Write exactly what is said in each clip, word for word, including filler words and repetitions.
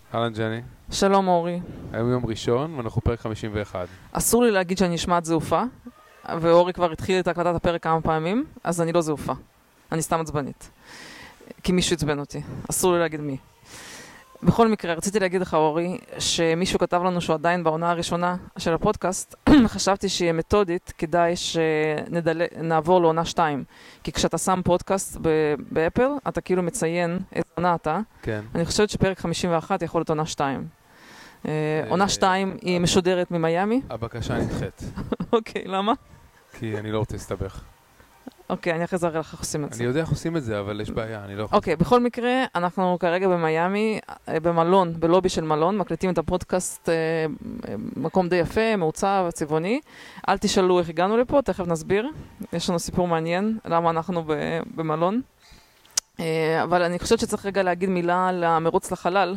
אהלן ג'ני. שלום אורי. היום יום ראשון ואנחנו פרק חמישים ואחת. אסור לי להגיד שאני נשמעת זעופה, ואורי כבר התחיל את הקלטת הפרק כמה פעמים, אז אני לא זעופה. אני סתם עצבנית. כי מישהו עצבן אותי. אסור לי להגיד מי. בכל מקרה, רציתי להגיד לך אורי, שמישהו כתב לנו שהוא עדיין בעונה הראשונה של הפודקאסט, חשבתי שיהיה מתודית, כדאי שנעבור לעונה שתיים. כי כשאתה שם פודקאסט באפל, אתה כאילו מציין את עונה אתה. כן. אני חושבת שפרק חמישים ואחת יכול להיות עונה שתיים. עונה שתיים היא משודרת ממיימי. הבקשה נדחית. אוקיי, למה? כי אני לא רוצה להסתבך. אוקיי, אני אחרי זה אראה לך איך עושים את זה. אני יודע איך עושים את זה, אבל יש בעיה, אני לא יכול. אוקיי, בכל מקרה, אנחנו כרגע במיימי, במלון, בלובי של מלון, מקליטים את הפודקאסט, מקום די יפה, מעוצב, צבעוני. אל תשאלו איך הגענו לפה, תכף נסביר. יש לנו סיפור מעניין, למה אנחנו במלון. אבל אני חושבת שצריך רגע להגיד מילה על המרוץ לחלל,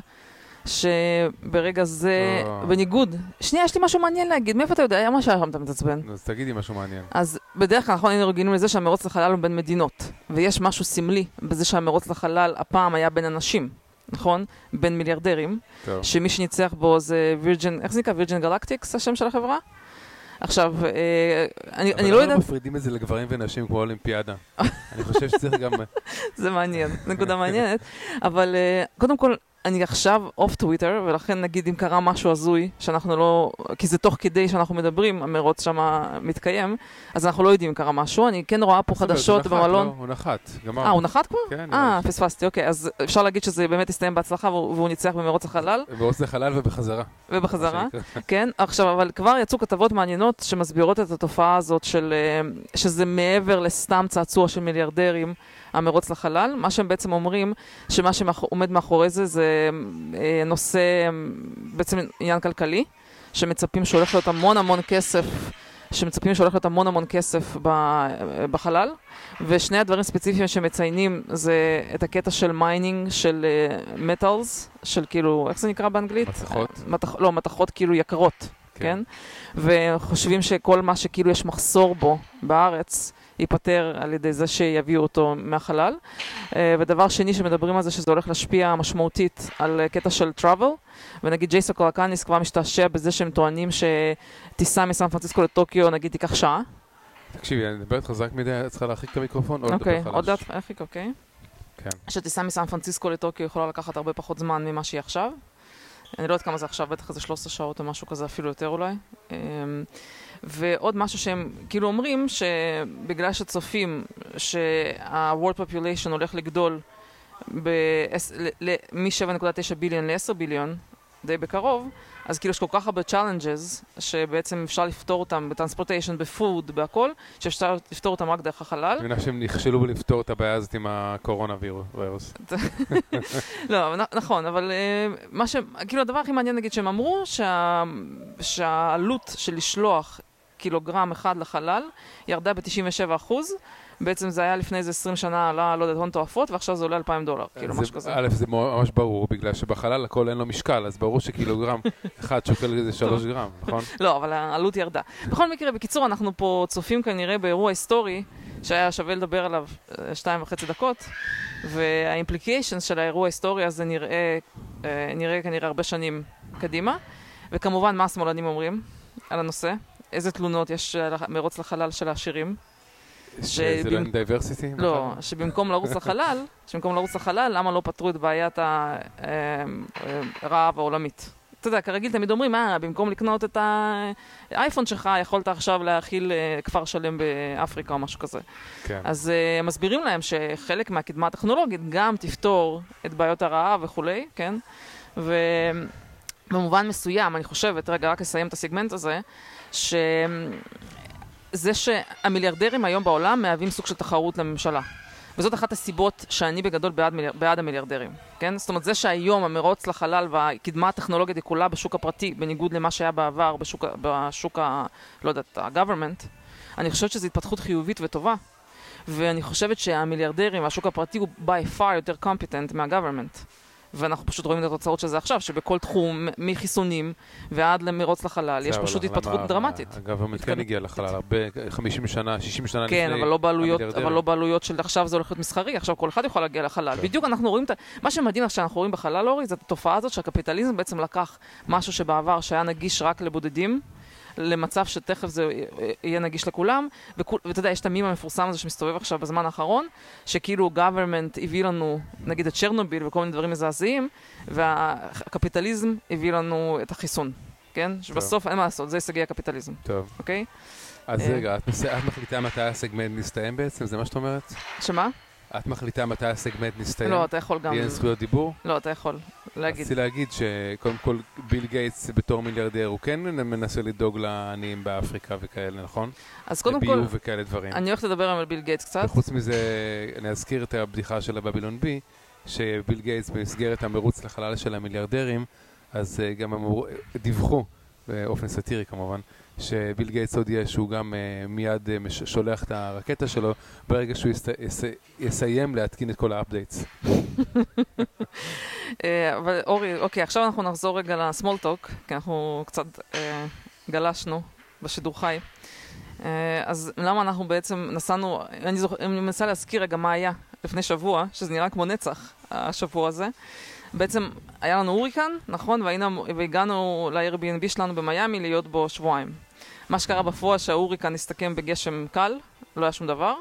שברגע זה, בניגוד, שנייה, יש לי משהו מעניין להגיד, מאיפה אתה יודע? היה מה שהיה אתה מתעצבן. אז תגידי משהו מעניין. אז בדרך כלל אנחנו היינו רגילים לזה שהמרוץ לחלל הוא בין מדינות, ויש משהו סמלי בזה שהמרוץ לחלל הפעם היה בין אנשים, נכון? בין מיליארדרים, שמי שניצח בו זה וירג'ן, איך זה נקרא? וירג'ן גלקטיקס, השם של החברה? עכשיו, אני, אני לא יודעת... אבל אנחנו מפרידים את זה לגברים ונשים כמו אולימפיאדה. אני חושב שצריך גם... זה מעניין, נקודה מעניינת. אבל קודם כל, אני עכשיו אוף טוויטר, ולכן נגיד אם קרה משהו הזוי, שאנחנו לא... כי זה תוך כדי שאנחנו מדברים, המרוץ שם מתקיים, אז אנחנו לא יודעים אם קרה משהו. אני כן רואה פה חדשות במלון. לא, הוא נחת. אה, הוא נחת כבר? כן. אה, פספסתי, אוקיי. אז אפשר להגיד שזה באמת הסתיים בהצלחה, והוא ניצח במרוץ החלל. במרוץ לחלל ובחזרה. ובחזרה, כן. עכשיו, אבל כבר יצאו כתבות מעניינות שמסבירות את התופעה הזאת של... שזה מעבר לסתם צעצוע של מיליארדרים, המרוץ לחלל. מה שהם בעצם אומרים, שמה שעומד מאחורי זה, זה נושא, בעצם עניין כלכלי, שמצפים שהולך להיות המון המון כסף, שמצפים שהולך להיות המון המון כסף בחלל, ושני הדברים ספציפיים שמציינים זה את הקטע של מיינינג של מטלס, של כאילו, איך זה נקרא באנגלית? מתכות. מתכ... לא, מתכות כאילו יקרות, כן? כן? וחושבים שכל מה שכאילו יש מחסור בו בארץ, ייפטר על ידי זה שיביאו אותו מהחלל. ודבר שני שמדברים על זה שזה הולך להשפיע משמעותית על קטע של travel, ונגיד ג'ייסון קולקניס כבר משתעשע בזה שהם טוענים שטיסה מסן פרנסיסקו לטוקיו נגיד תיקח שעה. תקשיבי, אני מדברת חזק מדי, צריכה להרחיק את המיקרופון או לדבר חלש? אוקיי, עוד דעת להרחיק, אוקיי. כן. שטיסה מסן פרנסיסקו לטוקיו יכולה לקחת הרבה פחות זמן ממה שהיא עכשיו. אני לא יודעת כמה זה עכשיו, בטח איזה שלוש עשרה שעות או משהו כזה, אפילו יותר אולי. ועוד משהו שהם כאילו אומרים שבגלל שצופים שה-world population הולך לגדול מ-שבע נקודה תשע ביליון ל-עשרה ביליון, די בקרוב, אז כאילו יש כל כך הרבה challenges שבעצם אפשר לפתור אותם בטרנספורטיישן, בפוד, בהכל, שאפשר לפתור אותם רק דרך החלל. אני מבינה שהם נכשלו בלפתור את הבעיה הזאת עם הקורונה וירוס. לא, נכון, אבל מה ש... כאילו הדבר הכי מעניין נגיד שהם אמרו שהעלות של לשלוח קילוגרם אחד לחלל ירדה ב-תשעים ושבעה אחוז, בעצם זה היה לפני איזה עשרים שנה, עלה, לא יודעת, הון תועפות, ועכשיו זה עולה אלפיים דולר, כאילו משהו כזה. א', זה ממש ברור, בגלל שבחלל הכל אין לו משקל, אז ברור שקילוגרם אחד שוקל איזה שלוש גרם, נכון? לא, אבל העלות ירדה. בכל מקרה, בקיצור, אנחנו פה צופים כנראה באירוע היסטורי, שהיה שווה לדבר עליו שתיים וחצי דקות, והאימפליקיישנס של האירוע ההיסטורי הזה נראה, נראה כנראה הרבה שנים קדימה, וכמובן מה השמאלנים אומרים על הנושא, איזה תלונות יש מרוץ לחלל של העשירים, זה לא עם דייברסיטי? לא, שבמקום לרוץ לחלל, שבמקום לרוץ לחלל, למה לא פתרו את בעיית הרעב העולמית? אתה יודע, כרגיל תמיד אומרים, אה, במקום לקנות את האייפון שלך, יכולת עכשיו להכיל כפר שלם באפריקה או משהו כזה. אז מסבירים להם שחלק מהקדמה הטכנולוגית גם תפתור את בעיות הרעב וכולי, כן? ובמובן מסוים, אני חושבת, רגע, רק אסיים את הסגמנט הזה, ש... זה שהמיליארדרים היום בעולם מהווים סוג של תחרות לממשלה. וזאת אחת הסיבות שאני בגדול בעד, מיליאר, בעד המיליארדרים. כן? זאת אומרת, זה שהיום המרוץ לחלל והקדמה הטכנולוגית היא כולה בשוק הפרטי, בניגוד למה שהיה בעבר בשוק, בשוק ה... לא יודעת, ה-government, אני חושבת שזו התפתחות חיובית וטובה. ואני חושבת שהמיליארדרים והשוק הפרטי הוא by far יותר competent מה-government. ואנחנו פשוט רואים את התוצאות של זה עכשיו, שבכל תחום, מחיסונים ועד למרוץ לחלל, יש פשוט התפתחות דרמטית. אגב, כן הגיע לחלל הרבה, חמישים שנה, שישים שנה לפני. כן, אבל לא בעלויות, אבל לא בעלויות של עכשיו זה הולך להיות מסחרי, עכשיו כל אחד יכול להגיע לחלל. בדיוק אנחנו רואים, מה שמדהים שאנחנו רואים בחלל, אורי, זה התופעה הזאת שהקפיטליזם בעצם לקח משהו שבעבר שהיה נגיש רק לבודדים, למצב שתכף זה יהיה נגיש לכולם, ואתה יודע, יש את המים המפורסם הזה שמסתובב עכשיו בזמן האחרון, שכאילו government הביא לנו, נגיד את צ'רנוביל וכל מיני דברים מזעזעים, והקפיטליזם הביא לנו את החיסון, כן? שבסוף אין מה לעשות, זה הישגי הקפיטליזם. טוב. אוקיי? אז רגע, את מחליטה מתי הסגמנט נסתיים בעצם? זה מה שאת אומרת? שמה? את מחליטה מתי הסגמנט נסתיים? לא, אתה יכול גם... יהיה זכויות דיבור? לא, אתה יכול להגיד. רציתי להגיד שקודם כל ביל גייטס בתור מיליארדר הוא כן מנסה לדאוג לעניים באפריקה וכאלה, נכון? אז קודם כל... לביוב וכאלה דברים. אני הולכת לדבר על ביל גייטס קצת. וחוץ מזה, אני אזכיר את הבדיחה של הבבילון בי, שביל גייטס במסגרת המרוץ לחלל של המיליארדרים, אז גם הם דיווחו, באופן סאטירי כמובן, שביל גייטס הודיע שהוא גם uh, מיד uh, שולח את הרקטה שלו ברגע שהוא יסת... יס... יסיים להתקין את כל האפדייטס. אבל אורי, אוקיי, עכשיו אנחנו נחזור רגע לסמול טוק, כי אנחנו קצת uh, גלשנו בשידור חי. Uh, אז למה אנחנו בעצם נסענו, אני, זוכ... אני מנסה להזכיר רגע מה היה לפני שבוע, שזה נראה כמו נצח, השבוע הזה. בעצם היה לנו הוריקן, נכון? והיינו, והגענו ל-Airbnb שלנו במיימי להיות בו שבועיים. מה שקרה בפועל שההוריקן הסתכם בגשם קל, לא היה שום דבר,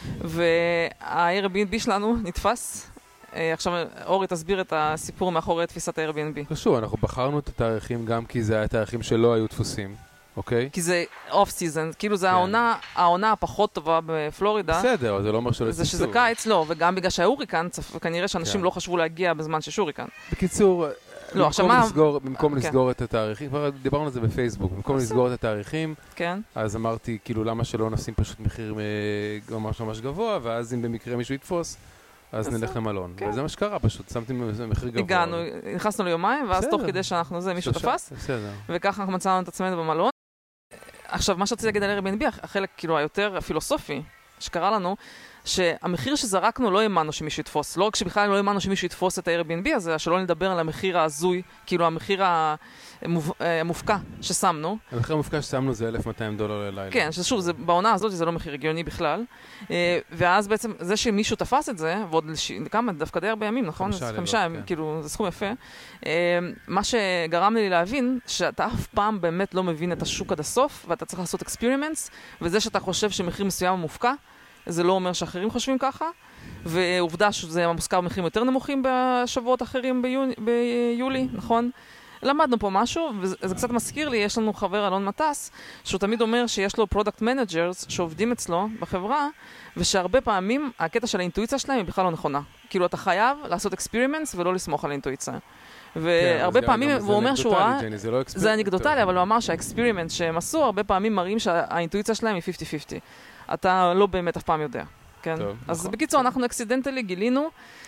וה-Airbnb שלנו נתפס. עכשיו, אורי, תסביר את הסיפור מאחורי תפיסת ה-Airbnb. חשוב, אנחנו בחרנו את התאריכים גם כי זה היה תאריכים שלא היו דפוסים. אוקיי? כי זה אוף סיזן, כאילו זה העונה, העונה הפחות טובה בפלורידה. בסדר, זה לא אומר שלא זה שזה קיץ, לא, וגם בגלל שההוריקן, כנראה שאנשים לא חשבו להגיע בזמן שיש הוריקן. בקיצור, לא, עכשיו מה... במקום לסגור את התאריכים, כבר דיברנו על זה בפייסבוק, במקום לסגור את התאריכים, אז אמרתי, כאילו, למה שלא נשים פשוט מחיר ממש ממש גבוה, ואז אם במקרה מישהו יתפוס, אז נלך למלון. וזה מה שקרה, פשוט שמתי מחיר גבוה. הגענו, נכנסנו ליומיים, ואז תוך כדי שאנחנו זה, מישהו תפס, וככה אנחנו מצאנו את עצמנו במלון. עכשיו, מה שרציתי להגיד על Airbnb, החלק כאילו היותר הפילוסופי שקרה לנו, שהמחיר שזרקנו לא האמנו שמישהו יתפוס. לא רק שבכלל לא האמנו שמישהו יתפוס את ה-Airbnb הזה, שלא נדבר על המחיר ההזוי, כאילו המחיר המופקע ששמנו. המחיר המופקע ששמנו זה אלף ומאתיים דולר ללילה. כן, ששוב, זה, בעונה הזאת זה לא מחיר הגיוני בכלל. ואז בעצם זה שמישהו תפס את זה, ועוד כמה, דווקא די הרבה ימים, נכון? חמישה, חמישה ימים, כן. כאילו, זה סכום יפה. מה שגרם לי להבין, שאתה אף פעם באמת לא מבין את השוק עד הסוף, ואתה צריך לעשות experiments, וזה שאתה חושב שמחיר מסוים מופקע, זה לא אומר שאחרים חושבים ככה, ועובדה שזה מוזכר במחירים יותר נמוכים בשבועות אחרים ביוני, ביולי, נכון? למדנו פה משהו, וזה קצת מזכיר לי, יש לנו חבר אלון מטס, שהוא תמיד אומר שיש לו פרודקט מנג'רס שעובדים אצלו בחברה, ושהרבה פעמים הקטע של האינטואיציה שלהם היא בכלל לא נכונה. כאילו אתה חייב לעשות אקספירימנטס ולא לסמוך על האינטואיציה. והרבה פעמים הוא אומר שהוא ראה, זה אנקדוטלי, אבל הוא אמר שהאקספירימנט שהם עשו, הרבה פעמים מראים שהאינטואיציה שלהם היא חמישים חמישים. אתה לא באמת אף פעם יודע. כן? אז בקיצור, אנחנו אקסידנטלי גילינו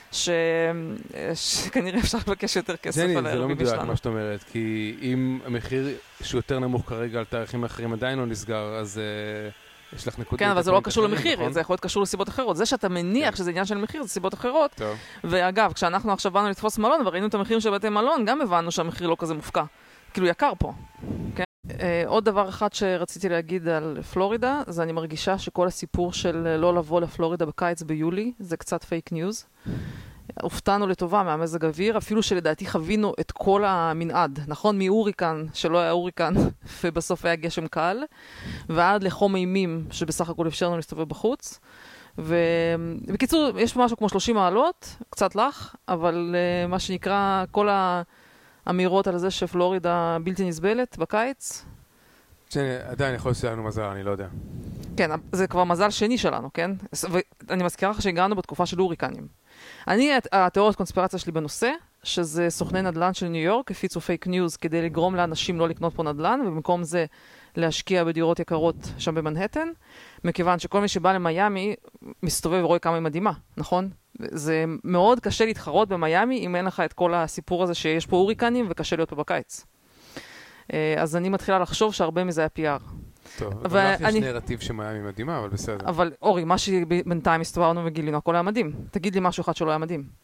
שכנראה אפשר לבקש יותר כסף על האירבים שלנו. זה לא מדויק מה שאת אומרת, כי אם המחיר שהוא יותר נמוך כרגע על תאריכים אחרים עדיין לא נסגר, אז יש לך נקודות. כן, אבל זה לא קשור למחיר, זה יכול להיות קשור לסיבות אחרות. זה שאתה מניח שזה עניין של מחיר, זה סיבות אחרות. ואגב, כשאנחנו עכשיו באנו לתפוס מלון וראינו את המחיר של בתי מלון, גם הבנו שהמחיר לא כזה מופקע. כאילו יקר פה. כן? עוד דבר אחד שרציתי להגיד על פלורידה, זה אני מרגישה שכל הסיפור של לא לבוא לפלורידה בקיץ ביולי, זה קצת פייק ניוז. הופתענו לטובה מהמזג אוויר, אפילו שלדעתי חווינו את כל המנעד, נכון? מהוריקן, שלא היה הוריקן, ובסוף היה גשם קל, ועד לחום אימים, שבסך הכל אפשרנו להסתובב בחוץ. ובקיצור, יש פה משהו כמו שלושים מעלות, קצת לך, אבל מה שנקרא, כל האמירות על זה שפלורידה בלתי נסבלת בקיץ. עדיין יכול להיות לנו מזל, אני לא יודע. כן, זה כבר מזל שני שלנו, כן? ואני מזכירה לך שהגענו בתקופה של הוריקנים. אני, התיאוריות קונספירציה שלי בנושא, שזה סוכני נדל"ן של ניו יורק, הפיצו פייק ניוז כדי לגרום לאנשים לא לקנות פה נדל"ן, ובמקום זה להשקיע בדירות יקרות שם במנהטן, מכיוון שכל מי שבא למיימי מסתובב ורואה כמה היא מדהימה, נכון? זה מאוד קשה להתחרות במיימי אם אין לך את כל הסיפור הזה שיש פה הוריקנים וקשה להיות פה בקיץ. אז אני מתחילה לחשוב שהרבה מזה היה פי אר. טוב, אבל לך יש נרטיב שמיימי מדהימה, אבל בסדר. אבל אורי, מה שבינתיים הסתברנו וגילינו, הכל היה מדהים. תגיד לי משהו אחד שלא היה מדהים.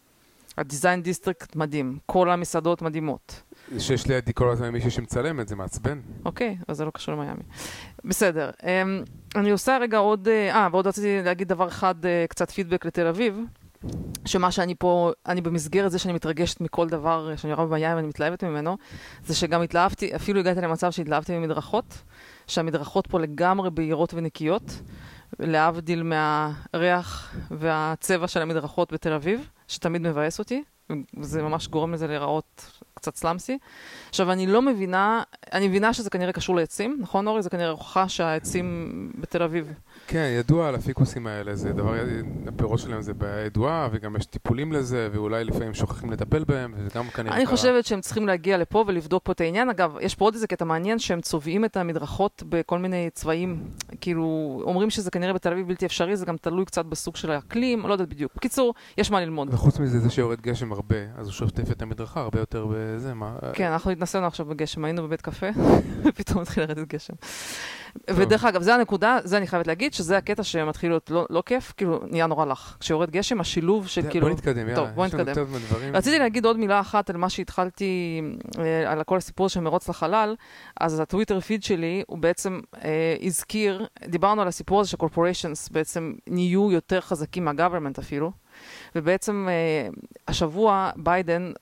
הדיזיין דיסטריקט מדהים, כל המסעדות מדהימות. שיש לידי כל הזמן מישהו שמצלם את זה, מעצבן. אוקיי, אז זה לא קשור למיימי. בסדר. אני עושה רגע עוד, אה, ועוד רציתי להגיד דבר אחד, קצת פידבק לתל אביב, שמה שאני פה, אני במסגרת זה שאני מתרגשת מכל דבר שאני רואה במיימי ואני מתלהבת ממנו, זה שגם התלהבתי, אפילו הגעתי למצב שהתלהבתי ממדרכות, שהמדרכות פה לגמרי בהירות ונקיות, להבדיל מהריח והצבע של המדרכות בתל אביב, שתמיד מבאס אותי, וזה ממש גורם לזה להיראות קצת סלאמסי. עכשיו, אני לא מבינה, אני מבינה שזה כנראה קשור לעצים, נכון אורי? זה כנראה הוכחה שהעצים בתל אביב. כן, ידוע על הפיקוסים האלה, זה דבר, הפירות שלהם זה בידועה, וגם יש טיפולים לזה, ואולי לפעמים שוכחים לטפל בהם, וזה גם כנראה אני קרה. חושבת שהם צריכים להגיע לפה ולבדוק פה את העניין. אגב, יש פה עוד איזה קטע מעניין שהם צובעים את המדרכות בכל מיני צבעים, כאילו, אומרים שזה כנראה בתל אביב בלתי אפשרי, זה גם תלוי קצת בסוג של האקלים, לא יודעת בדיוק. בקיצור, יש מה ללמוד. וחוץ מזה, זה שיורד גשם הרבה, אז הוא שוטף את המדרכה הרבה יותר בזה, מה? כן, אנחנו התנסינו עכשיו בגשם, היינו בבית קפה, ופתאום התחיל לרדת גשם. ודרך אגב, זה הנקודה, זה אני חייבת להגיד, שזה הקטע שמתחיל להיות לא, לא כיף, כאילו נהיה נורא לך. כשיורד גשם, השילוב של כאילו... בוא נתקדם, יאללה. טוב, בוא נתקדם. רציתי להגיד עוד מילה אחת על מה שהתחלתי, אה, על כל הסיפור של מרוץ לחלל, אז הטוויטר פיד שלי, הוא בעצם אה, הזכיר, דיברנו על הסיפור הזה שקורפוריישנס בעצם נהיו יותר חזקים מהגוברמנט אפילו, ובעצם אה, השבוע ביידן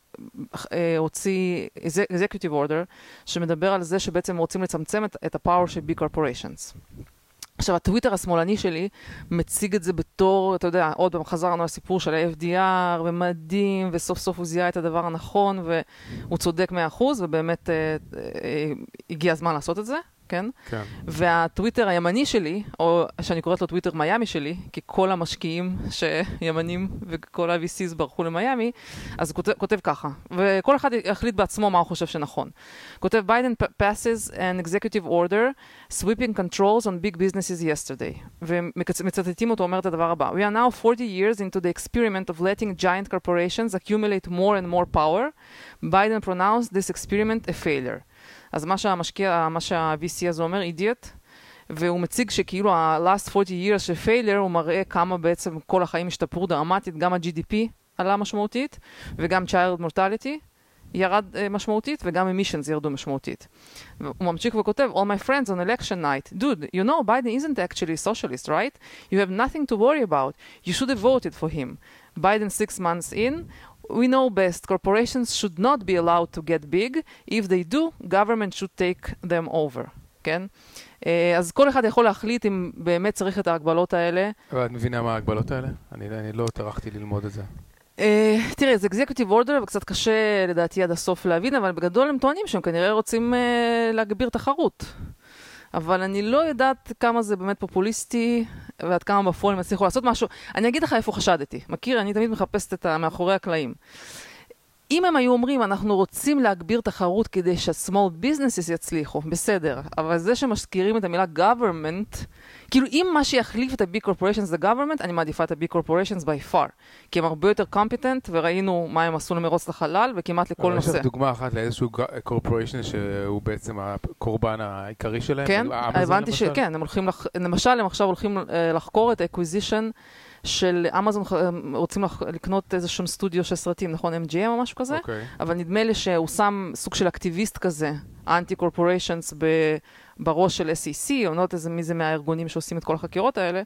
הוציא executive order שמדבר על זה שבעצם רוצים לצמצם את, את הפאור של בי קורפוריישנס. עכשיו, הטוויטר השמאלני שלי מציג את זה בתור, אתה יודע, עוד פעם חזרנו לסיפור של ה-אף די אר, ומדהים, וסוף סוף הוא זיהה את הדבר הנכון, והוא צודק מאה אחוז, ובאמת אה, אה, הגיע הזמן לעשות את זה. כן? כן. והטוויטר הימני שלי, או שאני קוראת לו טוויטר מיימי שלי, כי כל המשקיעים שימנים וכל ה-וי סי'ס ברחו למיימי, אז הוא כותב, כותב ככה, וכל אחד יחליט בעצמו מה הוא חושב שנכון. כותב, Biden passes an executive order sweeping controls on big businesses yesterday. ומצטטים אותו, אומר את הדבר הבא. We are now forty years into the experiment of letting giant corporations accumulate more and more power. Biden pronounced this experiment a failure. אז מה שהמשקיע, מה שה-וי סי הזה אומר, אידיוט, והוא מציג שכאילו ה-last forty years של failure, הוא מראה כמה בעצם כל החיים השתפרו דרמטית, גם ה-ג'י די פי עלה משמעותית, וגם child mortality ירד uh, משמעותית, וגם emissions ירדו משמעותית. הוא ממשיך וכותב, all my friends on election night, dude, you know Biden isn't actually a socialist, right? You have nothing to worry about. You should have voted for him. Biden six months in, we know best. Corporations should not be allowed to get big. If they do, government should take them over. כן? אז כל אחד יכול להחליט אם באמת צריך את ההגבלות האלה. אבל את מבינה מה ההגבלות האלה? אני, אני לא טרחתי ללמוד את זה. Uh, תראה, זה executive order, וקצת קשה לדעתי עד הסוף להבין, אבל בגדול הם טוענים שהם כנראה רוצים uh, להגביר תחרות. אבל אני לא יודעת כמה זה באמת פופוליסטי, ועד כמה בפועל הם הצליחו לעשות משהו. אני אגיד לך איפה חשדתי. מכיר, אני תמיד מחפשת את מאחורי הקלעים. אם הם היו אומרים, אנחנו רוצים להגביר תחרות כדי שה-small businesses יצליחו, בסדר. אבל זה שמזכירים את המילה government, כאילו אם מה שיחליף את ה-big corporations זה government, אני מעדיפה את ה-big corporations by far. כי הם הרבה יותר competent, וראינו מה הם עשו למרוץ לחלל, וכמעט לכל נושא. יש לך דוגמה אחת לאיזשהו corporation שהוא בעצם הקורבן העיקרי שלהם? כן, הבנתי שכן. הם הולכים, למשל, הם עכשיו הולכים לחקור את ה-acquisition של אמזון, רוצים לקנות איזשהו סטודיו של סרטים, נכון? אם ג'י אם או משהו כזה? אוקיי. אבל נדמה לי שהוא שם סוג של אקטיביסט כזה, אנטי-קורפוריישנס בראש של אס אי סי, או נות איזה מי זה מהארגונים שעושים את כל החקירות האלה,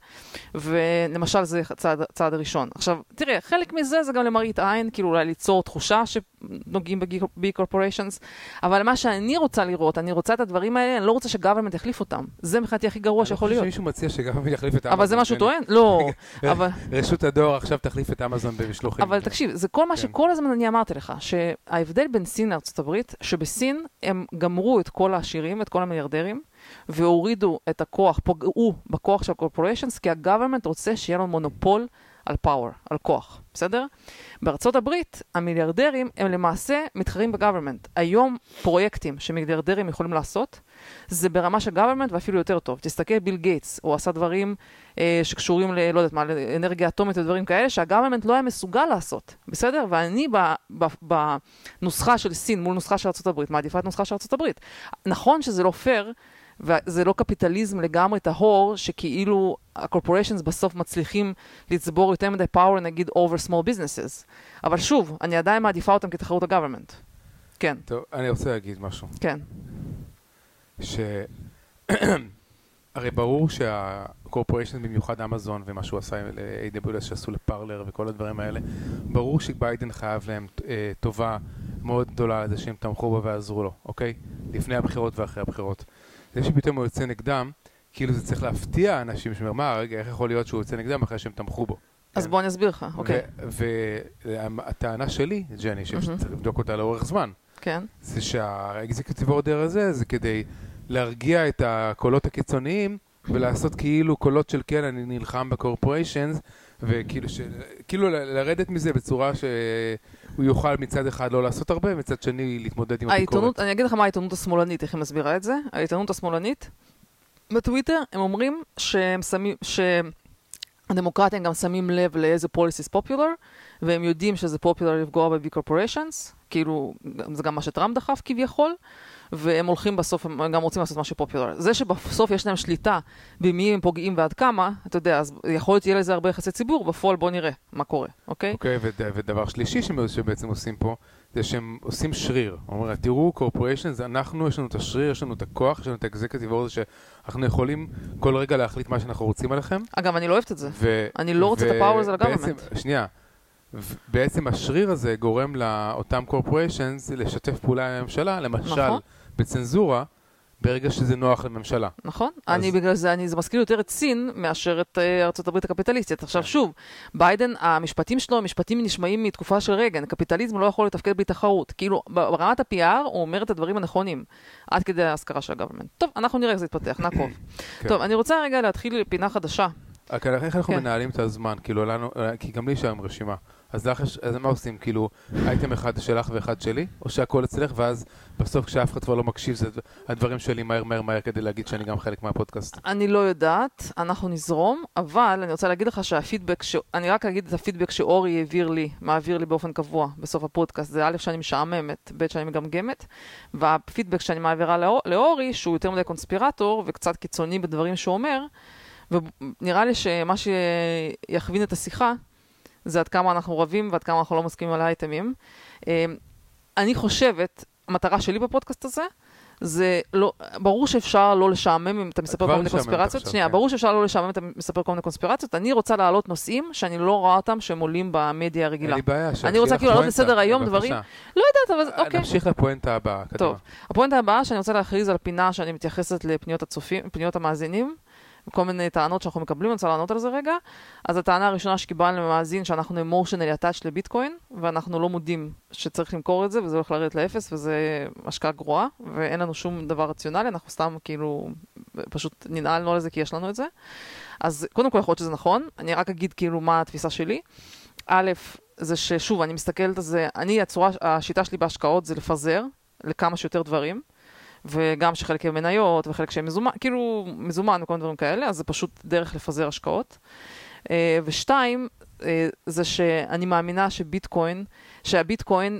ולמשל זה צעד, צעד הראשון. עכשיו, תראה, חלק מזה זה גם למראית עין, כאילו אולי ליצור תחושה שנוגעים ב-corporations, אבל מה שאני רוצה לראות, אני רוצה את הדברים האלה, אני לא רוצה שגוברמנט יחליף אותם. זה מבחינתי הכי גרוע שיכול להיות. אני חושב שמישהו מציע שגוברמנט יחליף את אמזון. אבל זה משהו טוען? לא. רשות הדואר עכשיו תחליף את אמזון במשלוחים. אבל תקשיב, זה כל מה שכל הזמן אני אמרתי לך, שההבדל בין סין לארצות הברית, שבסין הם גמרו את כל העשירים, את כל המיליארדרים, והורידו את הכוח, פגעו בכוח של corporations, כי הגוברמנט רוצה שיהיה לו מונופול על פאוור, על כוח, בסדר? בארצות הברית, המיליארדרים הם למעשה מתחרים בגוברמנט. היום פרויקטים שמיליארדרים יכולים לעשות, זה ברמה של גוברמנט ואפילו יותר טוב. תסתכל ביל גייטס, הוא עשה דברים אה, שקשורים ל, לא יודעת מה, לאנרגיה אטומית ודברים כאלה, שהגוברמנט לא היה מסוגל לעשות, בסדר? ואני ב, ב, בנוסחה של סין מול נוסחה של ארצות הברית, מעדיפה את נוסחה של ארצות הברית. נכון שזה לא פייר, וזה לא קפיטליזם לגמרי טהור, שכאילו הקורפוריישנס בסוף מצליחים לצבור יותר מדי פאוור, נגיד, over small businesses. אבל שוב, אני עדיין מעדיפה אותם כתחרות הגוורמנט. כן. טוב, אני רוצה להגיד משהו. כן. ש... הרי ברור שהקורפוריישן, במיוחד אמזון ומה שהוא עשה ל-איי דאבליו אס שעשו לפרלר וכל הדברים האלה, ברור שביידן חייב להם אה, טובה מאוד גדולה על זה שהם תמכו בו ועזרו לו, אוקיי? לפני הבחירות ואחרי הבחירות. זה שפתאום הוא יוצא נגדם, כאילו זה צריך להפתיע אנשים שאומר, מה, רגע, איך יכול להיות שהוא יוצא נגדם אחרי שהם תמכו בו? אז בוא אני אסביר לך, אוקיי. והטענה שלי, ג'ני, שצריך לבדוק אותה לאורך זמן, כן. זה שהאקזקוטיב אורדר הזה זה כדי להרגיע את הקולות הקיצוניים ולעשות כאילו קולות של כן, אני נלחם בקורפוריישנס, וכאילו ש... כאילו לרדת מזה בצורה שהוא יוכל מצד אחד לא לעשות הרבה, מצד שני להתמודד עם הביקורת. אני אגיד לך מה העיתונות השמאלנית, איך היא מסבירה את זה. העיתונות השמאלנית, בטוויטר הם אומרים שהם שמים, שהדמוקרטים גם שמים לב לאיזה policies popular, והם יודעים שזה popular לפגוע ב-big corporations, כאילו זה גם מה שטראמפ דחף כביכול, והם הולכים בסוף, הם גם רוצים לעשות משהו פופולר. זה שבסוף יש להם שליטה במי הם פוגעים ועד כמה, אתה יודע, אז יכול להיות יהיה לזה הרבה יחסי ציבור, בפועל בוא נראה מה קורה, אוקיי? אוקיי, ודבר שלישי שבעצם עושים פה, זה שהם עושים שריר. אומרים, תראו, קורפוריישנס, אנחנו, יש לנו את השריר, יש לנו את הכוח, יש לנו את האקזקטיב אורדר, שאנחנו יכולים כל רגע להחליט מה שאנחנו רוצים עליכם. אגב, אני לא אוהבת את זה. אני לא רוצה את הפאוור הזה לגוורמנט. שנייה. בעצם השריר הזה גורם לאותם קורפוריישנס לשתף פעולה עם הממשלה, למשל בצנזורה, ברגע שזה נוח לממשלה. נכון. אני בגלל זה, אני, זה מזכיר יותר את סין מאשר את ארצות הברית הקפיטליסטית. עכשיו שוב, ביידן, המשפטים שלו, המשפטים נשמעים מתקופה של רגן. קפיטליזם לא יכול לתפקד בלי תחרות. כאילו, ברמת ה-פי אר הוא אומר את הדברים הנכונים, עד כדי ההשכרה של הגוורמנט. טוב, אנחנו נראה איך זה יתפתח, נעקוב. טוב, אני רוצה רגע להתחיל פינה חדשה. איך אנחנו מנהלים את הזמן? כאילו, כי גם לי שם רשימה. אז מה עושים? כאילו, אייטם אחד שלך ואחד שלי? או שהכל אצלך, ואז בסוף כשאף אחד כבר לא מקשיב, זה הדברים שלי מהר מהר מהר כדי להגיד שאני גם חלק מהפודקאסט. אני לא יודעת, אנחנו נזרום, אבל אני רוצה להגיד לך שהפידבק, אני רק אגיד את הפידבק שאורי העביר לי, מעביר לי באופן קבוע בסוף הפודקאסט, זה א' שאני משעממת, ב' שאני מגמגמת, והפידבק שאני מעבירה לאורי, שהוא יותר מדי קונספירטור וקצת קיצוני בדברים שהוא אומר, ונראה לי שמה שיכווין את השיחה, זה עד כמה אנחנו רבים ועד כמה אנחנו לא מסכימים על האייטמים. אני חושבת, המטרה שלי בפודקאסט הזה, זה לא, ברור שאפשר לא לשעמם אם אתה מספר כל מיני קונספירציות. שנייה, ברור שאפשר לא לשעמם אם אתה מספר כל מיני קונספירציות. אני רוצה להעלות נושאים שאני לא רואה אותם שהם עולים במדיה הרגילה. אין לי בעיה. אני רוצה כאילו להעלות לסדר היום דברים. לא יודעת, אבל אוקיי. נמשיך לפואנטה הבאה. טוב. הפואנטה הבאה שאני רוצה להכריז על פינה שאני מתייחסת לפניות הצופים, פניות המאזינים. כל מיני טענות שאנחנו מקבלים, אני רוצה לענות על זה רגע. אז הטענה הראשונה שקיבלנו ממאזין, שאנחנו emotionally attached לביטקוין, ואנחנו לא מודים שצריך למכור את זה, וזה הולך לרדת לאפס, וזה השקעה גרועה, ואין לנו שום דבר רציונלי, אנחנו סתם כאילו, פשוט ננעלנו על זה כי יש לנו את זה. אז קודם כל יכול להיות שזה נכון, אני רק אגיד כאילו מה התפיסה שלי. א', זה ששוב, אני מסתכלת על זה, אני, הצורה, השיטה שלי בהשקעות זה לפזר לכמה שיותר דברים, וגם שחלק הם מניות, וחלק שהם מזומן, כאילו מזומן וכל דברים כאלה, אז זה פשוט דרך לפזר השקעות. ושתיים, זה שאני מאמינה שביטקוין, שהביטקוין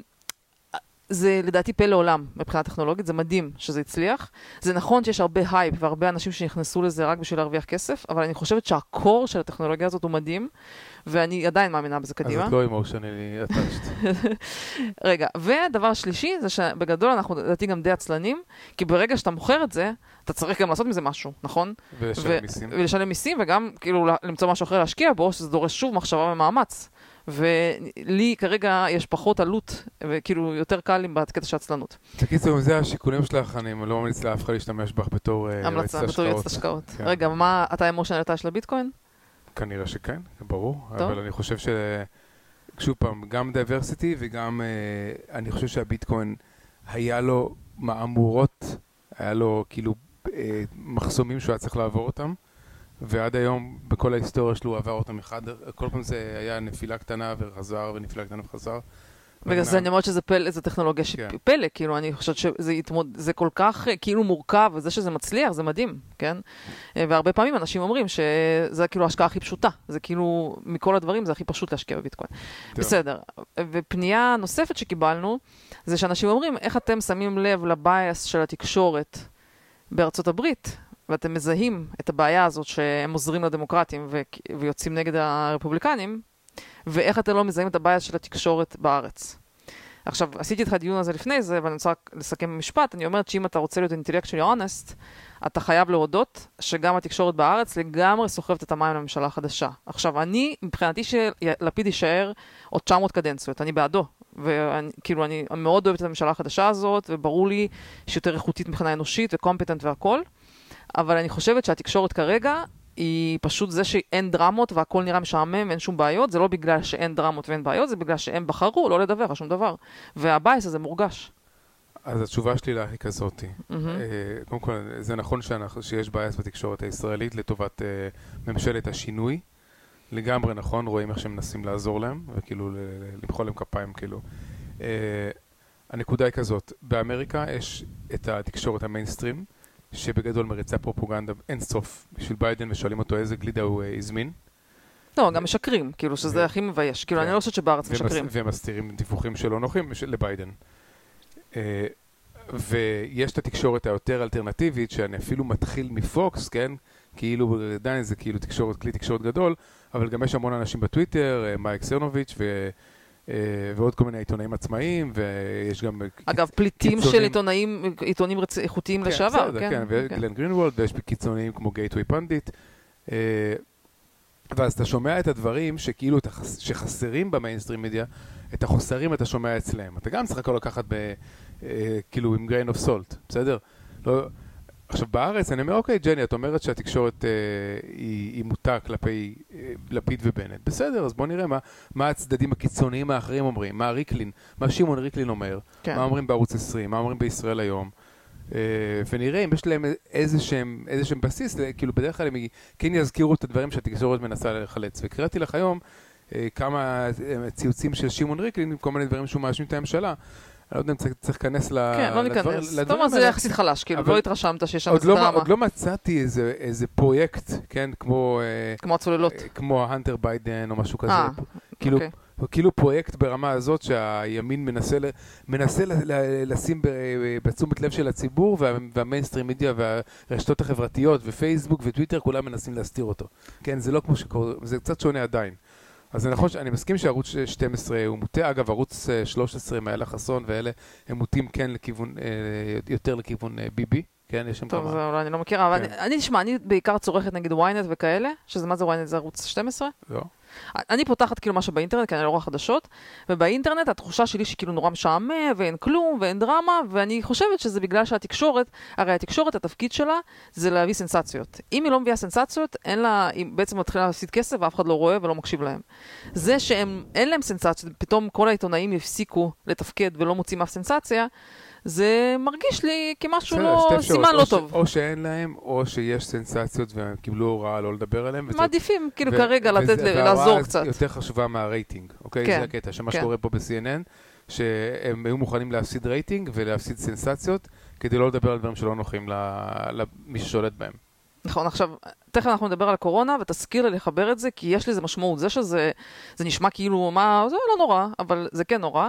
זה לדעתי פלא עולם מבחינה טכנולוגית, זה מדהים שזה הצליח. זה נכון שיש הרבה הייפ והרבה אנשים שנכנסו לזה רק בשביל להרוויח כסף, אבל אני חושבת שהקור של הטכנולוגיה הזאת הוא מדהים, ואני עדיין מאמינה בזה קדימה. אז את לא emotionally attached. רגע, והדבר שלישי זה שבגדול אנחנו לדעתי גם די עצלנים, כי ברגע שאתה מוכר את זה, אתה צריך גם לעשות מזה משהו, נכון? ולשלם מיסים. ולשלם מיסים, וגם כאילו למצוא משהו אחר להשקיע בו, שזה דורש שוב מחשבה ומאמץ. ולי כרגע יש פחות עלות, וכאילו יותר קל עם בקטע של עצלנות. תקיצור, זה השיקולים שלך, אני לא ממליץ לאף אחד להשתמש בך בתור יועצת השקעות. בתור יועצת השקעות. רגע, מה, אתה emotional attached לביטקוין? כנראה שכן, ברור. אבל אני חושב ש... שוב פעם, גם דייברסיטי וגם אני חושב שהביטקוין היה לו מאמורות, היה לו כאילו מחסומים שהוא היה צריך לעבור אותם. ועד היום, בכל ההיסטוריה שלו, עבר אותם אחד, כל פעם זה היה נפילה קטנה וחזר, ונפילה קטנה וחזר. בגלל זה אני אומרת שזה פלא, זה טכנולוגיה שפלא, כאילו, אני חושבת שזה כל כך כאילו מורכב, וזה שזה מצליח, זה מדהים, כן? והרבה פעמים אנשים אומרים שזה כאילו ההשקעה הכי פשוטה, זה כאילו, מכל הדברים זה הכי פשוט להשקיע בביטקוין. בסדר. ופנייה נוספת שקיבלנו, זה שאנשים אומרים, איך אתם שמים לב לבייס של התקשורת, בארצות הברית, ואתם מזהים את הבעיה הזאת שהם עוזרים לדמוקרטים ו- ויוצאים נגד הרפובליקנים, ואיך אתם לא מזהים את הבעיה של התקשורת בארץ. עכשיו, עשיתי איתך דיון הזה לפני זה, ואני רוצה לסכם במשפט. אני אומרת שאם אתה רוצה להיות intellectually honest, אתה חייב להודות שגם התקשורת בארץ לגמרי סוחבת את המים לממשלה החדשה. עכשיו, אני, מבחינתי שלפיד יישאר עוד תשע מאות קדנציות, אני בעדו. וכאילו, אני מאוד אוהבת את הממשלה החדשה הזאת, וברור לי שיותר איכותית מבחינה אנושית וקומפטנט והכל. אבל אני חושבת שהתקשורת כרגע היא פשוט זה שאין דרמות והכל נראה משעמם ואין שום בעיות. זה לא בגלל שאין דרמות ואין בעיות, זה בגלל שהם בחרו לא לדבר על שום דבר. והבייס הזה מורגש. אז התשובה שלי לה היא כזאת. קודם כל, זה נכון שיש בייס בתקשורת הישראלית לטובת ממשלת השינוי. לגמרי נכון, רואים איך שהם מנסים לעזור להם, וכאילו למחוא להם כפיים, כאילו. הנקודה היא כזאת, באמריקה יש את התקשורת המיינסטרים, שבגדול מריצה פרופוגנדה אין סוף בשביל ביידן, ושואלים אותו איזה גלידה הוא הזמין. לא, גם משקרים, כאילו שזה הכי מבייש. כאילו, אני לא חושבת שבארץ משקרים. והם מסתירים דיווחים שלא נוחים לביידן. ויש את התקשורת היותר אלטרנטיבית, שאני אפילו מתחיל מפוקס, כן? כאילו, עדיין זה כאילו תקשורת, כלי תקשורת גדול, אבל גם יש המון אנשים בטוויטר, מייק סרנוביץ' ו... ועוד כל מיני עיתונאים עצמאיים, ויש גם... אגב, פליטים של עיתונאים, עיתונים איכותיים לשעבר, כן? כן, וגלן גרינוולד, ויש קיצוניים כמו גייטווי פנדיט. ואז אתה שומע את הדברים שכאילו, שחסרים במיינסטרים מדיה, את החוסרים אתה שומע אצלם. אתה גם צריך הכל לקחת ב... כאילו עם grain of salt, בסדר? לא... עכשיו בארץ אני אומר, אוקיי ג'ני, את אומרת שהתקשורת אה, היא, היא מוטה כלפי אה, לפיד ובנט. בסדר, אז בוא נראה מה, מה הצדדים הקיצוניים האחרים אומרים, מה ריקלין, מה שמעון ריקלין אומר, כן. מה אומרים בערוץ עשרים, מה אומרים בישראל היום, אה, ונראה אם יש להם איזשהם, איזשהם בסיס, כאילו בדרך כלל הם כן יזכירו את הדברים שהתקשורת מנסה לחלץ. וקראתי לך היום אה, כמה ציוצים של שמעון ריקלין, עם כל מיני דברים שהוא מאשים את הממשלה, אני לא יודע אם צריך להיכנס לדברים האלה. כן, לא ניכנס. זאת אומרת, זה יחסית חלש, כאילו, לא התרשמת שיש שם דרמה. עוד לא מצאתי איזה פרויקט, כן, כמו... כמו הצוללות. כמו ההנטר ביידן או משהו כזה. כאילו, כאילו פרויקט ברמה הזאת שהימין מנסה לשים בתשומת לב של הציבור, והמיינסטרים מדיה והרשתות החברתיות ופייסבוק וטוויטר, כולם מנסים להסתיר אותו. כן, זה לא כמו שקורה, זה קצת שונה עדיין. אז אני, אני מסכים שערוץ שתים עשרה הוא מוטה, אגב ערוץ שלוש עשרה מאלה חסון ואלה הם מוטים כן לכיוון, יותר לכיוון ביבי, כן, יש שם טוב, כמה. טוב, אולי אני לא מכירה, אבל כן. אני, אני תשמע, אני בעיקר צורכת נגיד וויינט וכאלה, שזה מה זה וויינט, זה ערוץ שתים עשרה? לא. אני פותחת כאילו משהו באינטרנט, כי אני לא רואה חדשות, ובאינטרנט התחושה שלי שכאילו נורא משעמם, ואין כלום, ואין דרמה, ואני חושבת שזה בגלל שהתקשורת, הרי התקשורת, התפקיד שלה, זה להביא סנסציות. אם היא לא מביאה סנסציות, אין לה, היא בעצם מתחילה להפסיד כסף, ואף אחד לא רואה ולא מקשיב להם. זה שהם, אין להם סנסציות, פתאום כל העיתונאים יפסיקו לתפקד ולא מוצאים אף סנסציה, זה מרגיש לי כמשהו לא, סימן לא טוב. או שאין להם, או שיש סנסציות והם קיבלו הוראה לא לדבר עליהם. מעדיפים כאילו כרגע לתת, לעזור קצת. יותר חשובה מהרייטינג, אוקיי? זה הקטע, שמה שקורה פה ב-סי אן אן, שהם היו מוכנים להפסיד רייטינג ולהפסיד סנסציות, כדי לא לדבר על דברים שלא נוחים למי ששולט בהם. נכון, עכשיו, תכף אנחנו נדבר על הקורונה, ותזכיר לי לחבר את זה, כי יש לזה משמעות. זה שזה, זה נשמע כאילו, מה, זה לא נורא, אבל זה כן נורא.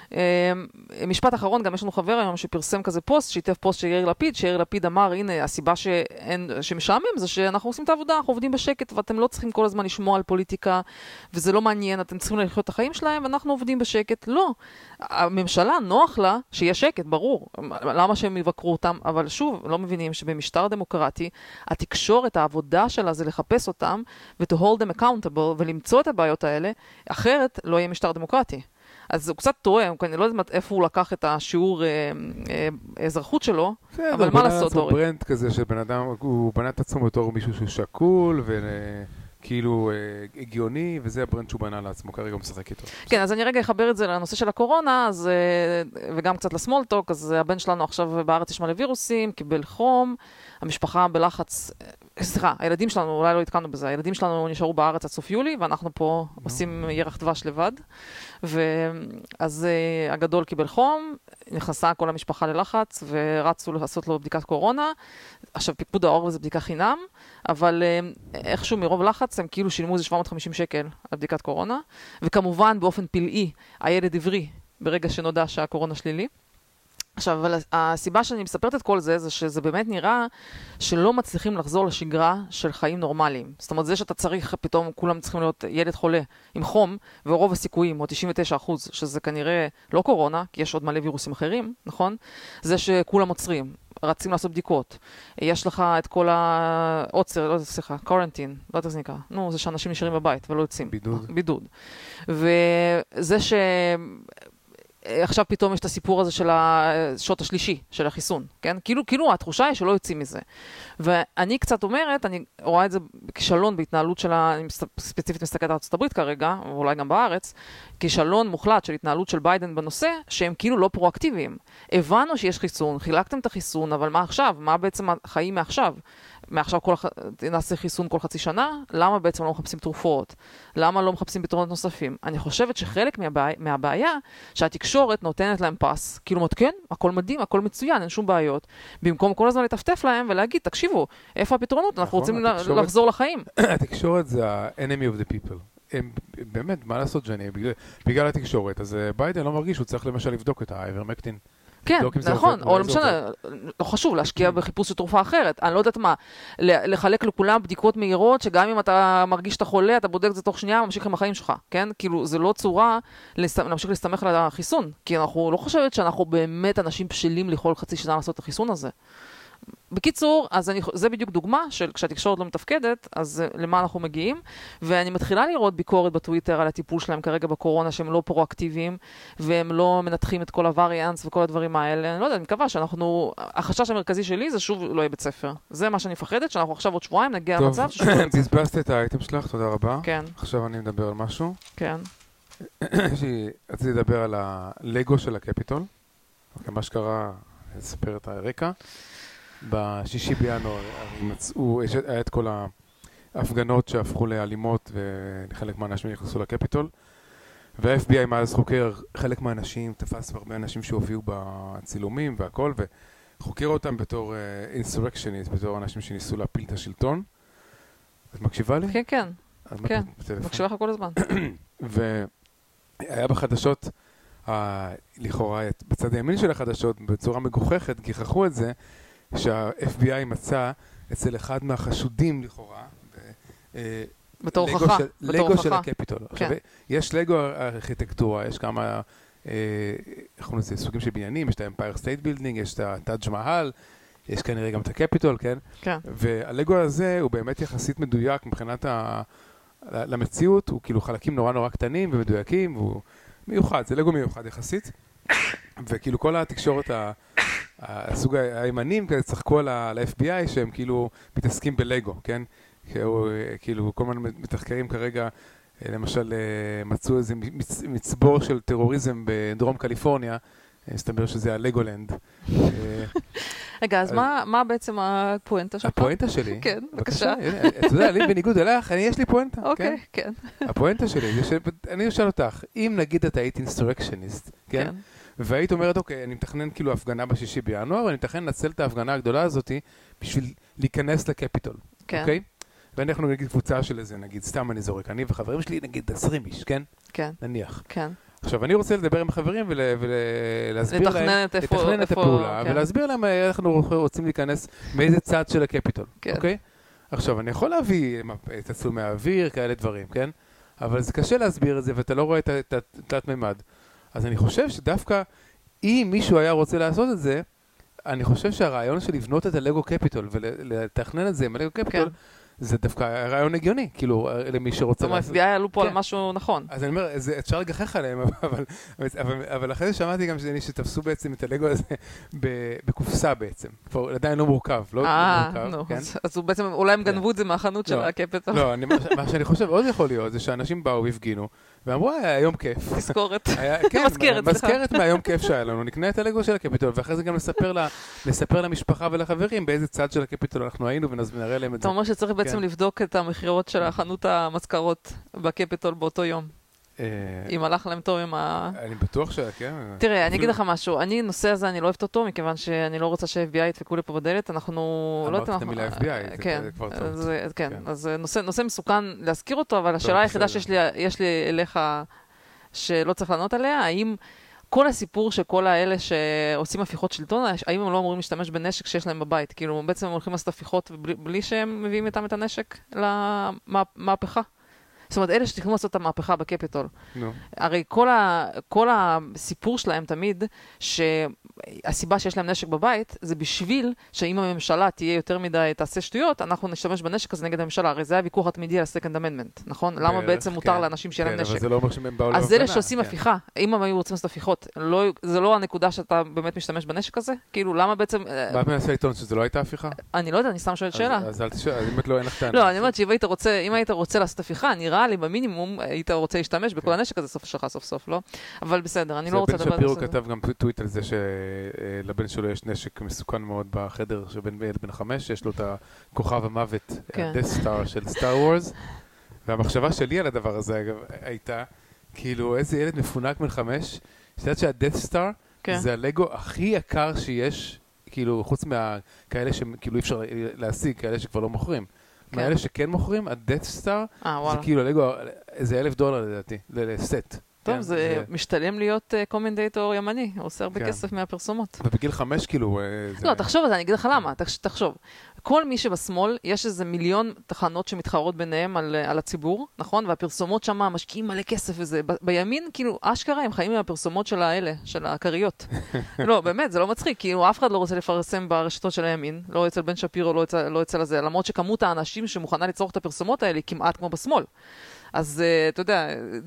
משפט אחרון, גם יש לנו חבר היום שפרסם כזה פוסט, שיתף פוסט של יאיר לפיד, שיאיר לפיד אמר, הנה, הסיבה שאין, שמשעמם זה שאנחנו עושים את העבודה, אנחנו עובדים בשקט, ואתם לא צריכים כל הזמן לשמוע על פוליטיקה, וזה לא מעניין, אתם צריכים לחיות את החיים שלהם, ואנחנו עובדים בשקט. לא. הממשלה נוח לה שיהיה שקט, ברור. למה שהם יבקרו אותם? אבל שוב, לא מבינים שבמשטר דמוקרטי, התקשורת, העבודה שלה זה לחפש אותם, ו-to hold them accountable, ולמצוא את הבעיות האלה, אחרת לא יהיה משטר דמוקרטי. אז הוא קצת טועה, אני לא יודעת איפה הוא לקח את השיעור אזרחות שלו, אבל מה לעשות, אורי? הוא ברנד כזה שבן אדם, הוא בנה את עצמו בתור מישהו שהוא שקול, וכאילו הגיוני, וזה הברנד שהוא בנה לעצמו, כרגע הוא משחק איתו. כן, אז אני רגע אחבר את זה לנושא של הקורונה, וגם קצת לסמולטוק, אז הבן שלנו עכשיו בארץ יש מלא וירוסים, קיבל חום, המשפחה בלחץ, סליחה, הילדים שלנו, אולי לא התקנו בזה, הילדים שלנו נשארו בארץ עד סוף יולי, ואנחנו פה עושים ירח דבש לבד, ואז הגדול קיבל חום, נכנסה כל המשפחה ללחץ, ורצו לעשות לו בדיקת קורונה, עכשיו פיקוד העורף זה בדיקה חינם, אבל איכשהו מרוב לחץ הם כאילו שילמו איזה שבע מאות וחמישים שקל על בדיקת קורונה, וכמובן באופן פלאי, הילד עברי, ברגע שנודע שהקורונה שלילי, עכשיו, אבל הסיבה שאני מספרת את כל זה, זה שזה באמת נראה שלא מצליחים לחזור לשגרה של חיים נורמליים. זאת אומרת, זה שאתה צריך, פתאום כולם צריכים להיות ילד חולה עם חום, ורוב הסיכויים, או תשעים ותשעה אחוז, שזה כנראה לא קורונה, כי יש עוד מלא וירוסים אחרים, נכון? זה שכולם עוצרים, רצים לעשות בדיקות. יש לך את כל העוצר, לא סליחה, קורנטין, לא יודעת איך זה נקרא. נו, זה שאנשים נשארים בבית ולא יוצאים. בידוד. בידוד. וזה ש... עכשיו פתאום יש את הסיפור הזה של השוט השלישי, של החיסון, כן? כאילו, כאילו התחושה היא שלא יוצאים מזה. ואני קצת אומרת, אני רואה את זה כישלון בהתנהלות שלה, אני ספציפית מסתכלת על ארצות הברית כרגע, ואולי גם בארץ, כישלון מוחלט של התנהלות של ביידן בנושא, שהם כאילו לא פרואקטיביים. הבנו שיש חיסון, חילקתם את החיסון, אבל מה עכשיו? מה בעצם החיים מעכשיו? מעכשיו כל, נעשה חיסון כל חצי שנה, למה בעצם לא מחפשים תרופות? למה לא מחפשים פתרונות נוספים? אני חושבת שחלק מהבעיה, מהבעיה שהתקשורת נותנת להם פס, כאילו אומרת, כן, הכל מדהים, הכל מצוין, אין שום בעיות, במקום כל הזמן לטפטף להם ולהגיד, תקשיבו, איפה הפתרונות? אנחנו רוצים התקשורת, לחזור לחיים. התקשורת זה ה-enemy of the people. הם, באמת, מה לעשות, ג'ני? בגלל, בגלל התקשורת, אז ביידן לא מרגיש, הוא צריך למשל לבדוק את האיברמקטין. כן, נכון, או למשל, לא חשוב, להשקיע בחיפוש של תרופה אחרת, אני לא יודעת מה, לחלק לכולם בדיקות מהירות, שגם אם אתה מרגיש שאתה חולה, אתה בודק את זה תוך שנייה, ממשיך עם החיים שלך, כן? כאילו, זה לא צורה להמשיך להסתמך על החיסון, כי אנחנו לא חושבת שאנחנו באמת אנשים בשלים לכל חצי שנה לעשות את החיסון הזה. בקיצור, אז אני, זה בדיוק דוגמה של כשהתקשורת לא מתפקדת, אז למה אנחנו מגיעים, ואני מתחילה לראות ביקורת בטוויטר על הטיפול שלהם כרגע בקורונה, שהם לא פרואקטיביים, והם לא מנתחים את כל הווריאנס וכל הדברים האלה. אני לא יודע, אני מקווה שאנחנו, החשש המרכזי שלי זה שוב לא יהיה בית ספר. זה מה שאני מפחדת, שאנחנו עכשיו עוד שבועיים נגיע למצב ששוב לא יהיה בית ספר. בזבזת את האייטם שלך, תודה רבה. כן. עכשיו אני מדבר על משהו. כן. רציתי לדבר על הלגו של הקפיטול. מה שקרה, אספר את הרקע. בשישי בינואר מצאו, היה את כל ההפגנות שהפכו לאלימות וחלק מהאנשים נכנסו לקפיטול וה-אף בי איי מאז חוקר חלק מהאנשים, תפס הרבה אנשים שהופיעו בצילומים והכל וחוקר אותם בתור insurrectionists, בתור אנשים שניסו להפיל את השלטון. את מקשיבה לי? כן, כן, כן, מקשיבה לך כל הזמן. והיה בחדשות, לכאורה, בצד הימין של החדשות, בצורה מגוחכת, גיחכו את זה שה-אף בי איי מצא אצל אחד מהחשודים לכאורה בתור הוכחה, לגו של הקפיטול. עכשיו, יש לגו ארכיטקטורה, יש כמה סוגים של בניינים, יש את האמפייר סטייט בילדינג, יש את הטאג' מהל, יש כנראה גם את הקפיטול, כן? והלגו הזה הוא באמת יחסית מדויק מבחינת למציאות, הוא כאילו חלקים נורא נורא קטנים ומדויקים, והוא מיוחד, זה לגו מיוחד יחסית, וכאילו כל התקשורת ה... הסוג הימנים כזה צחקו על ה-אף בי איי שהם כאילו מתעסקים בלגו, כן? כאילו כל מיני מתחקרים כרגע, למשל מצאו איזה מצבור של טרוריזם בדרום קליפורניה, מסתבר שזה הלגולנד. רגע, אז מה בעצם הפואנטה שלך? הפואנטה שלי? כן, בבקשה. אתה יודע, לי בניגוד אלייך, יש לי פואנטה. אוקיי, כן. הפואנטה שלי, אני אשאל אותך, אם נגיד אתה היית אינסטרקשניסט, כן? והיית אומרת, אוקיי, אני מתכנן כאילו הפגנה בשישי בינואר, ואני מתכנן לנצל את ההפגנה הגדולה הזאת בשביל להיכנס לקפיטול, אוקיי? ואנחנו נגיד קבוצה של איזה, נגיד, סתם אני זורק, אני וחברים שלי, נגיד עשרים איש, כן? כן. נניח. כן. עכשיו, אני רוצה לדבר עם החברים ולהסביר להם, לתכנן את הפעולה, ולהסביר להם איך אנחנו רוצים להיכנס מאיזה צד של הקפיטול, אוקיי? עכשיו, אני יכול להביא את תצלומי האוויר, כאלה דברים, כן? אבל זה קשה להסביר את זה, ואתה לא רואה את התלת ממד. אז אני חושב שדווקא אם מישהו היה רוצה לעשות את זה, אני חושב שהרעיון של לבנות את הלגו קפיטול ולתכנן את זה עם הלגו קפיטול, זה דווקא רעיון הגיוני, כאילו, למי שרוצה לעשות. ה-אף בי איי עלו פה על משהו נכון. אז אני אומר, אפשר לגחך עליהם, אבל אחרי זה שמעתי גם שתפסו בעצם את הלגו הזה בקופסה בעצם. כבר עדיין לא מורכב, לא מורכב. אז הוא בעצם, אולי הם גנבו את זה מהחנות של הקפיטול. לא, מה שאני חושב עוד יכול להיות, זה שאנשים באו והפגינו, ואמרו, היה יום כיף. תזכורת. כן, מזכרת מהיום כיף שהיה לנו. נקנה את הלגו של הקפיטול, ואחרי זה גם לספר למשפחה ולחברים באיזה צד של הקפיטול אנחנו היינו, ונראה להם את זה. אתה אומר שצריך בעצם לבדוק את המחירות של החנות המזכרות בקפיטול באותו יום. אם הלך להם טוב עם ה... אני בטוח שכן. תראה, אני אגיד לך משהו. אני, נושא הזה, אני לא אוהבת אותו, מכיוון שאני לא רוצה ש-אף בי איי ידפקו לי פה בדלת. אנחנו... אמרת את המילה אף בי איי, זה כבר טוב. כן, אז נושא מסוכן להזכיר אותו, אבל השאלה היחידה שיש לי אליך, שלא צריך לענות עליה, האם כל הסיפור של כל האלה שעושים הפיכות שלטון, האם הם לא אמורים להשתמש בנשק שיש להם בבית? כאילו, בעצם הם הולכים לעשות הפיכות בלי, בלי שהם מביאים איתם את הנשק למהפכה? זאת אומרת, אלה שתכנו לעשות את המהפכה בקפיטול. No. הרי כל, ה, כל הסיפור שלהם תמיד, שהסיבה שיש להם נשק בבית, זה בשביל שאם הממשלה תהיה יותר מדי תעשה שטויות, אנחנו נשתמש בנשק הזה נגד הממשלה. הרי זה היה ויכוח התמידי על ה-Second Amendment, נכון? למה בעצם מותר לאנשים שיהיה להם נשק? אבל זה לא אומר שהם באו להפגנה. אז אלה שעושים הפיכה, אם הם היו רוצים לעשות הפיכות, זה לא הנקודה שאתה באמת משתמש בנשק הזה? כאילו, למה בעצם... מה את מנסה לטעון, שזה לא הייתה הפיכה? אני לא יודע, אני סתם שואלת שאלה. אז אל תשאל, אז באמת לא, אין לך טענה. לא, אני אומרת שאם היית רוצה לעשות הפיכה, נראה לי במינימום היית רוצה להשתמש בכל הנשק הזה סוף שלך סוף סוף, לא? אבל בסדר, אני לא רוצה לדבר על זה. בן שפירו כתב גם טוויט על זה שלבן שלו יש נשק מסוכן מאוד בחדר שבין ילד בן חמש, יש לו את הכוכב המוות, הדס סטאר של סטאר וורס, והמחשבה שלי על הדבר הזה, אגב, הייתה, כאילו, איזה ילד מפונק בן חמש, שתדעת שהדס סטאר זה הלגו הכי יקר שיש, כאילו, חוץ מהכאלה שכאילו אי אפשר להשיג, כאלה שכבר לא מוכרים. מהאלה שכן מוכרים, הדס סטאר, זה כאילו הלגו, איזה אלף דולר לדעתי, לסט. טוב, זה משתלם להיות קומנדייטור ימני, הוא עושה הרבה כסף מהפרסומות. ובגיל חמש כאילו... לא, תחשוב, אני אגיד לך למה, תחשוב. כל מי שבשמאל, יש איזה מיליון תחנות שמתחרות ביניהם על הציבור, נכון? והפרסומות שם משקיעים מלא כסף וזה. בימין, כאילו, אשכרה הם חיים מהפרסומות של האלה, של הקריות. לא, באמת, זה לא מצחיק, כאילו, אף אחד לא רוצה לפרסם ברשתות של הימין, לא אצל בן שפירו, לא אצל הזה, למרות שכמות האנשים שמוכנה לצרוך את הפרסומות האלה היא כמעט כמו בשמאל. אז אתה יודע,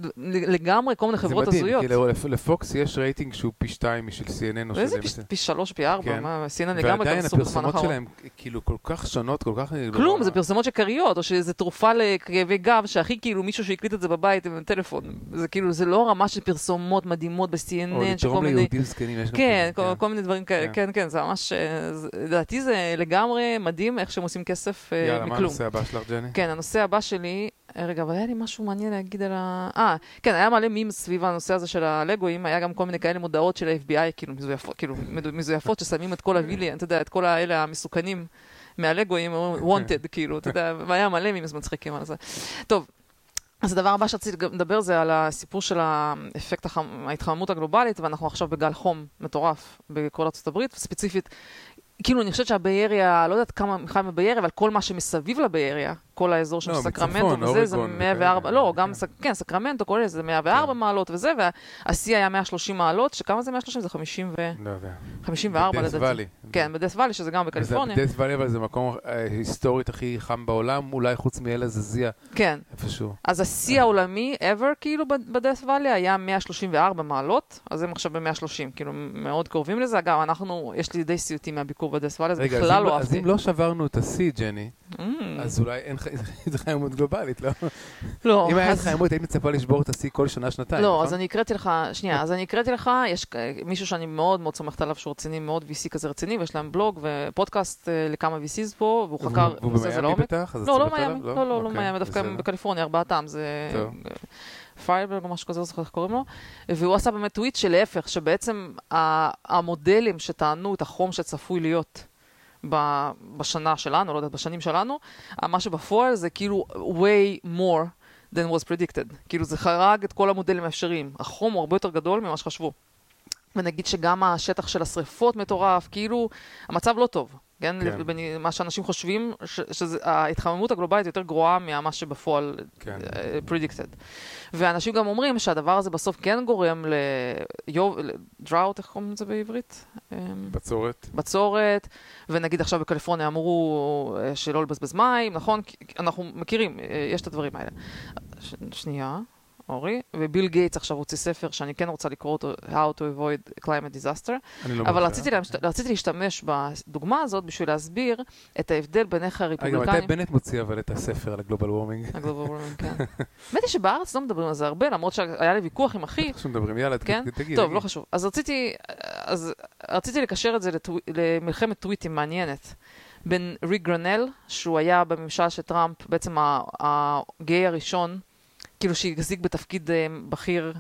לגמרי כל מיני חברות הזויות. זה מדהים, כי לפוקס יש רייטינג שהוא פי שתיים משל סי אן אן. איזה פי שלוש, פי ארבע, מה, סי אן אן לגמרי ועדיין קרסו בזמן הפרסומות שלהם כאילו כל כך שונות, כל כך... כלום, זה פרסומות שקריות, או שזה תרופה לכאבי גב, שהכי כאילו מישהו שהקליט את זה בבית עם טלפון. זה כאילו, זה לא רמה של פרסומות מדהימות ב-סי אן אן. או לתרום ליהודים זקנים, יש גם כן, כל מיני דברים כאלה, כן, כן, זה ממש... לדעתי זה לגמרי מדהים איך שהם עושים כסף מכלום. יאללה, מה הנושא הבא שלך, ג'ני? כן, הנושא הבא שלי, רגע, אבל היה לי משהו מעניין להגיד על ה... אה, כן, היה מלא מים סביב הנושא הזה של הלגואים, היה גם כל מיני כאלה מודעות של ה-אף בי איי, כאילו מזויפות, כאילו מזויפות ששמים את כל הווילי, אתה יודע, את כל האלה המסוכנים מהלגואים, wanted, כאילו, אתה יודע, והיה מלא מים מצחיקים על זה. טוב, אז הדבר הבא שרציתי לדבר זה על הסיפור של האפקט ההתחממות הגלובלית, ואנחנו עכשיו בגל חום מטורף בכל ארצות הברית, וספציפית, כאילו אני חושבת שהבייריה, לא יודעת כמה חיים בבייריה, אבל כל מה שמסביב לבייריה, כל האזור של סקרמנטו וזה, זה מאה וארבע, לא, גם, כן, סקרמנטו, כל זה מאה וארבע מעלות וזה, והשיא היה מאה ושלושים מעלות, שכמה זה מאה ושלושים? זה חמישים ו... לא יודע. חמישים וארבע לדעתי. בדס ואלי. כן, בדס ואלי, שזה גם בקליפורניה. בדס ואלי, אבל זה מקום היסטורית הכי חם בעולם, אולי חוץ מאלה זזיה. כן. איפשהו. אז השיא העולמי, ever, כאילו, בדס ואלי, היה מאה שלושים וארבע מעלות, אז הם עכשיו ב-מאה ושלושים, כאילו, מאוד קרובים לזה. אגב, אנחנו, יש לי די סיוטים מהביקור בדס ואלי, זה בכלל לא אהבתי. אז אם לא שברנו את השיא, ג'ני, אז אולי אין חיימות גלובלית, לא? לא. אם היה חיימות, היית מצפה לשבור את השיא כל שנה, שנתיים, לא, אז אני הקראתי לך, שנייה, אז אני הקראתי לך, יש מישהו שאני מאוד מאוד סומכת עליו שהוא רציני, מאוד וי סי כזה רציני, ויש להם בלוג ופודקאסט לכמה וי סיז פה, והוא חקר, והוא במיימי בטח? לא, לא מיימי, לא, לא, לא מיימי, דווקא בקליפורניה, ארבעתם, זה פייברג או משהו כזה, לא זוכר איך קוראים לו, והוא עשה באמת טוויט שלהפך, שבעצם המודלים שטענו את החום שצפוי להיות בשנה שלנו, לא יודעת, בשנים שלנו, מה שבפועל זה כאילו way more than was predicted. כאילו זה חרג את כל המודלים האפשריים. החום הוא הרבה יותר גדול ממה שחשבו. ונגיד שגם השטח של השריפות מטורף, כאילו המצב לא טוב. כן? כן. מה שאנשים חושבים, שההתחממות הגלובלית יותר גרועה ממה שבפועל כן. uh, predicted. ואנשים גם אומרים שהדבר הזה בסוף כן גורם לדראוט, איך קוראים את זה בעברית? בצורת. בצורת, ונגיד עכשיו בקליפורניה אמרו שלא לבזבז מים, נכון? אנחנו מכירים, יש את הדברים האלה. ש... שנייה. אורי, וביל גייטס עכשיו הוציא ספר שאני כן רוצה לקרוא אותו, How to Avoid Climate Disaster, לא אבל רציתי, לה, רציתי להשתמש בדוגמה הזאת בשביל להסביר את ההבדל בין איך הרפובליקנים... רגע, מתי בנט מוציא אבל את הספר על הגלובל וורמינג? הגלובל וורמינג, כן. האמת היא שבארץ לא מדברים על זה הרבה, למרות שהיה לי ויכוח עם אחי. איך שמדברים, יאללה, כן? תגיד. טוב, לא חשוב. אז רציתי, אז רציתי לקשר את זה לטו, למלחמת טוויטים מעניינת. בין ריק גרנל, שהוא היה בממשל של טראמפ, בעצם הגיי הראשון, כאילו שהחזיק בתפקיד בכיר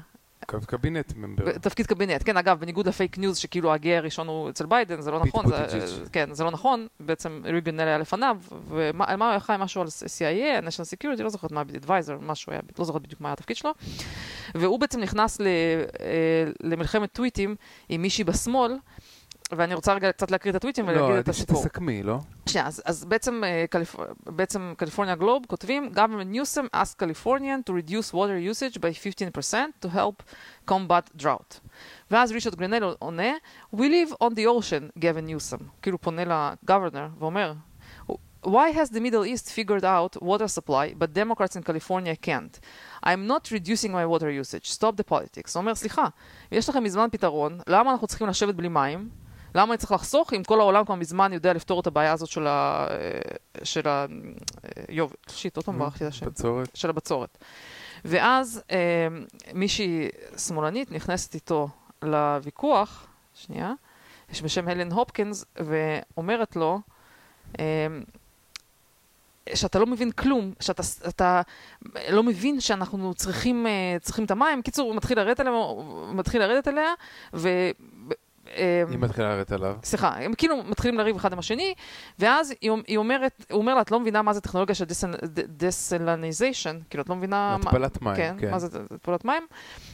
קבינט ממבר. תפקיד קבינט, כן, אגב, בניגוד לפייק ניוז שכאילו ההגיע הראשון הוא אצל ביידן, זה לא נכון, כן, זה לא נכון, בעצם ריגן היה לפניו, ומה הוא היה משהו על סי איי איי, national security, לא זוכרת מה, advisor, משהו היה, לא זוכרת בדיוק מה היה התפקיד שלו, והוא בעצם נכנס למלחמת טוויטים עם מישהי בשמאל, ואני רוצה רגע קצת להקריא את הטוויטים ולהגיד את הסיפור. לא, שתסכמי, לא? שנייה, אז, אז בעצם, קליפ... בעצם קליפורניה גלוב כותבים, Government Newsom asked Californian to reduce water usage by fifteen percent to help combat drought. ואז ריצ'רד גרינל עונה, We live on the ocean, Gavin Newsom. כאילו פונה לגוורנר ואומר, Why has the Middle East figured out water supply, but Democrats in California can't? I'm not reducing my water usage. Stop the politics. הוא אומר, סליחה, יש לכם מזמן פתרון, למה אנחנו צריכים לשבת בלי מים? למה אני צריך לחסוך אם כל העולם כבר מזמן יודע לפתור את הבעיה הזאת של ה... של ה... יוב, שיט, עוד פעם ברחתי את השם. בצורת. של הבצורת. ואז אה, מישהי שמאלנית נכנסת איתו לוויכוח, שנייה, יש בשם הלן הופקינס, ואומרת לו, אה, שאתה לא מבין כלום, שאתה אתה לא מבין שאנחנו צריכים, צריכים את המים. קיצור, הוא מתחיל לרדת אליה, הוא מתחיל לרדת אליה, ו... היא מתחילה לרדת עליו. סליחה, הם כאילו מתחילים לריב אחד עם השני, ואז היא אומרת, הוא אומר לה, את לא מבינה מה זה טכנולוגיה של דסלניזיישן, כאילו, את לא מבינה... התפלת מים, כן. מה זה התפלת מים,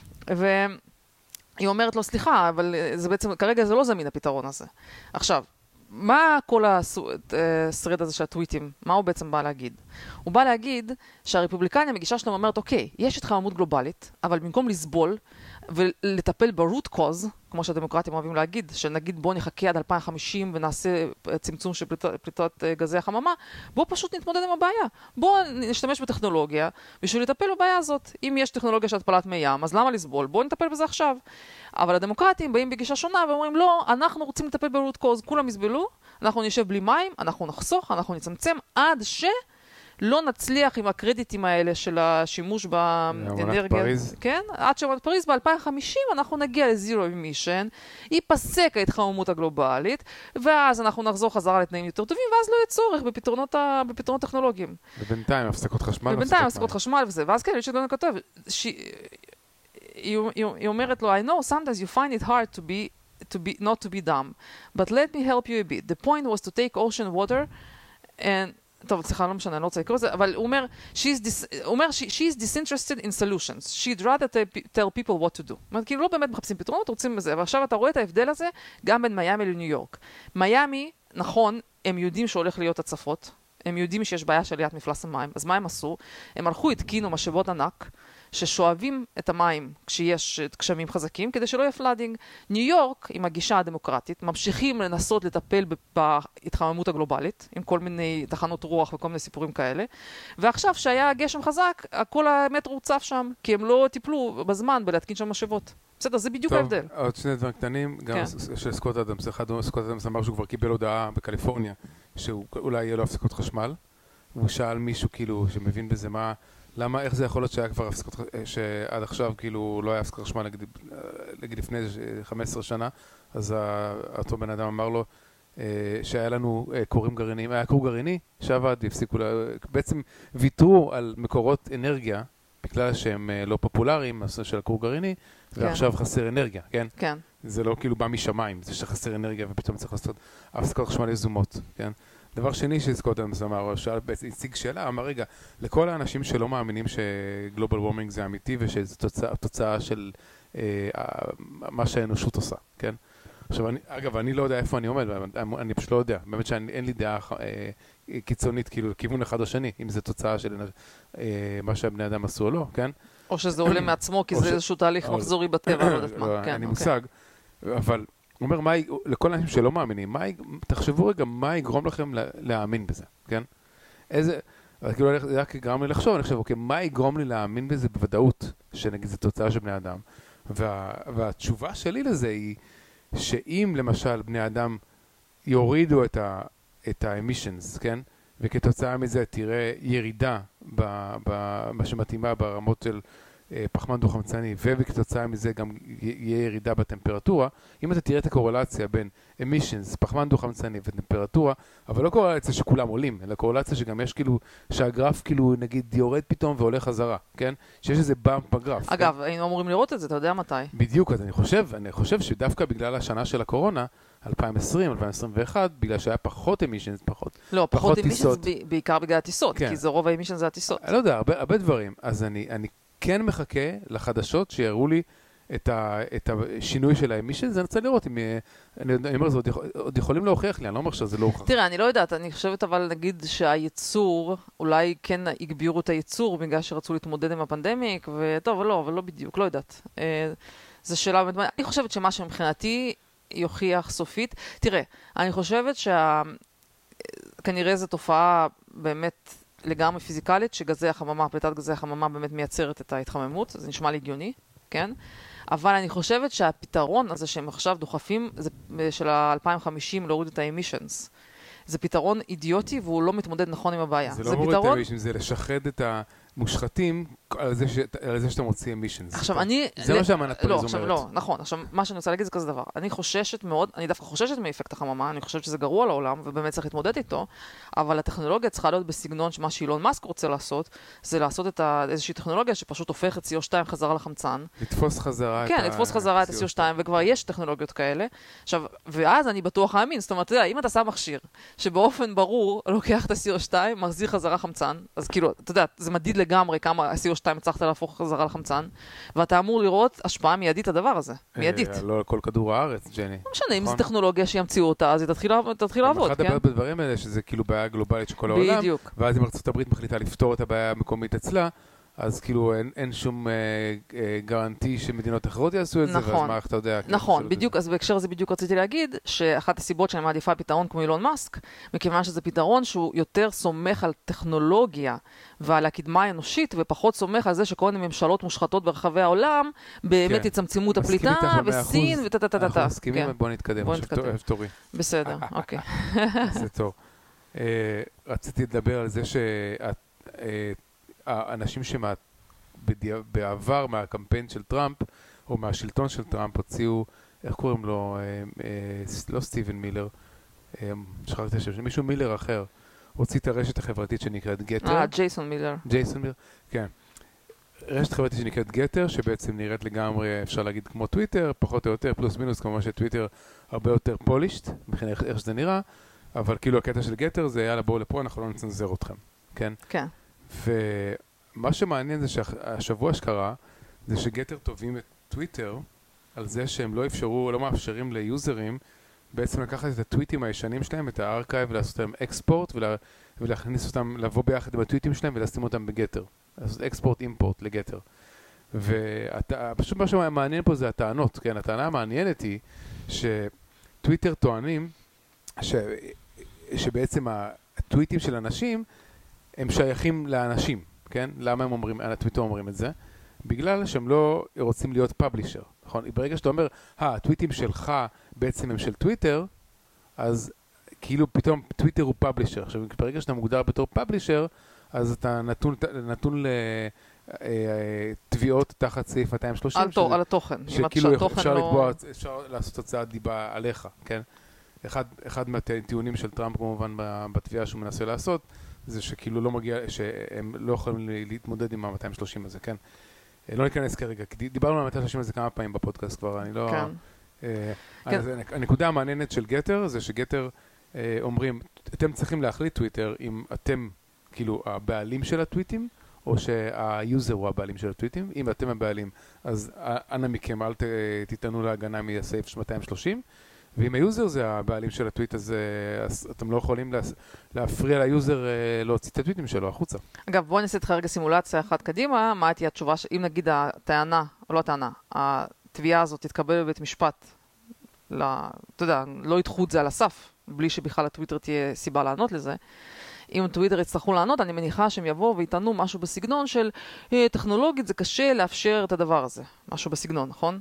והיא אומרת לו, סליחה, אבל זה בעצם, כרגע זה לא זמין הפתרון הזה. עכשיו, מה כל השרד הזה של הטוויטים, מה הוא בעצם בא להגיד? הוא בא להגיד שהרפובליקניה מגישה שלהם אומרת, אוקיי, יש התחממות גלובלית, אבל במקום לסבול ולטפל ברוט קוז, כמו שהדמוקרטים אוהבים להגיד, שנגיד בוא נחכה עד אלפיים וחמישים ונעשה צמצום של פליטות גזי החממה, בוא פשוט נתמודד עם הבעיה. בוא נשתמש בטכנולוגיה בשביל לטפל בבעיה הזאת. אם יש טכנולוגיה של התפלת מי ים, אז למה לסבול? בוא נטפל בזה עכשיו. אבל הדמוקרטים באים בגישה שונה ואומרים, לא, אנחנו רוצים לטפל ברוט קוז, כולם יסבלו, אנחנו נשב בלי מים, אנחנו נחסוך, אנחנו נצמצם עד ש... לא נצליח עם הקרדיטים האלה של השימוש באנרגיה. כן? עד שאמנת פריז ב-אלפיים וחמישים אנחנו נגיע לזירו אמישן, ייפסק ההתחממות הגלובלית, ואז אנחנו נחזור חזרה לתנאים יותר טובים, ואז לא יהיה צורך בפתרונות, ה... בפתרונות טכנולוגיים. ובינתיים הפסקות חשמל. ובינתיים הפסקות חשמל וזה. ואז כן, יש שדון כותב, ש... היא, היא, היא אומרת לו, I know sometimes you find it hard to be, to be, not to be dumb, but let me help you a bit. The point was to take ocean water and טוב, סליחה, לא משנה, אני לא רוצה לקרוא את זה, אבל הוא אומר, הוא אומר, she is disinterested in solutions. She'd rather tell people what to do. זאת אומרת, כאילו לא באמת מחפשים פתרונות, רוצים בזה. ועכשיו אתה רואה את ההבדל הזה גם בין מיאמי לניו יורק. מיאמי, נכון, הם יודעים שהולך להיות הצפות, הם יודעים שיש בעיה של עליית מפלס המים, אז מה הם עשו? הם הלכו, התקינו משאבות ענק, ששואבים את המים כשיש גשמים חזקים, כדי שלא יהיה פלאדינג. ניו יורק, עם הגישה הדמוקרטית, ממשיכים לנסות לטפל בהתחממות הגלובלית, עם כל מיני תחנות רוח וכל מיני סיפורים כאלה. ועכשיו, שהיה גשם חזק, כל המטרו צף שם, כי הם לא טיפלו בזמן בלהתקין שם משאבות. בסדר, זה בדיוק ההבדל. טוב, עוד שני דברים קטנים, גם של סקוט אדמס, אחד סקוט אדמס אמר שהוא כבר קיבל הודעה בקליפורניה, שאולי יהיה לו הפסקות חשמל, והוא שאל מישהו כאילו שמבין בזה מה... למה, איך זה יכול להיות שהיה כבר הפסקות, שעד עכשיו כאילו לא היה הפסקות חשמל, נגיד לפני חמש עשרה שנה, אז אותו בן אדם אמר לו שהיה לנו כורים גרעיניים, היה כור גרעיני שעבד, הפסיקו, בעצם ויתרו על מקורות אנרגיה, בגלל שהם לא פופולריים, של הכור גרעיני, ועכשיו חסר אנרגיה, כן? כן. זה לא כאילו בא משמיים, זה שחסר אנרגיה ופתאום צריך לעשות הפסקות חשמל יזומות, כן? דבר שני שסקוט אדמס אמר, שאל בעצם הציג שאלה, אמר רגע, לכל האנשים שלא מאמינים שגלובל וורמינג זה אמיתי ושזו תוצאה, תוצאה של אה, מה שהאנושות עושה, כן? עכשיו, אני, אגב, אני לא יודע איפה אני עומד, אני, אני פשוט לא יודע, באמת שאין לי דעה אה, קיצונית, כאילו, כיוון אחד או שני, אם זה תוצאה של אה, מה שהבני אדם עשו או לא, כן? או שזה עולה מעצמו, כי זה איזשהו תהליך מחזורי בטבע, לא יודעת מה. אין לי מושג, אבל... הוא אומר, מה, לכל האנשים שלא מאמינים, מה, תחשבו רגע מה יגרום לכם להאמין בזה, כן? איזה, כאילו, זה רק יגרם לי לחשוב, אני חושב, אוקיי, מה יגרום לי להאמין בזה בוודאות, שנגיד זו תוצאה של בני אדם? וה, והתשובה שלי לזה היא, שאם למשל בני אדם יורידו את ה, את ה-emissions, כן? וכתוצאה מזה תראה ירידה במה שמתאימה ברמות של פחמן דו-חמצני, ובכתוצאה מזה גם יהיה ירידה בטמפרטורה, אם אתה תראה את הקורלציה בין emissions, פחמן דו-חמצני וטמפרטורה, אבל לא קורלציה שכולם עולים, אלא קורלציה שגם יש כאילו, שהגרף כאילו נגיד יורד פתאום ועולה חזרה, כן? שיש איזה באמפ בגרף. אגב, כן? היינו אמורים לראות את זה, אתה יודע מתי? בדיוק, אז אני חושב, אני חושב שדווקא בגלל השנה של הקורונה, אלפיים עשרים, אלפיים עשרים ואחת, בגלל שהיה פחות emissions, פחות, לא, פחות טיסות. emissions בעיקר בגלל הטיסות, כן. כי זה רוב ה-emissions זה הטיסות. אני לא יודע, הרבה, הרבה דברים. אז אני, אני כן מחכה לחדשות שיראו לי את, ה, את השינוי של ה-emissions, אני רוצה לראות אם, אני, אני אומר, זה עוד, יכול, עוד יכולים להוכיח לי, אני לא אומר שזה לא הוכח. תראה, אני לא יודעת, אני חושבת אבל נגיד שהייצור, אולי כן הגבירו את הייצור בגלל שרצו להתמודד עם הפנדמיק, וטוב, אבל לא, אבל לא בדיוק, לא יודעת. זו שאלה, אני חושבת שמה שמבחינתי יוכיח סופית. תראה, אני חושבת שכנראה זו תופעה באמת לגמרי פיזיקלית, שגזי החממה, פליטת גזי החממה באמת מייצרת את ההתחממות, זה נשמע לי הגיוני, כן? אבל אני חושבת שהפתרון הזה שהם עכשיו דוחפים, זה של ה-אלפיים וחמישים להוריד את ה-emissions. זה פתרון אידיוטי והוא לא מתמודד נכון עם הבעיה. זה לא מוריד את ה-emissions, זה לשחד את המושחתים על זה, ש... על זה שאתה מוציא emissions. עכשיו אני... זה מה שהאמנת פריז לא, אומרת. עכשיו לא, נכון. עכשיו מה שאני רוצה להגיד זה כזה דבר. אני חוששת מאוד, אני דווקא חוששת מאפקט החממה, אני חושבת שזה גרוע לעולם ובאמת צריך להתמודד איתו, אבל הטכנולוגיה צריכה להיות בסגנון שמה שאילון מאסק רוצה לעשות, זה לעשות את איזושהי טכנולוגיה שפשוט הופכת סי או שתיים חזרה לחמצן. לתפוס חזרה כן, לתפוס חזרה את ה-סי או שתיים, וכבר יש טכנולוגיות כאלה. עכשיו, ואז אני בטוח האמין, זאת אומרת, אתה יודע, אם אתה שם מכשיר שבאופן ברור לוקח את ה-סי או שתיים, מחזיר חזרה חמצן, אז כאילו, אתה יודע, זה מדיד לגמרי כמה ה-סי או שתיים הצלחת להפוך חזרה לחמצן, ואתה אמור לראות השפעה מיידית לדבר הזה, מיידית. לא על כל כדור הארץ, ג'ני. לא משנה, אם זו טכנולוגיה שימציאו אותה, אז היא תתחיל לעבוד, כן? אחת הבעיות בדברים האלה, שזה כאילו בעיה גלובלית של כל העולם, בדיוק. ואז אם ארצות הברית מחליטה לפתור את הבעיה המקומית אצלה, אז כאילו אין, אין שום אה, אה, גרנטי שמדינות אחרות יעשו את נכון. זה, ואז מה אתה יודע? נכון, בדיוק, אז בהקשר הזה בדיוק רציתי להגיד, שאחת הסיבות שאני מעדיפה פתרון כמו אילון מאסק, מכיוון שזה פתרון שהוא יותר סומך על טכנולוגיה ועל הקדמה האנושית, ופחות סומך על זה שכל מיני ממשלות מושחתות ברחבי העולם, באמת יצמצמו את הפליטה, וסין, וטטטטטט. אנחנו מסכימים, בוא נתקדם. בוא נתקדם. תורי. בסדר, אוקיי. זה טוב. רציתי לדבר על זה שהאנשים שבעבר מהקמפיין של טראמפ, או מהשלטון של טראמפ, הוציאו, איך קוראים לו? לא סטיבן מילר, שכחתי את השם, מישהו מילר אחר. הוציא את הרשת החברתית שנקראת גטר. אה, ג'ייסון מילר. ג'ייסון מילר, כן. רשת חברתית שנקראת גטר, שבעצם נראית לגמרי, אפשר להגיד, כמו טוויטר, פחות או יותר, פלוס מינוס, כמובן שטוויטר הרבה יותר פולישט, מבחינת איך שזה נראה, אבל כאילו הקטע של גטר זה, יאללה, בואו לפה, אנחנו לא נצנזר אתכם, כן? כן. ומה שמעניין זה שהשבוע שקרה, זה שגטר תובעים את טוויטר, על זה שהם לא אפשרו, לא מאפשרים ליוזרים, בעצם לקחת את הטוויטים הישנים שלהם, את הארכייב, ולעשות אותם אקספורט, ולה, ולהכניס אותם, לבוא ביחד עם הטוויטים שלהם, ולשים אותם בגטר. לעשות אקספורט, אימפורט לגטר. ופשוט מה שמעניין פה זה הטענות, כן? הטענה המעניינת היא, שטוויטר טוענים, ש, שבעצם הטוויטים של אנשים, הם שייכים לאנשים, כן? למה הם אומרים, הטוויטר אומרים את זה? בגלל שהם לא רוצים להיות פאבלישר, נכון? ברגע שאתה אומר, הטוויטים שלך בעצם הם של טוויטר, אז כאילו פתאום טוויטר הוא פאבלישר. עכשיו, ברגע שאתה מוגדר בתור פאבלישר, אז אתה נתון, נתון לתביעות תחת סעיף מאתיים ושלושים. על, שזה, על התוכן. שכאילו אפשר לקבוע, לא... אפשר לעשות הוצאת דיבה עליך, כן? אחד, אחד מהטיעונים של טראמפ כמובן בתביעה שהוא מנסה לעשות, זה שכאילו לא מגיע, שהם לא יכולים להתמודד עם ה-מאתיים ושלושים הזה, כן? לא ניכנס כרגע, כי דיברנו על מאתיים ושלושים הזה כמה פעמים בפודקאסט כבר, אני לא... כן. הנקודה המעניינת של גטר זה שגטר אומרים, אתם צריכים להחליט טוויטר אם אתם כאילו הבעלים של הטוויטים, או שהיוזר הוא הבעלים של הטוויטים. אם אתם הבעלים, אז אנא מכם, אל תיתנו להגנה מהסעיף של מאתיים ושלושים, ואם היוזר זה הבעלים של הטוויט הזה, אז אתם לא יכולים להפריע ליוזר להוציא את הטוויטים שלו החוצה. אגב, בואו נעשה איתך רגע סימולציה אחת קדימה, מה תהיה התשובה, אם נגיד הטענה, או לא הטענה, התביעה הזאת תתקבל בבית משפט, אתה יודע, לא ידחו את זה על הסף, בלי שבכלל הטוויטר תהיה סיבה לענות לזה. אם טוויטר יצטרכו לענות, אני מניחה שהם יבואו ויתענו משהו בסגנון של טכנולוגית, זה קשה לאפשר את הדבר הזה. משהו בסגנון, נכון?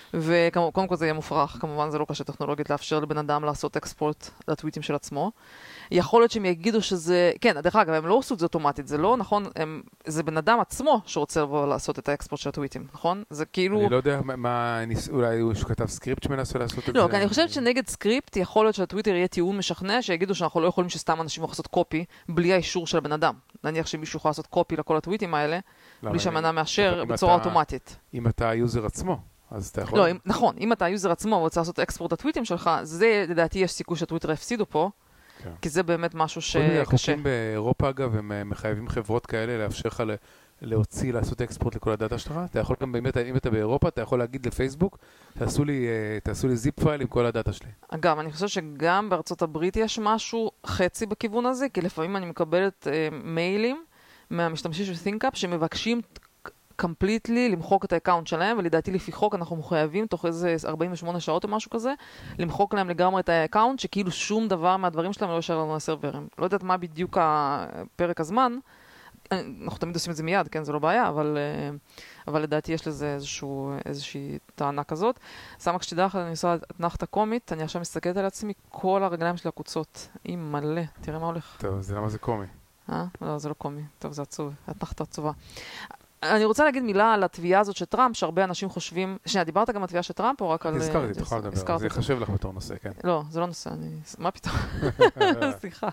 וקודם כל זה יהיה מופרך, כמובן זה לא קשה טכנולוגית לאפשר לבן אדם לעשות אקספורט לטוויטים של עצמו. יכול להיות שהם יגידו שזה, כן, דרך אגב, הם לא עשו את זה אוטומטית, זה לא נכון, הם, זה בן אדם עצמו שרוצה לבוא לעשות את האקספורט של הטוויטים, נכון? זה כאילו... אני לא יודע מה, אולי הוא שכתב סקריפט שמנסה לעשות את זה. לא, כי אני חושבת שנגד סקריפט יכול להיות שהטוויטר יהיה טיעון משכנע, שיגידו שאנחנו לא יכולים שסתם אנשים יכולים לעשות קופי בלי האישור של הבן אדם. נניח שמישהו יכול לעשות קופי לכל הטוויטים האלה, בלי שהמנה מאשר בצורה אוטומטית. אם אתה היוזר עצמו, אז אתה יכול... לא, נכון, אם אתה היוזר עצמו ורוצה לעשות אקספורט לטוויטים שלך, זה לדעתי יש סיכוי שהטוויטר יפסידו פה, כי זה באמת משהו שקשה. החוקים באירופה אגב, הם מחייבים חברות כאלה לאפשר לך להוציא, לעשות אקספורט לכל הדאטה שלך. אתה יכול גם באמת, אם אתה באירופה, אתה יכול להגיד לפייסבוק, תעשו לי, תעשו לי זיפ פייל עם כל הדאטה שלי. אגב, אני חושב שגם בארצות הברית יש משהו חצי בכיוון הזה, כי לפעמים אני מקבלת אה, מיילים מהמשתמשים של ThinkUp שמבקשים completely למחוק את האקאונט שלהם, ולדעתי לפי חוק אנחנו מחויבים תוך איזה ארבעים ושמונה שעות או משהו כזה, למחוק להם לגמרי את האקאונט, שכאילו שום דבר מהדברים שלהם לא ישר לנו לסרברים. לא יודעת מה בדיוק הפרק הזמן, אנחנו תמיד עושים את זה מיד, כן, זה לא בעיה, אבל, אבל לדעתי יש לזה איזשהו, איזושהי טענה כזאת. סמק שתדע לך, אני עושה אתנחתה קומית, אני עכשיו מסתכלת על עצמי, כל הרגליים שלי הקוצות. היא מלא, תראה מה הולך. טוב, זה למה זה קומי? אה? לא, זה לא קומי. טוב, זה עצוב. אתנחתה עצובה. אני רוצה להגיד מילה על התביעה הזאת של טראמפ, שהרבה אנשים חושבים... שנייה, דיברת גם על התביעה של טראמפ או רק על... הזכרתי, תוכל לדבר, זה יחשב לך בתור נושא, כן. לא, זה לא נושא, אני... מה פתאום? סליחה.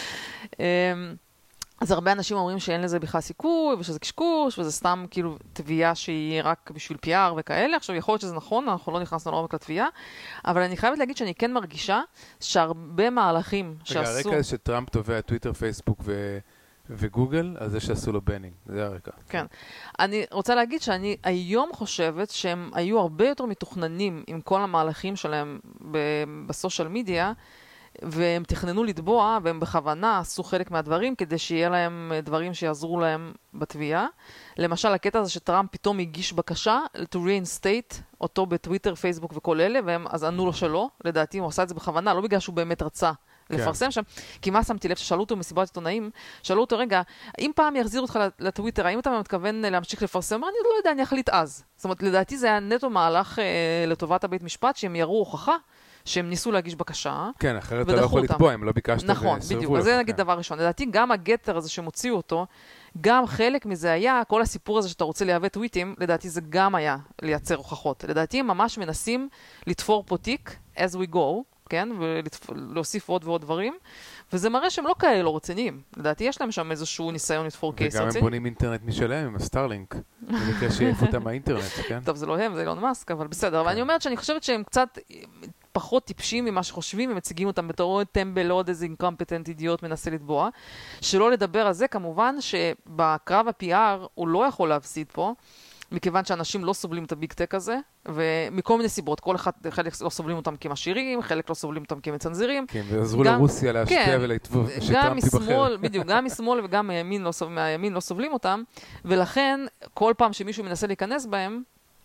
אז הרבה אנשים אומרים שאין לזה בכלל סיכוי, ושזה קשקוש, וזה סתם כאילו תביעה שהיא רק בשביל פי אר וכאלה. עכשיו, יכול להיות שזה נכון, אנחנו לא נכנסנו לעומק לתביעה, אבל אני חייבת להגיד שאני כן מרגישה שהרבה מהלכים שעשו... רגע, הרקע שטראמפ תובע טוויטר, פייסבוק ו... וגוגל, על זה שעשו לו בנינג. זה הרקע. כן. אני רוצה להגיד שאני היום חושבת שהם היו הרבה יותר מתוכננים עם כל המהלכים שלהם בסושיאל מדיה, והם תכננו לתבוע, והם בכוונה עשו חלק מהדברים, כדי שיהיה להם דברים שיעזרו להם בתביעה. למשל, הקטע הזה שטראמפ פתאום הגיש בקשה to reinstate אותו בטוויטר, פייסבוק וכל אלה, והם אז ענו לו שלא. לדעתי הוא עשה את זה בכוונה, לא בגלל שהוא באמת רצה לפרסם שם, כי מה שמתי לב ששאלו אותו במסיבת עיתונאים, שאלו אותו, רגע, אם פעם יחזירו אותך לטוויטר, האם אתה מתכוון להמשיך לפרסם? אני לא יודע, אני אחליט אז. זאת אומרת, לדעתי זה היה נטו מהלך אה, לטובת הבית משפט, שהם יראו הוכחה, שהם ניסו להגיש בקשה. כן, אחרת אתה לא יכול לתבוע, הם לא ביקשת נכון, בדיוק. אז זה נגיד דבר ראשון. לדעתי גם הגטר הזה שהם הוציאו אותו, גם חלק מזה היה, כל הסיפור הזה שאתה רוצה לייבא טוויטים, לדעתי זה גם היה לייצר הוכחות. לדעתי הם ממש מנסים לתפור פה תיק as we go, כן? ולהוסיף עוד ועוד דברים, וזה מראה שהם לא כאלה לא רציניים. לדעתי יש להם שם איזשהו ניסיון לתפור קייס רציני. וגם הם בונים אינטרנט משלהם, עם הסטארלינק. במקרה שיעיף אותם מהאינטרנט, כן? טוב, זה לא הם, זה אילון מאסק, אבל בסדר. אבל אני אומרת שאני חושבת שהם קצת פחות טיפשים ממה שחושבים, ומציגים אותם בתור טמבל, עוד איזה אינקומפטנט אידיוט מנסה לתבוע. שלא לדבר על זה, כמובן שבקרב ה-פי אר הוא לא יכול להפסיד פה, מכיוון שאנשים לא סובלים את הביג טק הזה, ומכל מיני סיבות, כל אחד, חלק לא סובלים אותם כמשאירים, חלק לא סובלים אותם כמצנזירים. כן, ועזרו לרוסיה להשקיע ולהתבוא, גם משמאל, בדיוק, גם משמאל וגם מהימין לא, מהימין לא סובלים אותם, ולכן כל פעם שמישהו מנסה להיכנס בהם,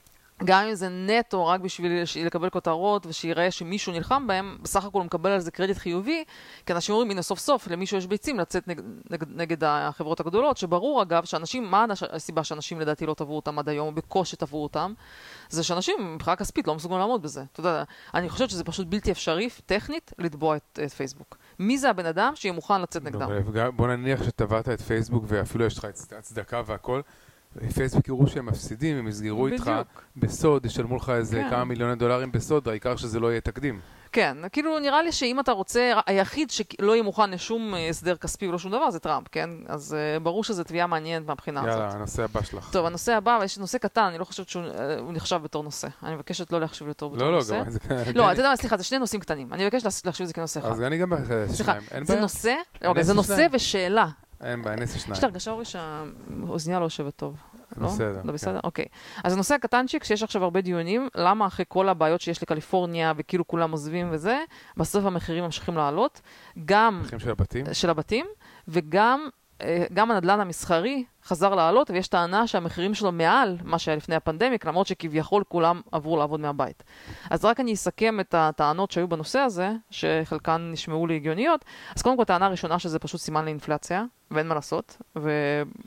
גם אם זה נטו רק בשביל לקבל כותרות ושיראה שמישהו נלחם בהם, בסך הכל הוא מקבל על זה קרדיט חיובי, כי אנשים אומרים, הנה סוף סוף למישהו יש ביצים לצאת נגד, נגד, נגד החברות הגדולות, שברור אגב שאנשים, מה הסיבה שאנשים לדעתי לא תבעו אותם עד היום, או בקושי תבעו אותם, זה שאנשים מבחינה כספית לא מסוגלים לעמוד בזה. אתה יודע, אני חושבת שזה פשוט בלתי אפשרי, טכנית, לתבוע את, את פייסבוק. מי זה הבן אדם שיהיה מוכן לצאת נגדם? בוא נניח שתבעת את פייסבוק ואפילו יש לך הצדקה והכל, פייסבוק יראו שהם מפסידים, הם יסגרו איתך בסוד, ישלמו לך איזה כמה מיליוני דולרים בסוד, העיקר שזה לא יהיה תקדים. כן, כאילו נראה לי שאם אתה רוצה, היחיד שלא יהיה מוכן לשום הסדר כספי ולא שום דבר זה טראמפ, כן? אז ברור שזו תביעה מעניינת מהבחינה הזאת. יאללה, הנושא הבא שלך. טוב, הנושא הבא, יש נושא קטן, אני לא חושבת שהוא נחשב בתור נושא. אני מבקשת לא להחשיב יותר בתור נושא. לא, לא, זה כאן. לא, אתה יודע מה, סליחה, זה שני נושאים קטנים. אני מבקש להחשיב את זה כנושא אחד. אז אני גם בשניים. זה נושא, זה נושא ושאלה. אין בעיה, נעשה שניים. יש לי הרגשה אורי שהאוזניה לא יושבת טוב. לא? בסדר. לא בסדר? אוקיי. אז הנושא הקטנצ'יק, שיש עכשיו הרבה דיונים, למה אחרי כל הבעיות שיש לקליפורניה, וכאילו כולם עוזבים וזה, בסוף המחירים ממשיכים לעלות, גם... המחירים של הבתים? של הבתים, וגם גם הנדלן המסחרי חזר לעלות, ויש טענה שהמחירים שלו מעל מה שהיה לפני הפנדמיק, למרות שכביכול כולם עברו לעבוד מהבית. אז רק אני אסכם את הטענות שהיו בנושא הזה, שחלקן נשמעו לי הגיוניות. אז קודם כל, טענה ראשונה שזה פשוט סימן לאינפלציה, ואין מה לעשות,